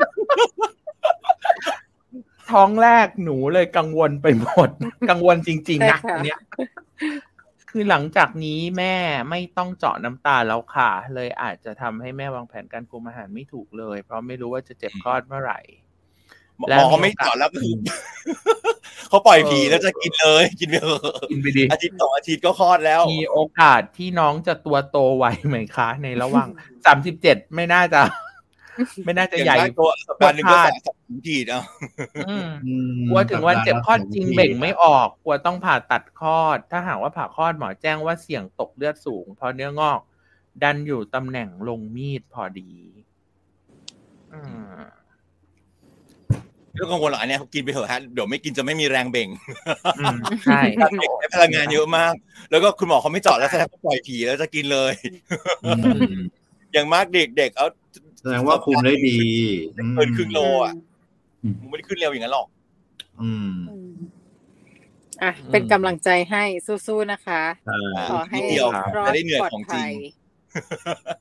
ท้องแรกหนูเลยกังวลไปหมดกังวลจริงๆนะอันเนี้ยคือหลังจากนี้แม่ไม่ต้องเจาะน้ำตาแล้วค่ะเลยอาจจะทำให้แม่วางแผนการคุมอาหารไม่ถูกเลยเพราะไม่รู้ว่าจะเจ็บคลอดเมื่อไหร่หมอเขาไม่เจาะแล้วคือเขาปล่อยผีแล้วจะกินเลยกินไปเถอะกินไปดิอาทิตย์สองอาทิตย์ก็คลอดแล้วมีโอกาสที่น้องจะตัวโตไวไหมคะในระหว่างสามสิบเจ็ดไม่น่าจะไม่น่าจะใหญ่ตัวสัปดาห์นึงก็สามขีดเอากลัวถึงวันเจ็บคลอดจริงเบ่งไม่ออกกลัวต้องผ่าตัดคลอดถ้าหากว่าผ่าคลอดหมอแจ้งว่าเสี่ยงตกเลือดสูงเพราะเนื้องอกดันอยู่ตำแหน่งลงมีดพอดีเรื่องกังวลหรอกอันนี้เขากินไปเถอะฮะเดี๋ยวไม่กินจะไม่มีแรงเบ่งใช่ใช้พลังงานเยอะมากแล้วก็คุณหมอเขาไม่เจาะแล้วแสดงว่าปล่อยผีแล้วจะกินเลยอย่างมากเด็กๆเอาแสดงว่าคุมได้ดีเกินครึ่งโลอ่ะมันไม่ได้ขึ้นเร็วอย่างนั้นหรอกอืมอ่ะเป็นกำลังใจให้สู้ๆนะคะขอให้รอดปลอดภัย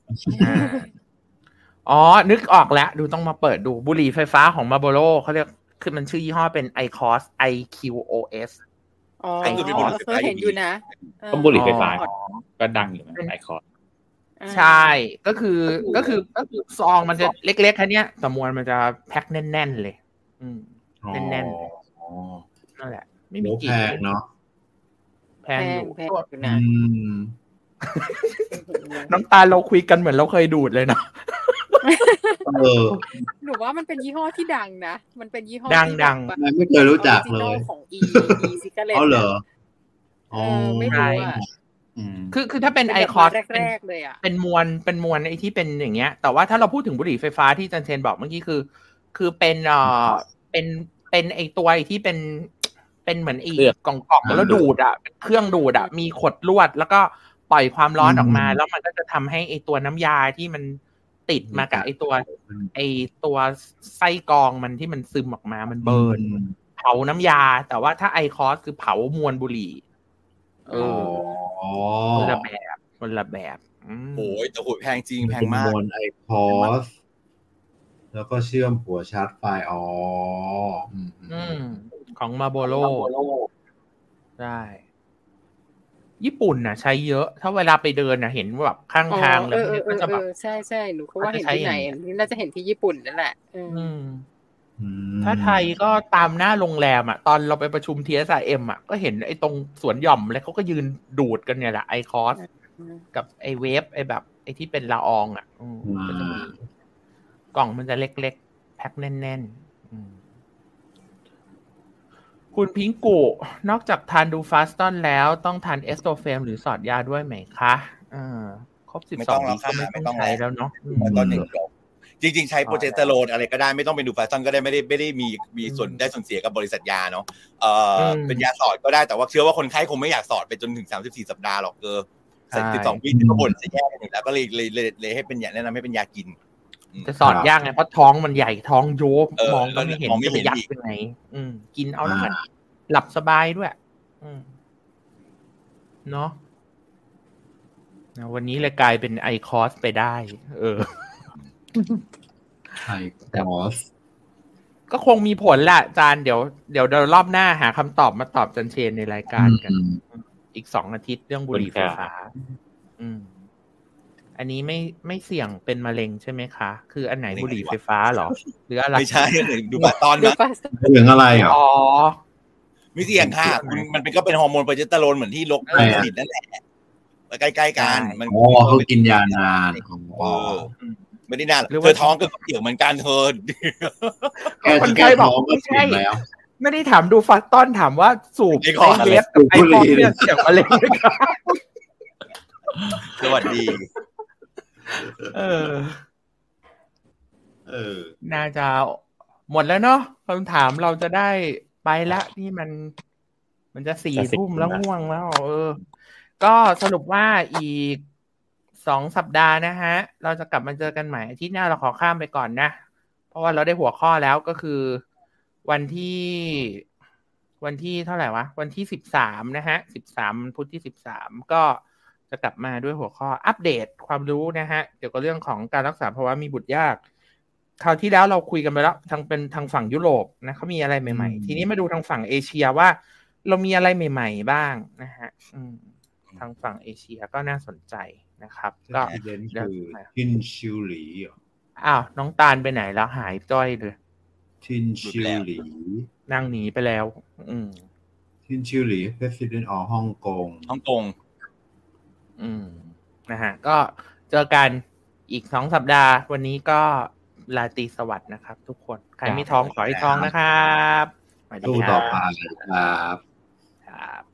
อ๋อนึกออกแล้วดูต้องมาเปิดดูบุหรี่ไฟฟ้าของ Marlboro เขาเรียกคือมันชื่อยี่ห้อเป็น ไอ ซี โอ เอส ไอ คิว โอ เอสอ๋อไอ้คือเป็นบุหรี่ไฟเคฟ้ายเห็นอยู่นะเออก็บุหรี่ไฟฟ้าก็ดังอยู่นะไอคอนใช่ก็คือก็คือก็คือซองมันจะเล็กๆแค่เนี้ยแต่มวลมันจะแพ็คแน่นๆเลยอืมแน่นๆนั่นแหละไม่มีโหกลิ่แพนงเนาะแพงอยู่แพงตัวอยู่อืนะมน้ำตาลเราคุยกันเหมือนเราเคยดูดเลยเนาะเออหนูว่ามันเป็นยี่ห้อที่ดังนะมันเป็นยี่ห้อดังที่ดังแบบไม่เคยรู้จักเลยของ E E ซิกาเลตเอาเหรอเออไม่รู้อ่ะอืมคือคือถ้าเป็นไอเป็นคอแบบสแรกๆเลยอ่ะเป็นมวลเป็นมวลไอที่เป็นอย่างเงี้ยแต่ว่าถ้าเราพูดถึงบุหรี่ไฟฟ้าที่จันเชนบอกเมื่อกี้คือ คือเป็นเอ่อเป็นเป็นไอตัวไอที่เป็นเป็นเหมือนไอกล่องกล่องแล้วดูดอ่ะเป็นเครื่องดูดอ่ะมีขดลวดแล้วก็ปล่อยความร้อนออกมาแล้วมันก็จะทำให้ไอตัวน้ำยาที่มันติดมากับไอตัวไอตัวไส้กรองมันที่มันซึมออกมามันเบิร์นเผาน้ำยาแต่ว่าถ้าไอคอสคือเผามวลบุหรี่เอออ๋อคนละแบบคนละแบบอืมโอ้ยแต่โหแพงจริงแพงมากเป็นมวลไอคอสแล้วก็เชื่อมหัวชาร์จไฟอ๋ออืมอืมของมาโบโลใช่ญี่ปุ่นน่ะ ใช้เยอะ ถ้าเวลาไปเดินน่ะ เห็นว่าแบบข้างทางเอแล้วอเออเอก็อจะเอแบบอใช่ใช่หนูก็ว่าเห็นเขาจะใช้ที่ไหนอย่างนี้นี่น่าจะเห็นที่ญี่ปุ่นนั่นแหละเอออืมอืมถ้าไทยก็ตามหน้าโรงแรมอ่ะ ตอนเราไปประชุม ที เอส ไอ เอ็ม อ่ะ ก็เห็นไอ้ตรงสวนหย่อมแล้วเขาก็ยืนดูดกันเนี่ยแหละไอคอสกับไอเวฟไอแบบไอที่เป็นละอองอ่ะอืมก็จะมีกล่องมันจะเล็กๆ แพ็คแน่นๆอืมคุณพิงกูนอกจากทานดูฟาสตอนแล้วต้องทานเอสโตเฟมหรือสอดยาด้วยไหมคะเออครบสิบไม่สต้ออง งวีแล้วก็ไม่ค่ะไม่ต้ต้ออง งใช้แล้วแล้วเนาะอืมแล้วก็หนึ่งเดียวจริง ๆ ใช้โปรเจสเตอโรนอะไรก็ได้ไม่ต้องเป็นดูฟาสตันก็ได้ไม่ได้ไม่ได้มีมีส่วนได้ส่วนเสียกับบริษัทยาเนาะเออเป็นยาสอดก็ได้แต่ว่าเชื่อว่าคนไข้คงไม่อยากสอดไปจนถึงสามสิบสี่สัปดาห์หรอกเออสิบสองปีที่เขาบ่นจะแย่กันอยู่แล้วก็เลยเลยเลยเลยให้เป็นยาแนะนำให้เป็นยากินจะสอดยากไงเพราะท้องมันใหญ่ท้องโยบเออมองก็ไม่เห็นมองไม่จะเห็ไปนยัดอีกยังไงอืมกินเอาแล้วมันหลับสบายด้วย อืมเนาะวันนี้เลยกลายเป็นไอคอสไปได้ เออไอคอสก็คงมีผลแหละจานเดี๋ยวเดี๋ยวเดี๋ยวรอบหน้าหาคำตอบมาตอบจันเชนในรายการกัน อีกสองอาทิตย์เรื่องบุหรี่ไฟฟ้า อืม อันนี้ไม่ไม่เสี่ยงเป็นมะเร็งใช่ไหมคะ คืออันไหนบุหรี่ไฟฟ้าหรอ หรืออะไรไม่ใช่ดูบัตรตอนดูนะฟาสเรื่องอะไรอ่ะอ๋อไม่เสี่ยงค่ะคุณมันเป็นก็เป็นฮอร์โมนโปรเจสเตอโรนเหมือนที่ลกเออผลิตนั่นแหละใกล้ๆกันมันอ๋อเขากินยานานเออไม่ได้นานหรือว่าเธอท้องก็เกี่ยวเหมือนกันเธอแค่แค่ท้องก็เสี่ยงแล้วไม่ได้ถามดูฟาสตอนถามว่าสูบไอ้คอร์สไอเวฟกับไอคอนเนี่ยเสี่ยงมะเร็งไหมครับสวัสดีเออเออน่าจะหมดแล้วเนาะคำถามเราจะได้ไปละนี่มัน มันจะสี่ทุ่มแล้วง่วงแล้ว เออ ก็สรุปว่าอีกสองสัปดาห์นะฮะ เราจะกลับมาเจอกันใหม่อาทิตย์หน้าเราขอข้ามไปก่อนนะ เพราะว่าเราได้หัวข้อแล้วก็คือ วันที่วันที่เท่าไหร่วะ วันที่สิบสามนะฮะสิบสามพุธที่สิบสามก็จะกลับมาด้วยหัวข้ออัปเดตความรู้นะฮะเกี่ยวกับเรื่องของการรักษาภาวะมีบุตรยากคราวที่แล้วเราคุยกันไปแล้วทางเป็นทางฝั่งยุโรปนะเขามีอะไรใหม่ๆทีนี้มาดูทางฝั่งเอเชียว่าเรามีอะไรใหม่ๆบ้างนะฮะอืมทางฝั่งเอเชียก็น่าสนใจนะครับก็เดนคือทินชิวหลีเหรออ้าวน้องตาลไปไหนแล้วหายจ้อยเลยทินชิวหลีนั่งหนีไปแล้ว อืมทินชิวหลี President of ฮ่องกงฮ่องกงอืมนะฮะก็เจอกันอีกสองสัปดาห์วันนี้ก็ราตรีสวัสดิ์นะครับทุกคนใครไม่ท้องขอให้ท้องนะครับสวัสดีตู้คต่รัอบ ไปครับครับ